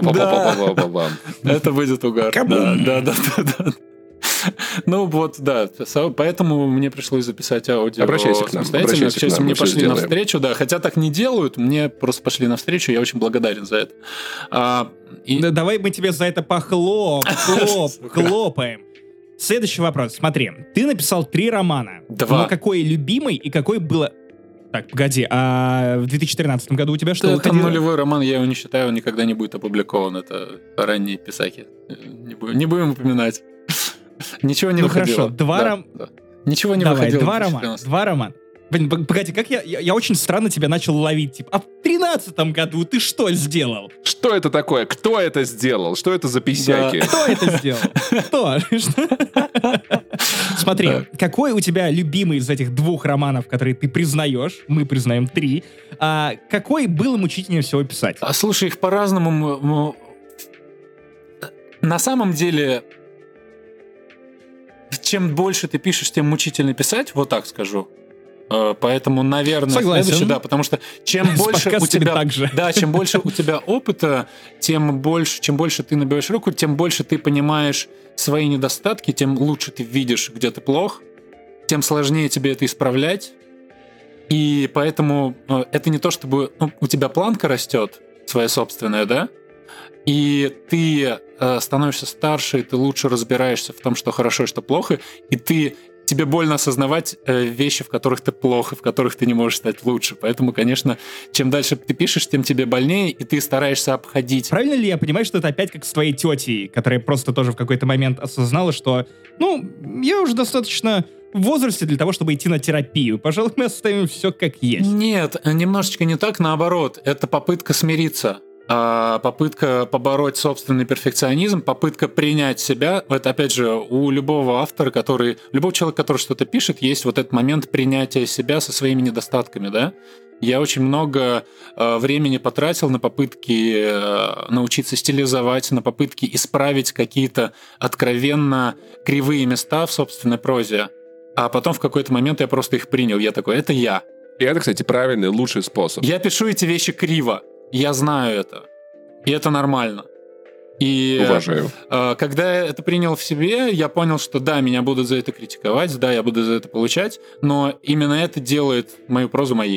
Это будет угар. Да, да, да, да. Ну вот, да, поэтому мне пришлось записать аудио. Обращайся к нам. Самостоятельно. К счастью, мне пошли навстречу, да, хотя так не делают, мне просто пошли навстречу, я очень благодарен за это. А, и... Да, давай мы тебе за это похлоп, хлоп, хлопаем. Следующий вопрос. Смотри, ты написал три романа. Два. Но какой любимый и какой было... Так, погоди, а в две тысячи тринадцатом году у тебя что это выходило? Это нулевой роман, я его не считаю, он никогда не будет опубликован. Это ранние писаки. Не будем, не будем упоминать. Ничего не ну выходило. Ну хорошо, два да, романа. Да. Ничего не Давай, выходило. Два романа. Два романа. Блин, погоди, как я, я, я очень странно тебя начал ловить. Типа, а в тринадцатом году ты что сделал? Что это такое? Кто это сделал? Что это за писяки? Да. Кто это сделал? Кто? Смотри, какой у тебя любимый из этих двух романов, которые ты признаешь, мы признаем три, а какой было мучительнее всего писать? А слушай, их по-разному. На самом деле, чем больше ты пишешь, тем мучительно писать, вот так скажу. Поэтому, наверное, Согласен. следующий, да, потому что чем больше у тебя, так же. да, чем больше у тебя опыта, тем больше, чем больше ты набиваешь руку, тем больше ты понимаешь свои недостатки, тем лучше ты видишь, где ты плох, тем сложнее тебе это исправлять. И поэтому это не то, чтобы ну, у тебя планка растет, своя собственная, да, и ты э, становишься старше, и ты лучше разбираешься в том, что хорошо и что плохо, и ты тебе больно осознавать э, вещи, в которых ты плох, и в которых ты не можешь стать лучше. Поэтому, конечно, чем дальше ты пишешь, тем тебе больнее, и ты стараешься обходить. Правильно ли я понимаю, что это опять как с твоей тетей, которая просто тоже в какой-то момент осознала, что, ну, я уже достаточно в возрасте для того, чтобы идти на терапию. Пожалуй, мы оставим все как есть. Нет, немножечко не так, наоборот. Это попытка смириться. Попытка побороть собственный перфекционизм, попытка принять себя. Это, опять же, у любого автора, который... Любого человека, который что-то пишет, есть вот этот момент принятия себя со своими недостатками, да? Я очень много э, времени потратил на попытки э, научиться стилизовать, на попытки исправить какие-то откровенно кривые места в собственной прозе. А потом в какой-то момент я просто их принял. Я такой, это я. И это, кстати, правильный, лучший способ. Я пишу эти вещи криво. Я знаю это. И это нормально. И уважаю. Э, когда я это принял в себе, я понял, что да, меня будут за это критиковать, да, я буду за это получать, но именно это делает мою прозу моей.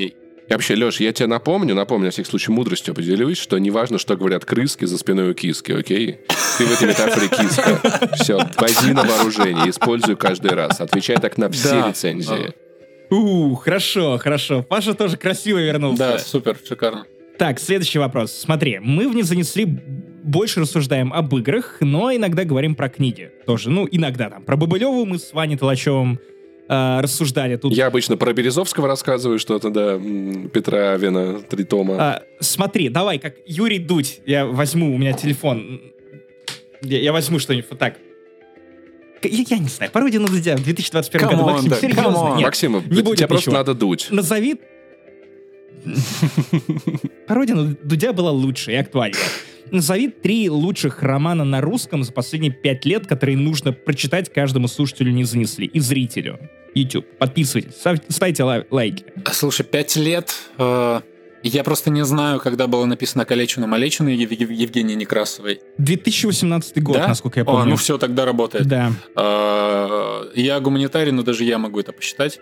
И вообще, Леш, я тебе напомню, напомню, на всякий случай мудростью поделюсь, что неважно, что говорят крыски за спиной у киски, окей? Ты в этой метафоре киска. Все, возьми на вооружение, используй каждый раз. Отвечай так на все Да. рецензии. У, хорошо, хорошо. Паша тоже красиво вернулся. Да, супер, шикарно. Так, следующий вопрос. Смотри, мы в «Не занесли» больше рассуждаем об играх, но иногда говорим про книги. Тоже, ну, иногда там. Про Бобылеву мы с Ваней Толачевым э, рассуждали. Тут, Я обычно про Березовского рассказываю что-то, да, м, Петра Авена, три тома. а, смотри, давай, как Юрий Дудь. Я возьму, у меня телефон. Я, я возьму что-нибудь вот так. К- Я, я не знаю, пародия на Дудя в две тысячи двадцать первом году. Come on, Максим, да, серьезно? come on. Нет, Максим, не тебе будет просто ничего. надо дуть. Назови... Пародия на Дудя была лучше и актуальнее. Назови три лучших романа на русском за последние пять лет, которые нужно прочитать каждому слушателю «Не занесли» и зрителю. YouTube. Подписывайтесь, став- ставьте лай- лайки. Слушай, пять лет... э, я просто не знаю, когда было написано «Калечину-малечину» Ев- Ев- Евгении Некрасовой. две тысячи восемнадцатый год, Да? насколько я О, помню. ну все, тогда работает. Да. А, Я гуманитарий, но даже я могу это посчитать.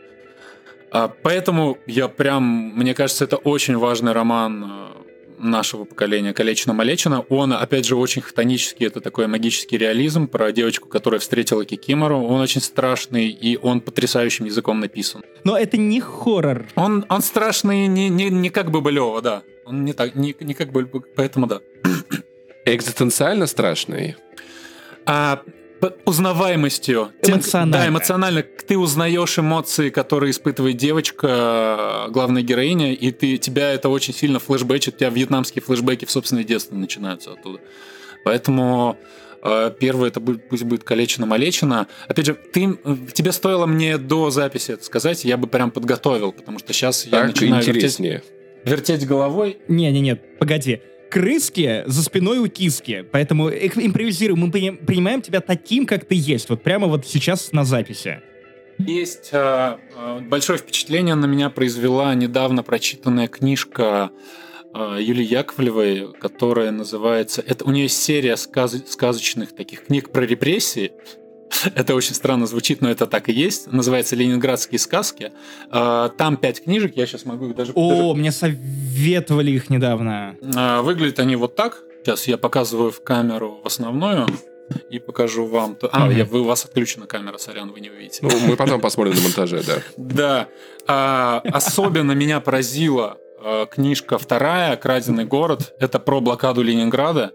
А, Поэтому я прям, мне кажется, это очень важный роман э, нашего поколения «Калечина-малечина». Он, опять же, очень хтонический, это такой магический реализм про девочку, которая встретила Кикимору. Он очень страшный, и он потрясающим языком написан. Но это не хоррор. Он, он страшный не, не, не как Бобылева, да. Он не, так, не, не как Бобылева, поэтому да. Экзистенциально страшный. А п- узнаваемостью. Тем- Эмоционально. Да, эмоционально. Ты узнаешь эмоции, которые испытывает девочка, э, главная героиня, и ты, тебя это очень сильно флешбэчит, у тебя вьетнамские флешбеки в собственное детство начинаются оттуда. Поэтому э, первое, это будет, пусть будет «Калечина-малечина». Опять же, ты, э, тебе стоило мне до записи это сказать, я бы прям подготовил, потому что сейчас я Так начинаю вертеть, интереснее. вертеть головой. Не-не-не, погоди. Крыски за спиной у киски. Поэтому их импровизируем. Мы при- принимаем тебя таким, как ты есть. Вот прямо вот сейчас на записи. Есть э, э, большое впечатление на меня произвела недавно прочитанная книжка э, Юлии Яковлевой, которая называется... Это, у нее есть серия сказ- сказочных таких книг про репрессии. Это очень странно звучит, но это так и есть. Называется «Ленинградские сказки». Э, Там пять книжек, я сейчас могу их даже... О, мне советовали их недавно. Э, Выглядят они вот так. Сейчас я показываю в камеру в основную и покажу вам. То- А, Мгм. я, вы, у вас отключена камера, сорян, вы не увидите. Ну, мы потом посмотрим на монтаже, да. Да. А, особенно меня поразила а, книжка вторая «Краденый город». Это про блокаду Ленинграда.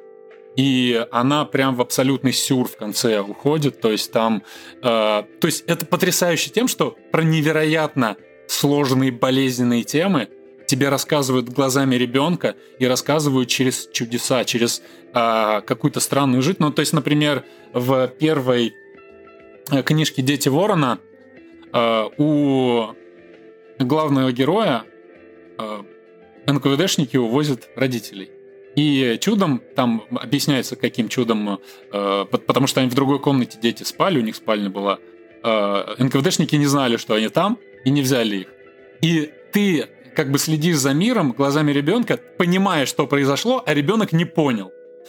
И она прям в абсолютный сюр в конце уходит. То есть там... а, то есть это потрясающе тем, что про невероятно сложные болезненные темы тебе рассказывают глазами ребенка и рассказывают через чудеса, через а, какую-то странную жизнь. Ну, то есть, например, в первой э, книжке «Дети ворона» а, у главного героя а, эн ка вэ дэшники увозят родителей. И чудом, там объясняется, каким чудом, э, по- потому что они в другой комнате дети спали, у них спальня была. Э, эн ка вэ дэшники не знали, что они там, и не взяли их. И ты как бы следишь за миром глазами ребенка, понимая, что произошло, а ребенок не понял.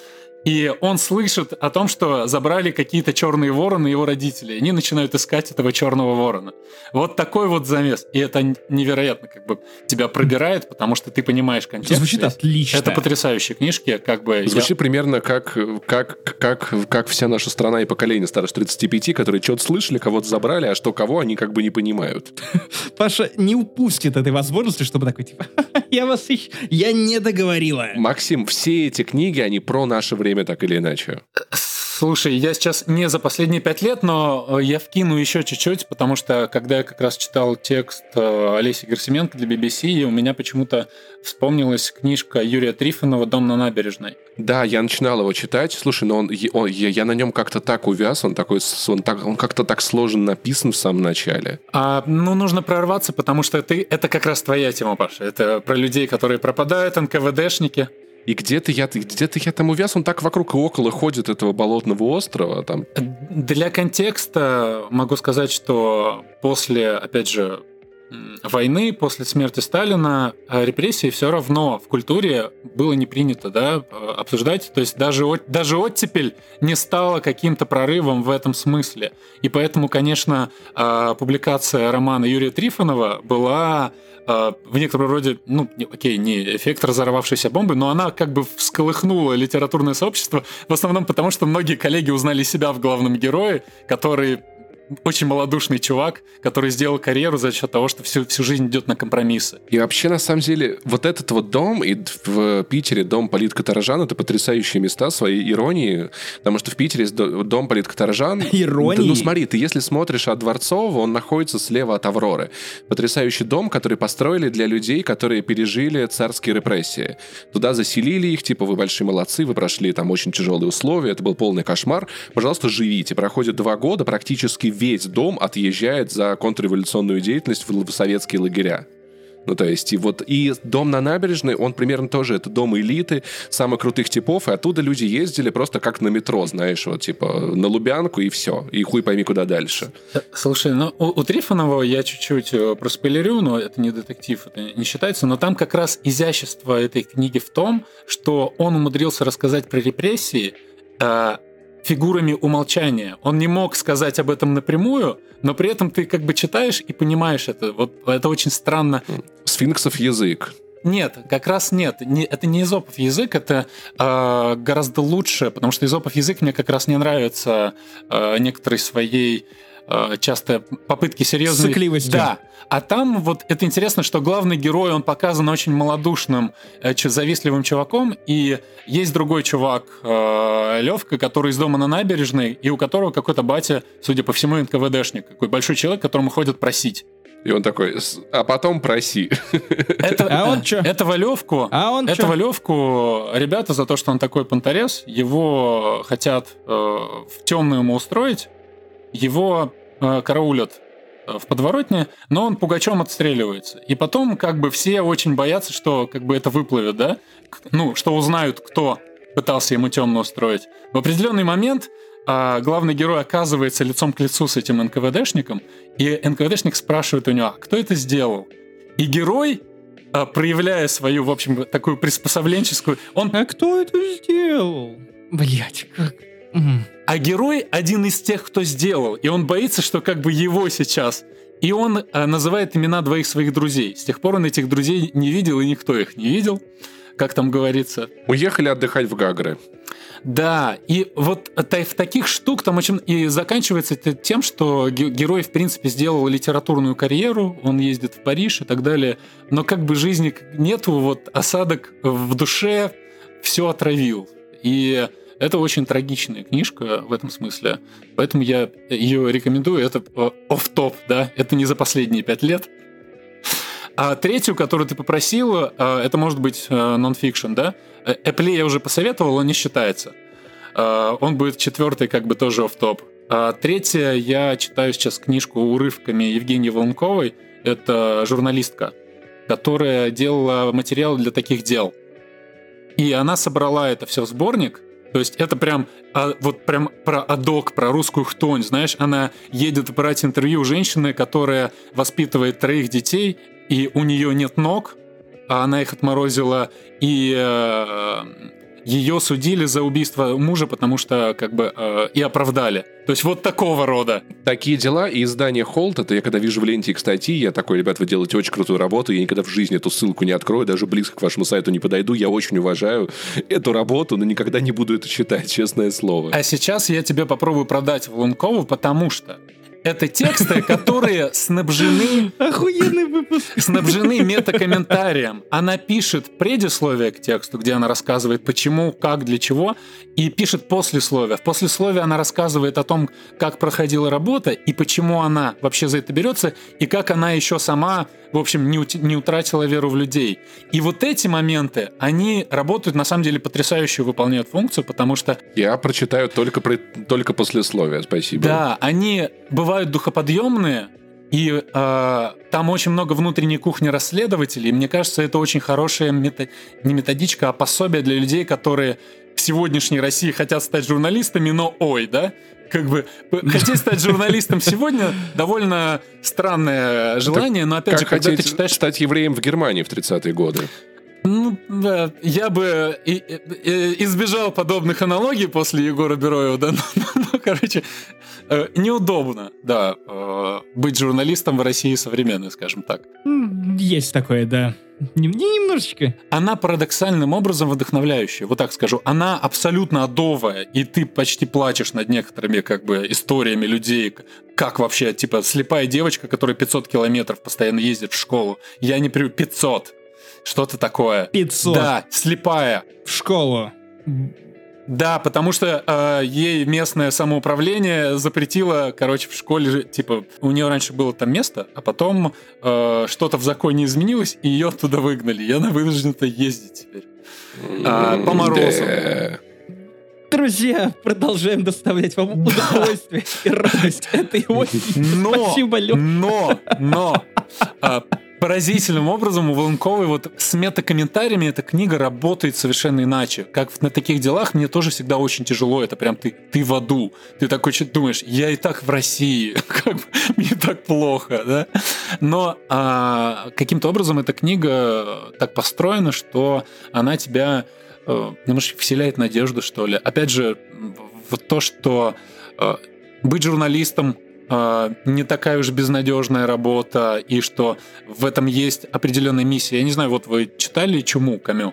И он слышит о том, что забрали какие-то черные вороны его родители. И они начинают искать этого черного ворона. Вот такой вот замес. И это невероятно как бы тебя пробирает, потому что ты понимаешь контекст. Звучит весь. отлично. Это потрясающие книжки, как бы... я- Звучит примерно как, как, как, как вся наша страна и поколение старше тридцати пяти, которые что-то слышали, кого-то забрали, а что кого, они как бы не понимают. Паша не упустит этой возможности, чтобы такой, типа, я вас ищу, я не договорила. Максим, все эти книги, они про наше время так или иначе. Слушай, я сейчас не за последние пять лет, но э, я вкину еще чуть-чуть, потому что когда я как раз читал текст э, Олеси Герсименко для би би си, у меня почему-то вспомнилась книжка Юрия Трифонова «Дом на набережной». Да, я начинал его читать. Слушай, но он, он- я, я на нем как-то так увяз, он такой, с- он, так, он как-то так сложно написан в самом начале. А, ну, нужно прорваться, потому что ты, это как раз твоя тема, Паша. Это про людей, которые пропадают, эн ка вэ дэшники. И где-то я, где-то я там увяз, он так вокруг и около ходит этого болотного острова. Там. Для контекста могу сказать, что после, опять же, войны, после смерти Сталина, репрессии все равно в культуре было не принято, да, обсуждать. То есть даже, даже оттепель не стала каким-то прорывом в этом смысле. И поэтому, конечно, публикация романа Юрия Трифонова была в некотором роде, ну, окей, не эффект разорвавшейся бомбы, но она как бы всколыхнула литературное сообщество, в основном потому, что многие коллеги узнали себя в главном герое, который очень малодушный чувак, который сделал карьеру за счет того, что всю, всю жизнь идет на компромиссы. И вообще, на самом деле, вот этот вот дом, и в Питере дом политкоторжан, это потрясающие места своей иронии, потому что в Питере есть дом политкоторжан. Иронии? Да, ну смотри, ты если смотришь от Дворцова, он находится слева от Авроры. Потрясающий дом, который построили для людей, которые пережили царские репрессии. Туда заселили их, типа, вы большие молодцы, вы прошли там очень тяжелые условия, это был полный кошмар. Пожалуйста, живите. Проходит два года, практически весь дом отъезжает за контрреволюционную деятельность в советские лагеря. Ну, то есть, и вот, и дом на набережной, он примерно тоже, это дом элиты, самых крутых типов, и оттуда люди ездили просто как на метро, знаешь, вот, типа, на Лубянку, и все, и хуй пойми, куда дальше. Слушай, ну, у, у Трифонова я чуть-чуть проспойлерю, но это не детектив, это не считается, но там как раз изящество этой книги в том, что он умудрился рассказать про репрессии, э, фигурами умолчания. Он не мог сказать об этом напрямую, но при этом ты как бы читаешь и понимаешь это. Вот это очень странно. Сфинксов язык. Нет, как раз нет. Не, это не Эзопов язык, это э, гораздо лучше, потому что Эзопов язык мне как раз не нравится э, некоторой своей э, часто попытки серьезной... Сыкливостью. Да. А там вот это интересно, что главный герой, он показан очень малодушным, э, завистливым чуваком, и есть другой чувак, э, Левка, который из дома на набережной, и у которого какой-то батя, судя по всему, эн ка вэ дэшник, какой большой человек, которому ходят просить. И он такой, а потом проси. Это, а он чё? Этого Левку, а он этого чё? Левку, ребята, за то, что он такой понторез, его хотят э, в темную ему устроить, его э, караулят в подворотне, но он пугачом отстреливается. И потом как бы все очень боятся, что как бы это выплывет, да? Ну, что узнают, кто пытался ему темно устроить. В определенный момент а, главный герой оказывается лицом к лицу с этим эн ка вэ дэшником, и эн ка вэ дэшник спрашивает у него, а кто это сделал? И герой, а, проявляя свою, в общем, такую приспособленческую... Он... А кто это сделал? Блять, как... А герой один из тех, кто сделал, и он боится, что как бы его сейчас. И он а, называет имена двоих своих друзей. С тех пор он этих друзей не видел, и никто их не видел, как там говорится. Уехали отдыхать в Гагры. Да, и вот в таких штук там очень... И заканчивается это тем, что герой, в принципе, сделал литературную карьеру, он ездит в Париж и так далее, но как бы жизни нету, вот осадок в душе все отравил. И... Это очень трагичная книжка в этом смысле, поэтому я ее рекомендую. Это офф-топ, да, это не за последние пять лет. А третью, которую ты попросил, это может быть нон-фикшн, да? Эпле я уже посоветовал, он не считается. Он будет четвертый, как бы тоже офф-топ. А третья, я читаю сейчас книжку урывками Евгении Волынковой. Это журналистка, которая делала материалы для таких дел. И она собрала это все в сборник. То есть это прям, а, вот прям про адок, про русскую хтонь, знаешь, она едет брать интервью у женщины, которая воспитывает троих детей, и у нее нет ног, а она их отморозила, и э, ее судили за убийство мужа, потому что как бы э, и оправдали. То есть вот такого рода. Такие дела, и издание Холт, это я когда вижу в ленте их статьи, я такой, ребят, вы делаете очень крутую работу, я никогда в жизни эту ссылку не открою, даже близко к вашему сайту не подойду, я очень уважаю эту работу, но никогда не буду это читать, честное слово. А сейчас я тебе попробую продать Волынкову, потому что это тексты, которые снабжены... Охуенный выпуск. Снабжены метакомментарием. Она пишет предисловие к тексту, где она рассказывает, почему, как, для чего, и пишет послесловие. В послесловии она рассказывает о том, как проходила работа, и почему она вообще за это берется, и как она еще сама, в общем, не, ут- не утратила веру в людей. И вот эти моменты, они работают, на самом деле, потрясающе выполняют функцию, потому что... Я прочитаю только, при... только послесловие, спасибо. Да, они бывают духоподъемные, и э, там очень много внутренней кухни расследователей. И мне кажется, это очень хорошая мета... не методичка, а пособие для людей, которые в сегодняшней России хотят стать журналистами, но ой, да? Как бы хотеть стать журналистом сегодня довольно странное желание, но опять как же, когда хотеть ты читаешь... стать евреем в Германии в тридцатые годы? Ну, да, я бы и, и, избежал подобных аналогий после Егора Бероева, да, но, но, но короче, э, неудобно, да, э, быть журналистом в России современной, скажем так. Есть такое, да. Не, не немножечко. Она парадоксальным образом вдохновляющая, вот так скажу. Она абсолютно адовая, и ты почти плачешь над некоторыми как бы историями людей, как вообще, типа, слепая девочка, которая пятьсот километров постоянно ездит в школу. Я не привык, пятьсот. Что-то такое. пятьсот. Да, слепая. В школу. Да, потому что э, ей местное самоуправление запретило, короче, в школе, типа, у нее раньше было там место, а потом э, что-то в законе изменилось, и ее оттуда выгнали, и она вынуждена ездить теперь. А, по морозу. Да. Друзья, продолжаем доставлять вам удовольствие и радость этой осени. Но, Спасибо, Лёх. но, но, а, поразительным образом у Волынковой вот с метакомментариями эта книга работает совершенно иначе. Как на таких делах мне тоже всегда очень тяжело. Это прям ты, ты в аду. Ты такой что-то думаешь, я и так в России, как бы, мне так плохо, да? Но а, каким-то образом эта книга так построена, что она тебя э, немножко вселяет надежду, что ли. Опять же, вот то, что э, быть журналистом не такая уж безнадежная работа, и что в этом есть определенная миссия. Я не знаю, вот вы читали «Чуму» Камю?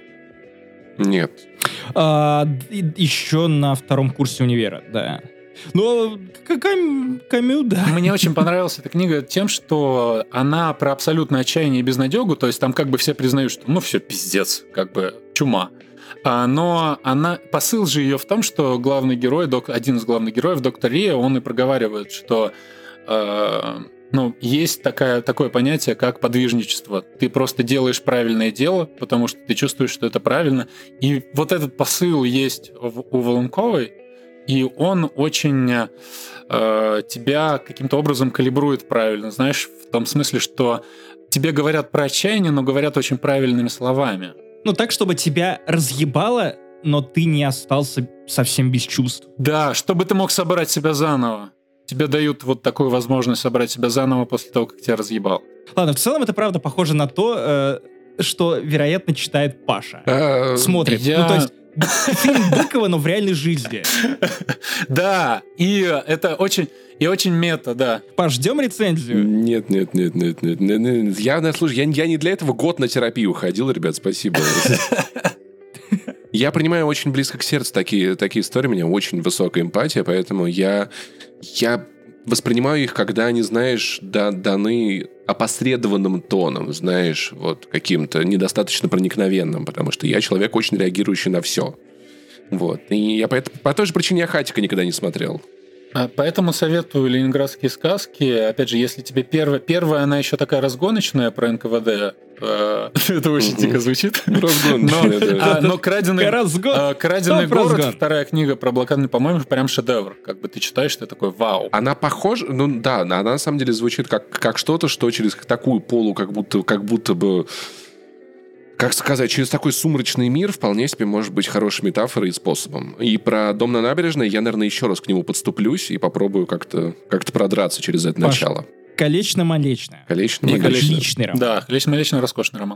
Нет. А, еще на втором курсе универа, да. Но Камю, Камю, да. Мне очень понравилась эта книга тем, что она про абсолютное отчаяние и безнадегу, то есть там как бы все признают, что ну все, пиздец, как бы чума. Но она, посыл же ее в том, что главный герой, один из главных героев, доктор Рия, он и проговаривает, что э, ну, есть такая, такое понятие, как подвижничество. Ты просто делаешь правильное дело, потому что ты чувствуешь, что это правильно. И вот этот посыл есть в, у Волынковой, и он очень э, тебя каким-то образом калибрует правильно, знаешь, в том смысле, что тебе говорят про отчаяние, но говорят очень правильными словами. Ну, так, чтобы тебя разъебало, но ты не остался совсем без чувств. Да, чтобы ты мог собрать себя заново. Тебе дают вот такую возможность собрать себя заново после того, как тебя разъебал. Ладно, в целом это правда похоже на то, э, что, вероятно, читает Паша. А, Смотрит. я- Ну, то есть, фильм Быкова, но в реальной жизни. Да, и это очень, и очень мета, да. Паш, ждем рецензию. Нет, нет, нет, нет, нет, нет, нет. Я, слушай, я, я не для этого год на терапию ходил, ребят, спасибо. Я принимаю очень близко к сердцу такие, такие истории, у меня очень высокая эмпатия, поэтому я, я воспринимаю их, когда они, знаешь, да, даны опосредованным тоном, знаешь, вот каким-то недостаточно проникновенным, потому что я человек, очень реагирующий на все. Вот. И я по, это, по той же причине я «Хатика» никогда не смотрел. Поэтому советую «Ленинградские сказки». Опять же, если тебе первая... Первая, она еще такая разгоночная про эн ка вэ дэ. Это очень дико звучит. Разгоночная, да. Но «Краденый Разгон. «Краденый Стоп, город», разгон. вторая книга про блокадный, по-моему, прям шедевр. Как бы ты читаешь, ты такой вау. Она похожа, ну да, она на самом деле звучит как, как что-то, что через такую полу, как будто, как будто бы, как сказать, через такой сумрачный мир вполне себе может быть хорошей метафорой и способом. И про «Дом на набережной» я, наверное, еще раз к нему подступлюсь и попробую как-то, как-то продраться через это Паш, начало. Колечно-молечное. Колично, И колично. Отличный роман. Да, «Лично-лично» роскошный роман.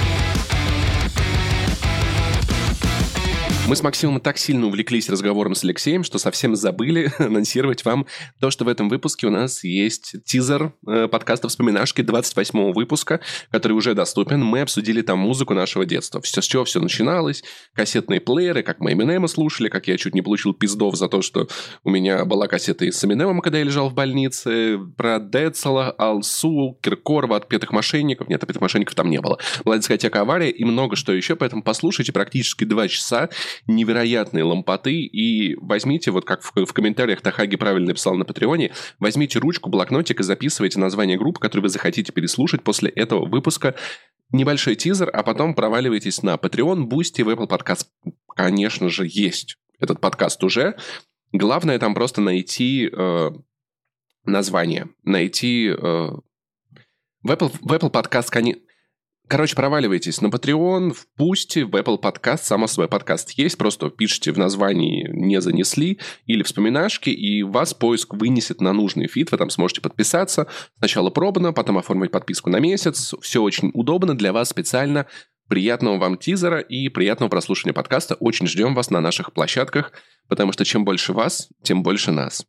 Мы с Максимом так сильно увлеклись разговором с Алексеем, что совсем забыли анонсировать вам то, что в этом выпуске у нас есть тизер э, подкаста «Вспоминашки» двадцать восьмого выпуска, который уже доступен. Мы обсудили там музыку нашего детства. Все, с чего все начиналось. Кассетные плееры, как мы Эминема слушали, как я чуть не получил пиздов за то, что у меня была кассета и с Эминемом, когда я лежал в больнице, про Децела, Алсу, Киркорова, «Отпетых мошенников». Нет, «Отпетых мошенников» там не было. Была дискотека «Авария» и много что еще, поэтому послушайте практически два часа невероятные лампоты, и возьмите, вот как в, в комментариях Тахаги правильно написал на Патреоне, возьмите ручку, блокнотик и записывайте название группы, которую вы захотите переслушать после этого выпуска. Небольшой тизер, а потом проваливайтесь на Patreon, Boosty, в Apple Podcast. Конечно же, есть этот подкаст уже. Главное там просто найти э, название, найти... Э, в Apple, в Apple Podcast, конечно... Короче, проваливайтесь на Patreon, в Пусти, в Apple Podcast, само свой подкаст есть, просто пишите в названии «Не занесли» или вспоминашки, и вас поиск вынесет на нужный фид, вы там сможете подписаться, сначала пробно, потом оформить подписку на месяц, все очень удобно для вас специально. Приятного вам тизера и приятного прослушивания подкаста. Очень ждем вас на наших площадках, потому что чем больше вас, тем больше нас.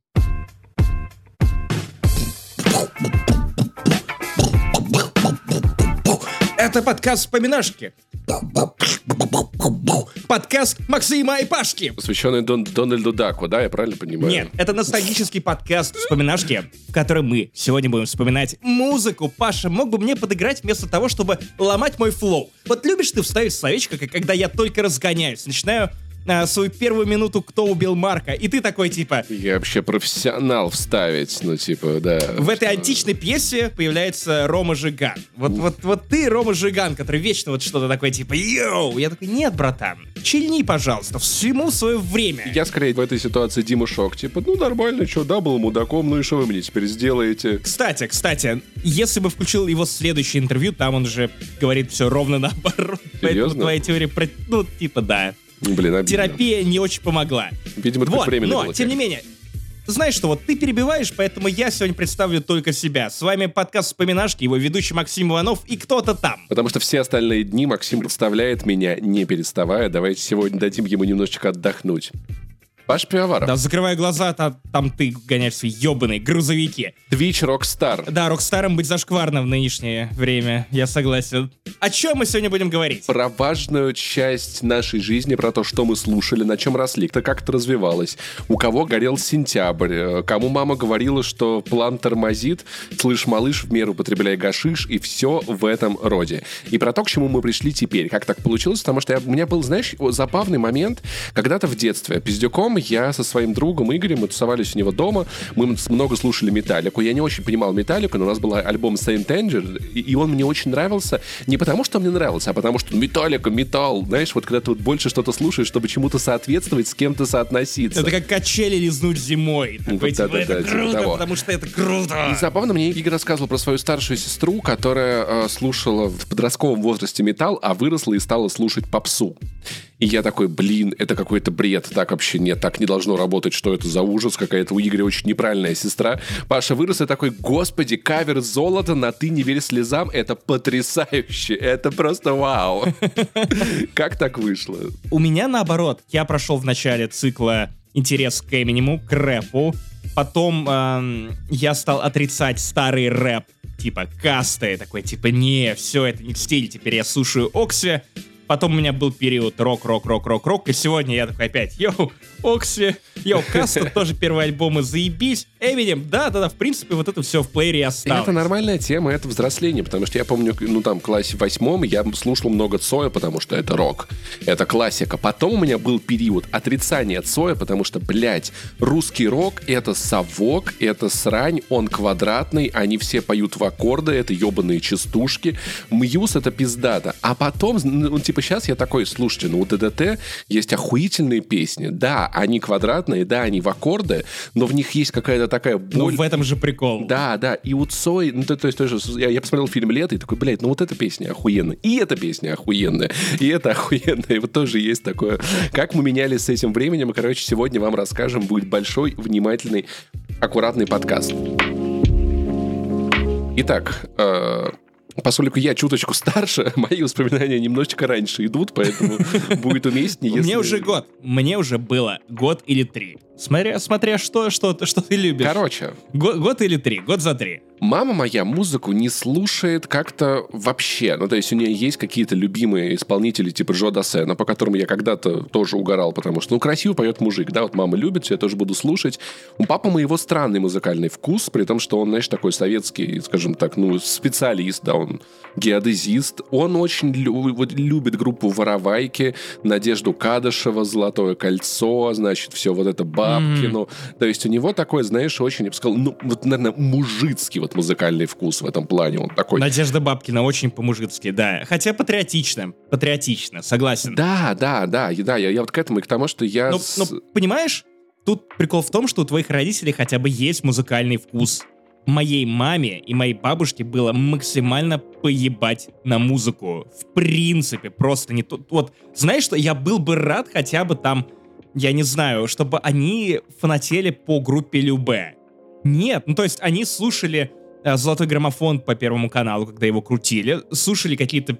Это подкаст «Вспоминашки». Подкаст Максима и Пашки. Посвященный Дон- Дональду Даку, да, я правильно понимаю? Нет, это ностальгический подкаст «Вспоминашки», в котором мы сегодня будем вспоминать музыку. Паша, мог бы мне подыграть вместо того, чтобы ломать мой флоу? Вот любишь ты вставить словечко, как когда я только разгоняюсь, начинаю а, свою первую минуту «Кто убил Марка?» И ты такой, типа... Я вообще профессионал вставить, ну, типа, да. В этой античной пьесе появляется Рома Жиган. Вот, вот, вот ты, Рома Жиган, который вечно вот что-то такое, типа, йоу! Я такой, нет, братан, чильни, пожалуйста, всему свое время. Я, скорее, в этой ситуации Дима Шок. Типа, ну, нормально, что, да, был мудаком, ну и что вы мне теперь сделаете? Кстати, кстати, если бы включил его следующее интервью, там он же говорит все ровно наоборот. Поэтому Серьезно? твоя теория, про... ну, типа, да. Блин, обидно. Терапия не очень помогла. Видимо, это Вот, как временно но, было. тем не менее, знаешь что, вот ты перебиваешь, поэтому я сегодня представлю только себя. С вами подкаст «Вспоминашки», его ведущий Максим Иванов и кто-то там. Потому что все остальные дни Максим представляет меня, не переставая. Давайте сегодня дадим ему немножечко отдохнуть. Паш Пивоваров. Да, закрывая глаза, там, там ты гоняешь свои ебаные грузовики. Twitch Rockstar. Да, рокстаром быть зашкварно в нынешнее время, я согласен. О чем мы сегодня будем говорить? Про важную часть нашей жизни, про то, что мы слушали, на чем росли, кто как это развивалось, у кого горел сентябрь, кому мама говорила, что план тормозит, слышь, малыш, в меру употребляй гашиш, и все в этом роде. И про то, к чему мы пришли теперь, как так получилось, потому что я, у меня был, знаешь, забавный момент, когда-то в детстве, пиздюком, я со своим другом Игорем, мы тусовались у него дома, мы много слушали Металлику. Я не очень понимал Металлику, но у нас был альбом Saint Anger, и, и он мне очень нравился не потому, что он мне нравился, а потому что Металлика, металл, знаешь, вот когда ты вот больше что-то слушаешь, чтобы чему-то соответствовать, с кем-то соотноситься. Это как качели лизнуть зимой. Такой, да, типа, да, это да, типа круто, того. потому что это круто. И забавно, мне Игорь рассказывал про свою старшую сестру, которая э, слушала в подростковом возрасте металл, а выросла и стала слушать попсу. И я такой, блин, это какой-то бред, так вообще нет, так не должно работать, что это за ужас, какая-то у Игоря очень неправильная сестра. Паша вырос и такой, господи, кавер золота на «Ты не верь слезам», это потрясающе, это просто вау. Как так вышло? У меня наоборот, я прошел в начале цикла интерес к Эминему, к рэпу, потом эм, я стал отрицать старый рэп, типа касты, такой, типа, не, все, это не стиль, теперь я слушаю Окси. Потом у меня был период рок-рок-рок-рок-рок, и сегодня я такой опять, йоу, Окси, йоу, Каста, тоже первые альбомы, заебись. Эминем, да-да-да, в принципе, вот это все в плеере осталось. Это нормальная тема, это взросление, потому что я помню, ну там, в классе восьмом я слушал много Цоя, потому что это рок, это классика. Потом у меня был период отрицания Цоя, потому что, блядь, русский рок — это совок, это срань, он квадратный, они все поют в аккорды, это ебаные частушки, Мьюз — это пиздата. А потом, ну, типа, сейчас я такой, слушайте, ну у ДДТ есть охуительные песни. Да, они квадратные, да, они в аккорды, но в них есть какая-то такая боль. Ну, в этом же прикол. Да, да, и у Цой, ну, то, то есть, тоже, я, я посмотрел фильм «Лето» и такой, блядь, ну вот эта песня охуенная, и эта песня охуенная, и это охуенная, и вот тоже есть такое. Как мы менялись с этим временем, и, короче, сегодня вам расскажем, будет большой, внимательный, аккуратный подкаст. Итак, э- поскольку я чуточку старше, мои воспоминания немножечко раньше идут, поэтому будет уместнее, если... Мне уже год. Мне уже было год или три. Смотря, смотря что, что, что ты любишь. Короче. Год, год или три. Год за три. Мама моя музыку не слушает как-то вообще. Ну, то есть у нее есть какие-то любимые исполнители типа Джо Дассена, по которым я когда-то тоже угорал, потому что, ну, красиво поет мужик, да, вот мама любит, я тоже буду слушать. У папы моего странный музыкальный вкус, при том, что он, знаешь, такой советский, скажем так, ну, специалист, да, он геодезист. Он очень лю- вот, любит группу «Воровайки», Надежду Кадышева, «Золотое кольцо», значит, все вот это Бабкину. Mm-hmm. То есть у него такой, знаешь, очень, я бы сказал, ну, вот, наверное, мужицкий вот музыкальный вкус в этом плане. Он такой... Надежда Бабкина очень по-мужицки, да. Хотя патриотично. Патриотично, согласен. Да, да, да. Да, я, я вот к этому и к тому, что я... Но, с... но понимаешь, тут прикол в том, что у твоих родителей хотя бы есть музыкальный вкус. моей маме и моей бабушке было максимально поебать на музыку. В принципе, просто не то. Вот, знаешь что, я был бы рад хотя бы там, я не знаю, чтобы они фанатели по группе Любэ. Нет, ну то есть они слушали э, «Золотой граммофон» по Первому каналу, когда его крутили, слушали какие-то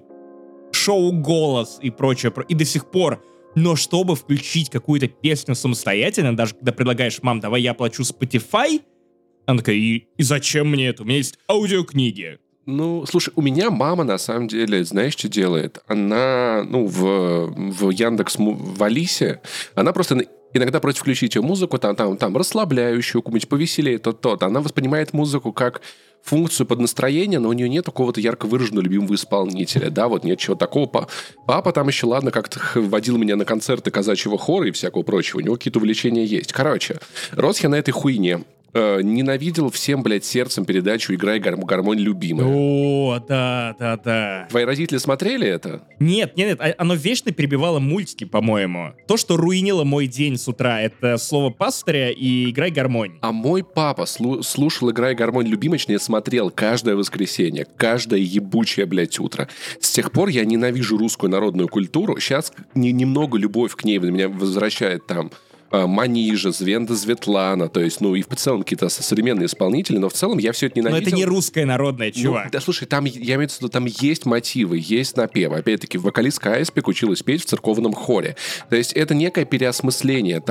шоу «Голос» и прочее, и до сих пор. Но чтобы включить какую-то песню самостоятельно, даже когда предлагаешь: «Мам, давай я оплачу Spotify», она такая: и, и зачем мне это? У меня есть аудиокниги. Ну, слушай, у меня мама, на самом деле, знаешь, что делает? Она, ну, в, в Яндекс, в Алисе, она просто иногда против включить ее музыку, там, там, там расслабляющую, какую-нибудь повеселее, то-то. Она воспринимает музыку как функцию под настроение, но у нее нет какого-то ярко выраженного любимого исполнителя, да, вот нет чего такого. Папа там еще, ладно, как-то водил меня на концерты казачьего хора и всякого прочего, у него какие-то увлечения есть. Короче, рос я на этой хуйне. Э, ненавидел всем, блядь, сердцем передачу «Играй гарм- гармонь, любимая». О, да, да, да. Твои родители смотрели это? Нет, нет, нет, оно вечно перебивало мультики, по-моему. То, что руинило мой день с утра, это слово пастыря и «Играй гармонь». А мой папа слу- слушал «Играй гармонь, любимочная» и смотрел каждое воскресенье, каждое ебучее, блядь, утро. С тех пор я ненавижу русскую народную культуру. Сейчас не- немного любовь к ней меня возвращает там Манижа, Звенда Светлана, то есть, ну, и в целом какие-то современные исполнители, но в целом я все это ненавидел. Но это не русская народная, чувак. Ну, да, слушай, там, я имею в виду, там есть мотивы, есть напевы. Опять-таки, вокалистка Айспик училась петь в церковном хоре. То есть это некое переосмысление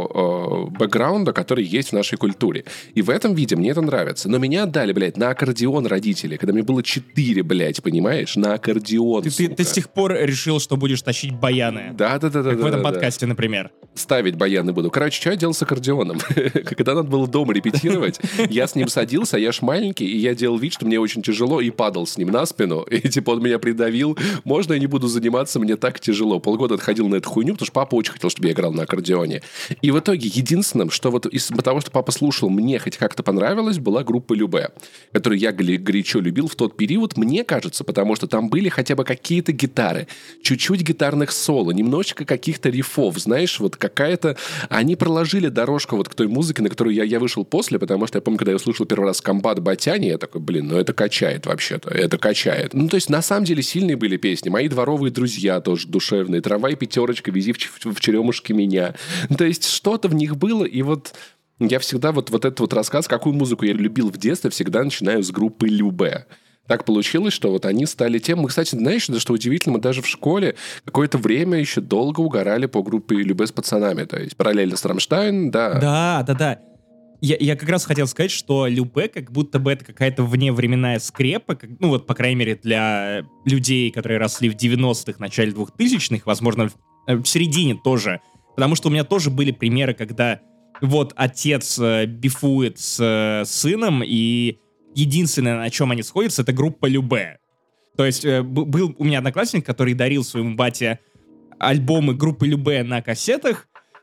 того э, бэкграунда, который есть в нашей культуре. И в этом виде мне это нравится. Но меня отдали, блядь, на аккордеон родители, когда мне было четыре, блядь, понимаешь? На аккордеон, Ты, ты, ты с тех пор решил, что будешь тащить баяны. Да-да-да. Как да, в этом да, подкасте, да. например. Ставить баяны буду. Короче, что я делал с аккордеоном? Когда надо было дома репетировать, я с ним садился, я ж маленький, и я делал вид, что мне очень тяжело, и падал с ним на спину. И типа он меня придавил. Можно я не буду заниматься, мне так тяжело. Полгода отходил на эту хуйню, потому что папа очень хотел, чтобы я играл на аккордеоне. И в итоге единственным, что вот из того, что папа слушал, мне хоть как-то понравилось, была группа Любэ, которую я горячо любил в тот период, мне кажется, потому что там были хотя бы какие-то гитары, чуть-чуть гитарных соло, немножечко каких-то рифов, знаешь, вот какая-то... Они проложили дорожку вот к той музыке, на которую я, я вышел после, потому что я помню, когда я услышал первый раз комбат Батяни, я такой, блин, ну это качает вообще-то, это качает. Ну, то есть, на самом деле, сильные были песни. «Мои дворовые друзья» тоже душевные, «Трамвай пятерочка», «Вези в, в, в черемушке меня». То есть, что-то в них было, и вот... Я всегда вот, вот этот вот рассказ, какую музыку я любил в детстве, всегда начинаю с группы Любэ. Так получилось, что вот они стали тем... Мы, кстати, знаешь, что удивительно, мы даже в школе какое-то время еще долго угорали по группе Любэ с пацанами. То есть параллельно с Рамштайн, да. Да, да, да. Я, я как раз хотел сказать, что Любэ как будто бы это какая-то вневременная скрепа, как, ну вот, по крайней мере, для людей, которые росли в девяностых, начале двухтысячных, возможно, в, в середине тоже. Потому что у меня тоже были примеры, когда вот отец э, бифует с э, сыном, и единственное, на чем они сходятся, это группа Любэ. То есть э, был у меня одноклассник, который дарил своему бате альбомы группы Любэ на кассетах,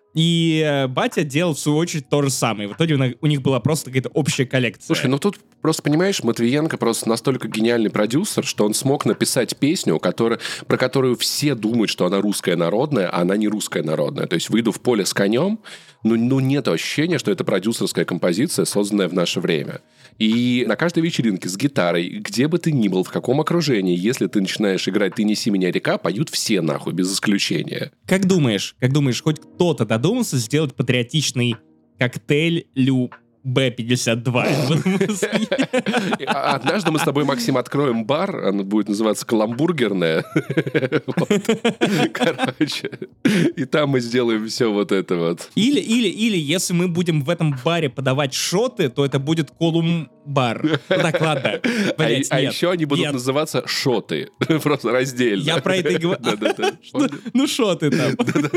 и э, батя делал, в свою очередь, то же самое. В итоге у, у них была просто какая-то общая коллекция. Слушай, ну тут просто, понимаешь, Матвиенко просто настолько гениальный продюсер, что он смог написать песню, которая, про которую все думают, что она русская народная, а она не русская народная. То есть «Выйду в поле с конем», ну, ну нет ощущения, что это продюсерская композиция, созданная в наше время. И на каждой вечеринке с гитарой, где бы ты ни был, в каком окружении, если ты начинаешь играть «Ты неси меня, река», поют все нахуй, без исключения. Как думаешь, как думаешь, хоть кто-то додумался сделать патриотичный коктейль Любэ пятьдесят два? Однажды мы с тобой, Максим, откроем бар, он будет называться «Каламбургерная». Короче, и там мы сделаем все вот это вот. Или, или, или, если мы будем в этом баре подавать шоты, то это будет Колумбар. Ну так, ладно. Блять, а нет, еще они будут нет. называться «Шоты». Просто раздельно. Я про это и говорю. Да-да-да. Ну шоты там.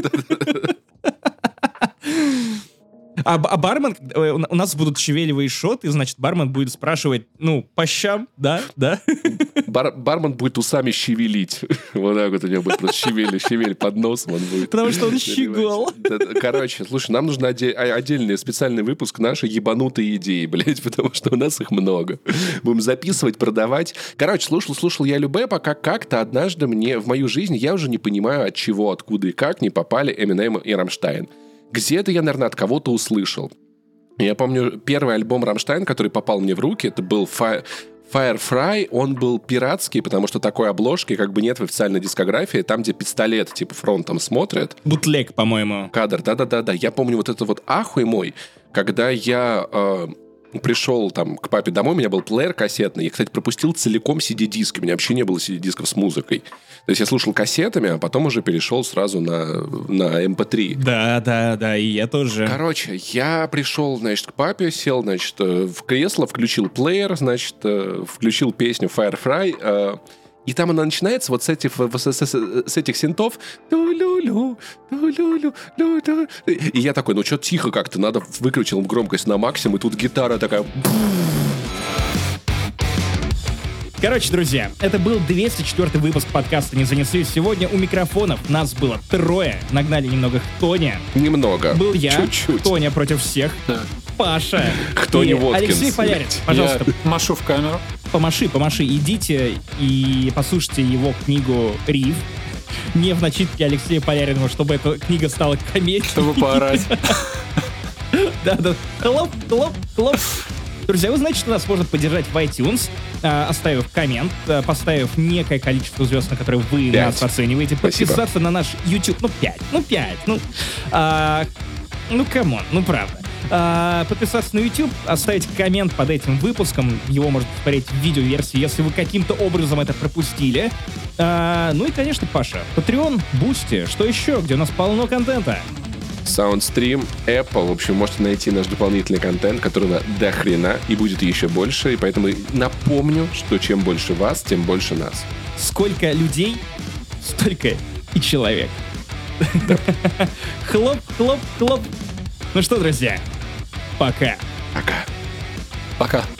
А, а бармен, э, у нас будут шевелевые шоты, значит, бармен будет спрашивать, ну, по щам, да, да? Бар, бармен будет усами щевелить. Вот так вот у него будет просто щевель, щевель под носом он будет. Потому что он щегол. Короче, слушай, нам нужен оде- отдельный специальный выпуск наши ебанутые идеи, блядь, потому что у нас их много. Будем записывать, продавать. Короче, слушал, слушал я Любэ, пока как-то однажды мне в мою жизнь, я уже не понимаю, от чего, откуда и как не попали Эминем и Рамштайн. Где-то я, наверное, от кого-то услышал. Я помню, первый альбом «Рамштайн», который попал мне в руки, это был Fire... Firefly, он был пиратский, потому что такой обложки как бы нет в официальной дискографии, там, где пистолет типа фронтом смотрит. Бутлег, по-моему. Кадр, да-да-да-да. Я помню вот это вот ахуй мой, когда я... Э, пришел там к папе домой, у меня был плеер кассетный. Я, кстати, пропустил целиком си ди-диски. У меня вообще не было си ди-дисков с музыкой. То есть я слушал кассетами, а потом уже перешел сразу на, на эм пэ три. Да, да, да, и я тоже. Короче, я пришел, значит, к папе, сел, значит, в кресло, включил плеер, значит, включил песню Firefly, и там она начинается вот с этих, с, с, с этих синтов. И я такой, ну что тихо как-то, надо, выключил громкость на максимум, и тут гитара такая... Короче, друзья, это был двести четвёртый выпуск подкаста «Не занесли». Сегодня у микрофонов нас было трое. Нагнали немного Хтоня. Немного. Был я, Чуть-чуть. Хтоня против всех. Да. Паша. Хтоня и Воткинс. Алексей Полярин. Пожалуйста, Я машу в камеру. помаши, помаши. Идите и послушайте его книгу «Риф». Не в начитке Алексея Поляринова, чтобы эта книга стала комедией. Чтобы поорать. Да-да. Хлоп, хлоп, хлоп. Друзья, вы знаете, что нас можно поддержать в iTunes, э, оставив коммент, э, поставив некое количество звезд, на которые вы Пять. нас оцениваете, Спасибо. подписаться на наш YouTube, ну, пять, ну, пять, ну, а, ну, камон, ну, правда. А, подписаться на YouTube, оставить коммент под этим выпуском, его можно посмотреть в видеоверсии, если вы каким-то образом это пропустили. А, ну и, конечно, Паша, Patreon, Boosty, что еще, где у нас полно контента. Soundstream, Apple. В общем, можете найти наш дополнительный контент, который на до хрена, и будет еще больше. И поэтому напомню, что чем больше вас, тем больше нас. Сколько людей, столько и человек. Хлоп, хлоп, хлоп. Ну что, друзья, пока. Пока. Пока.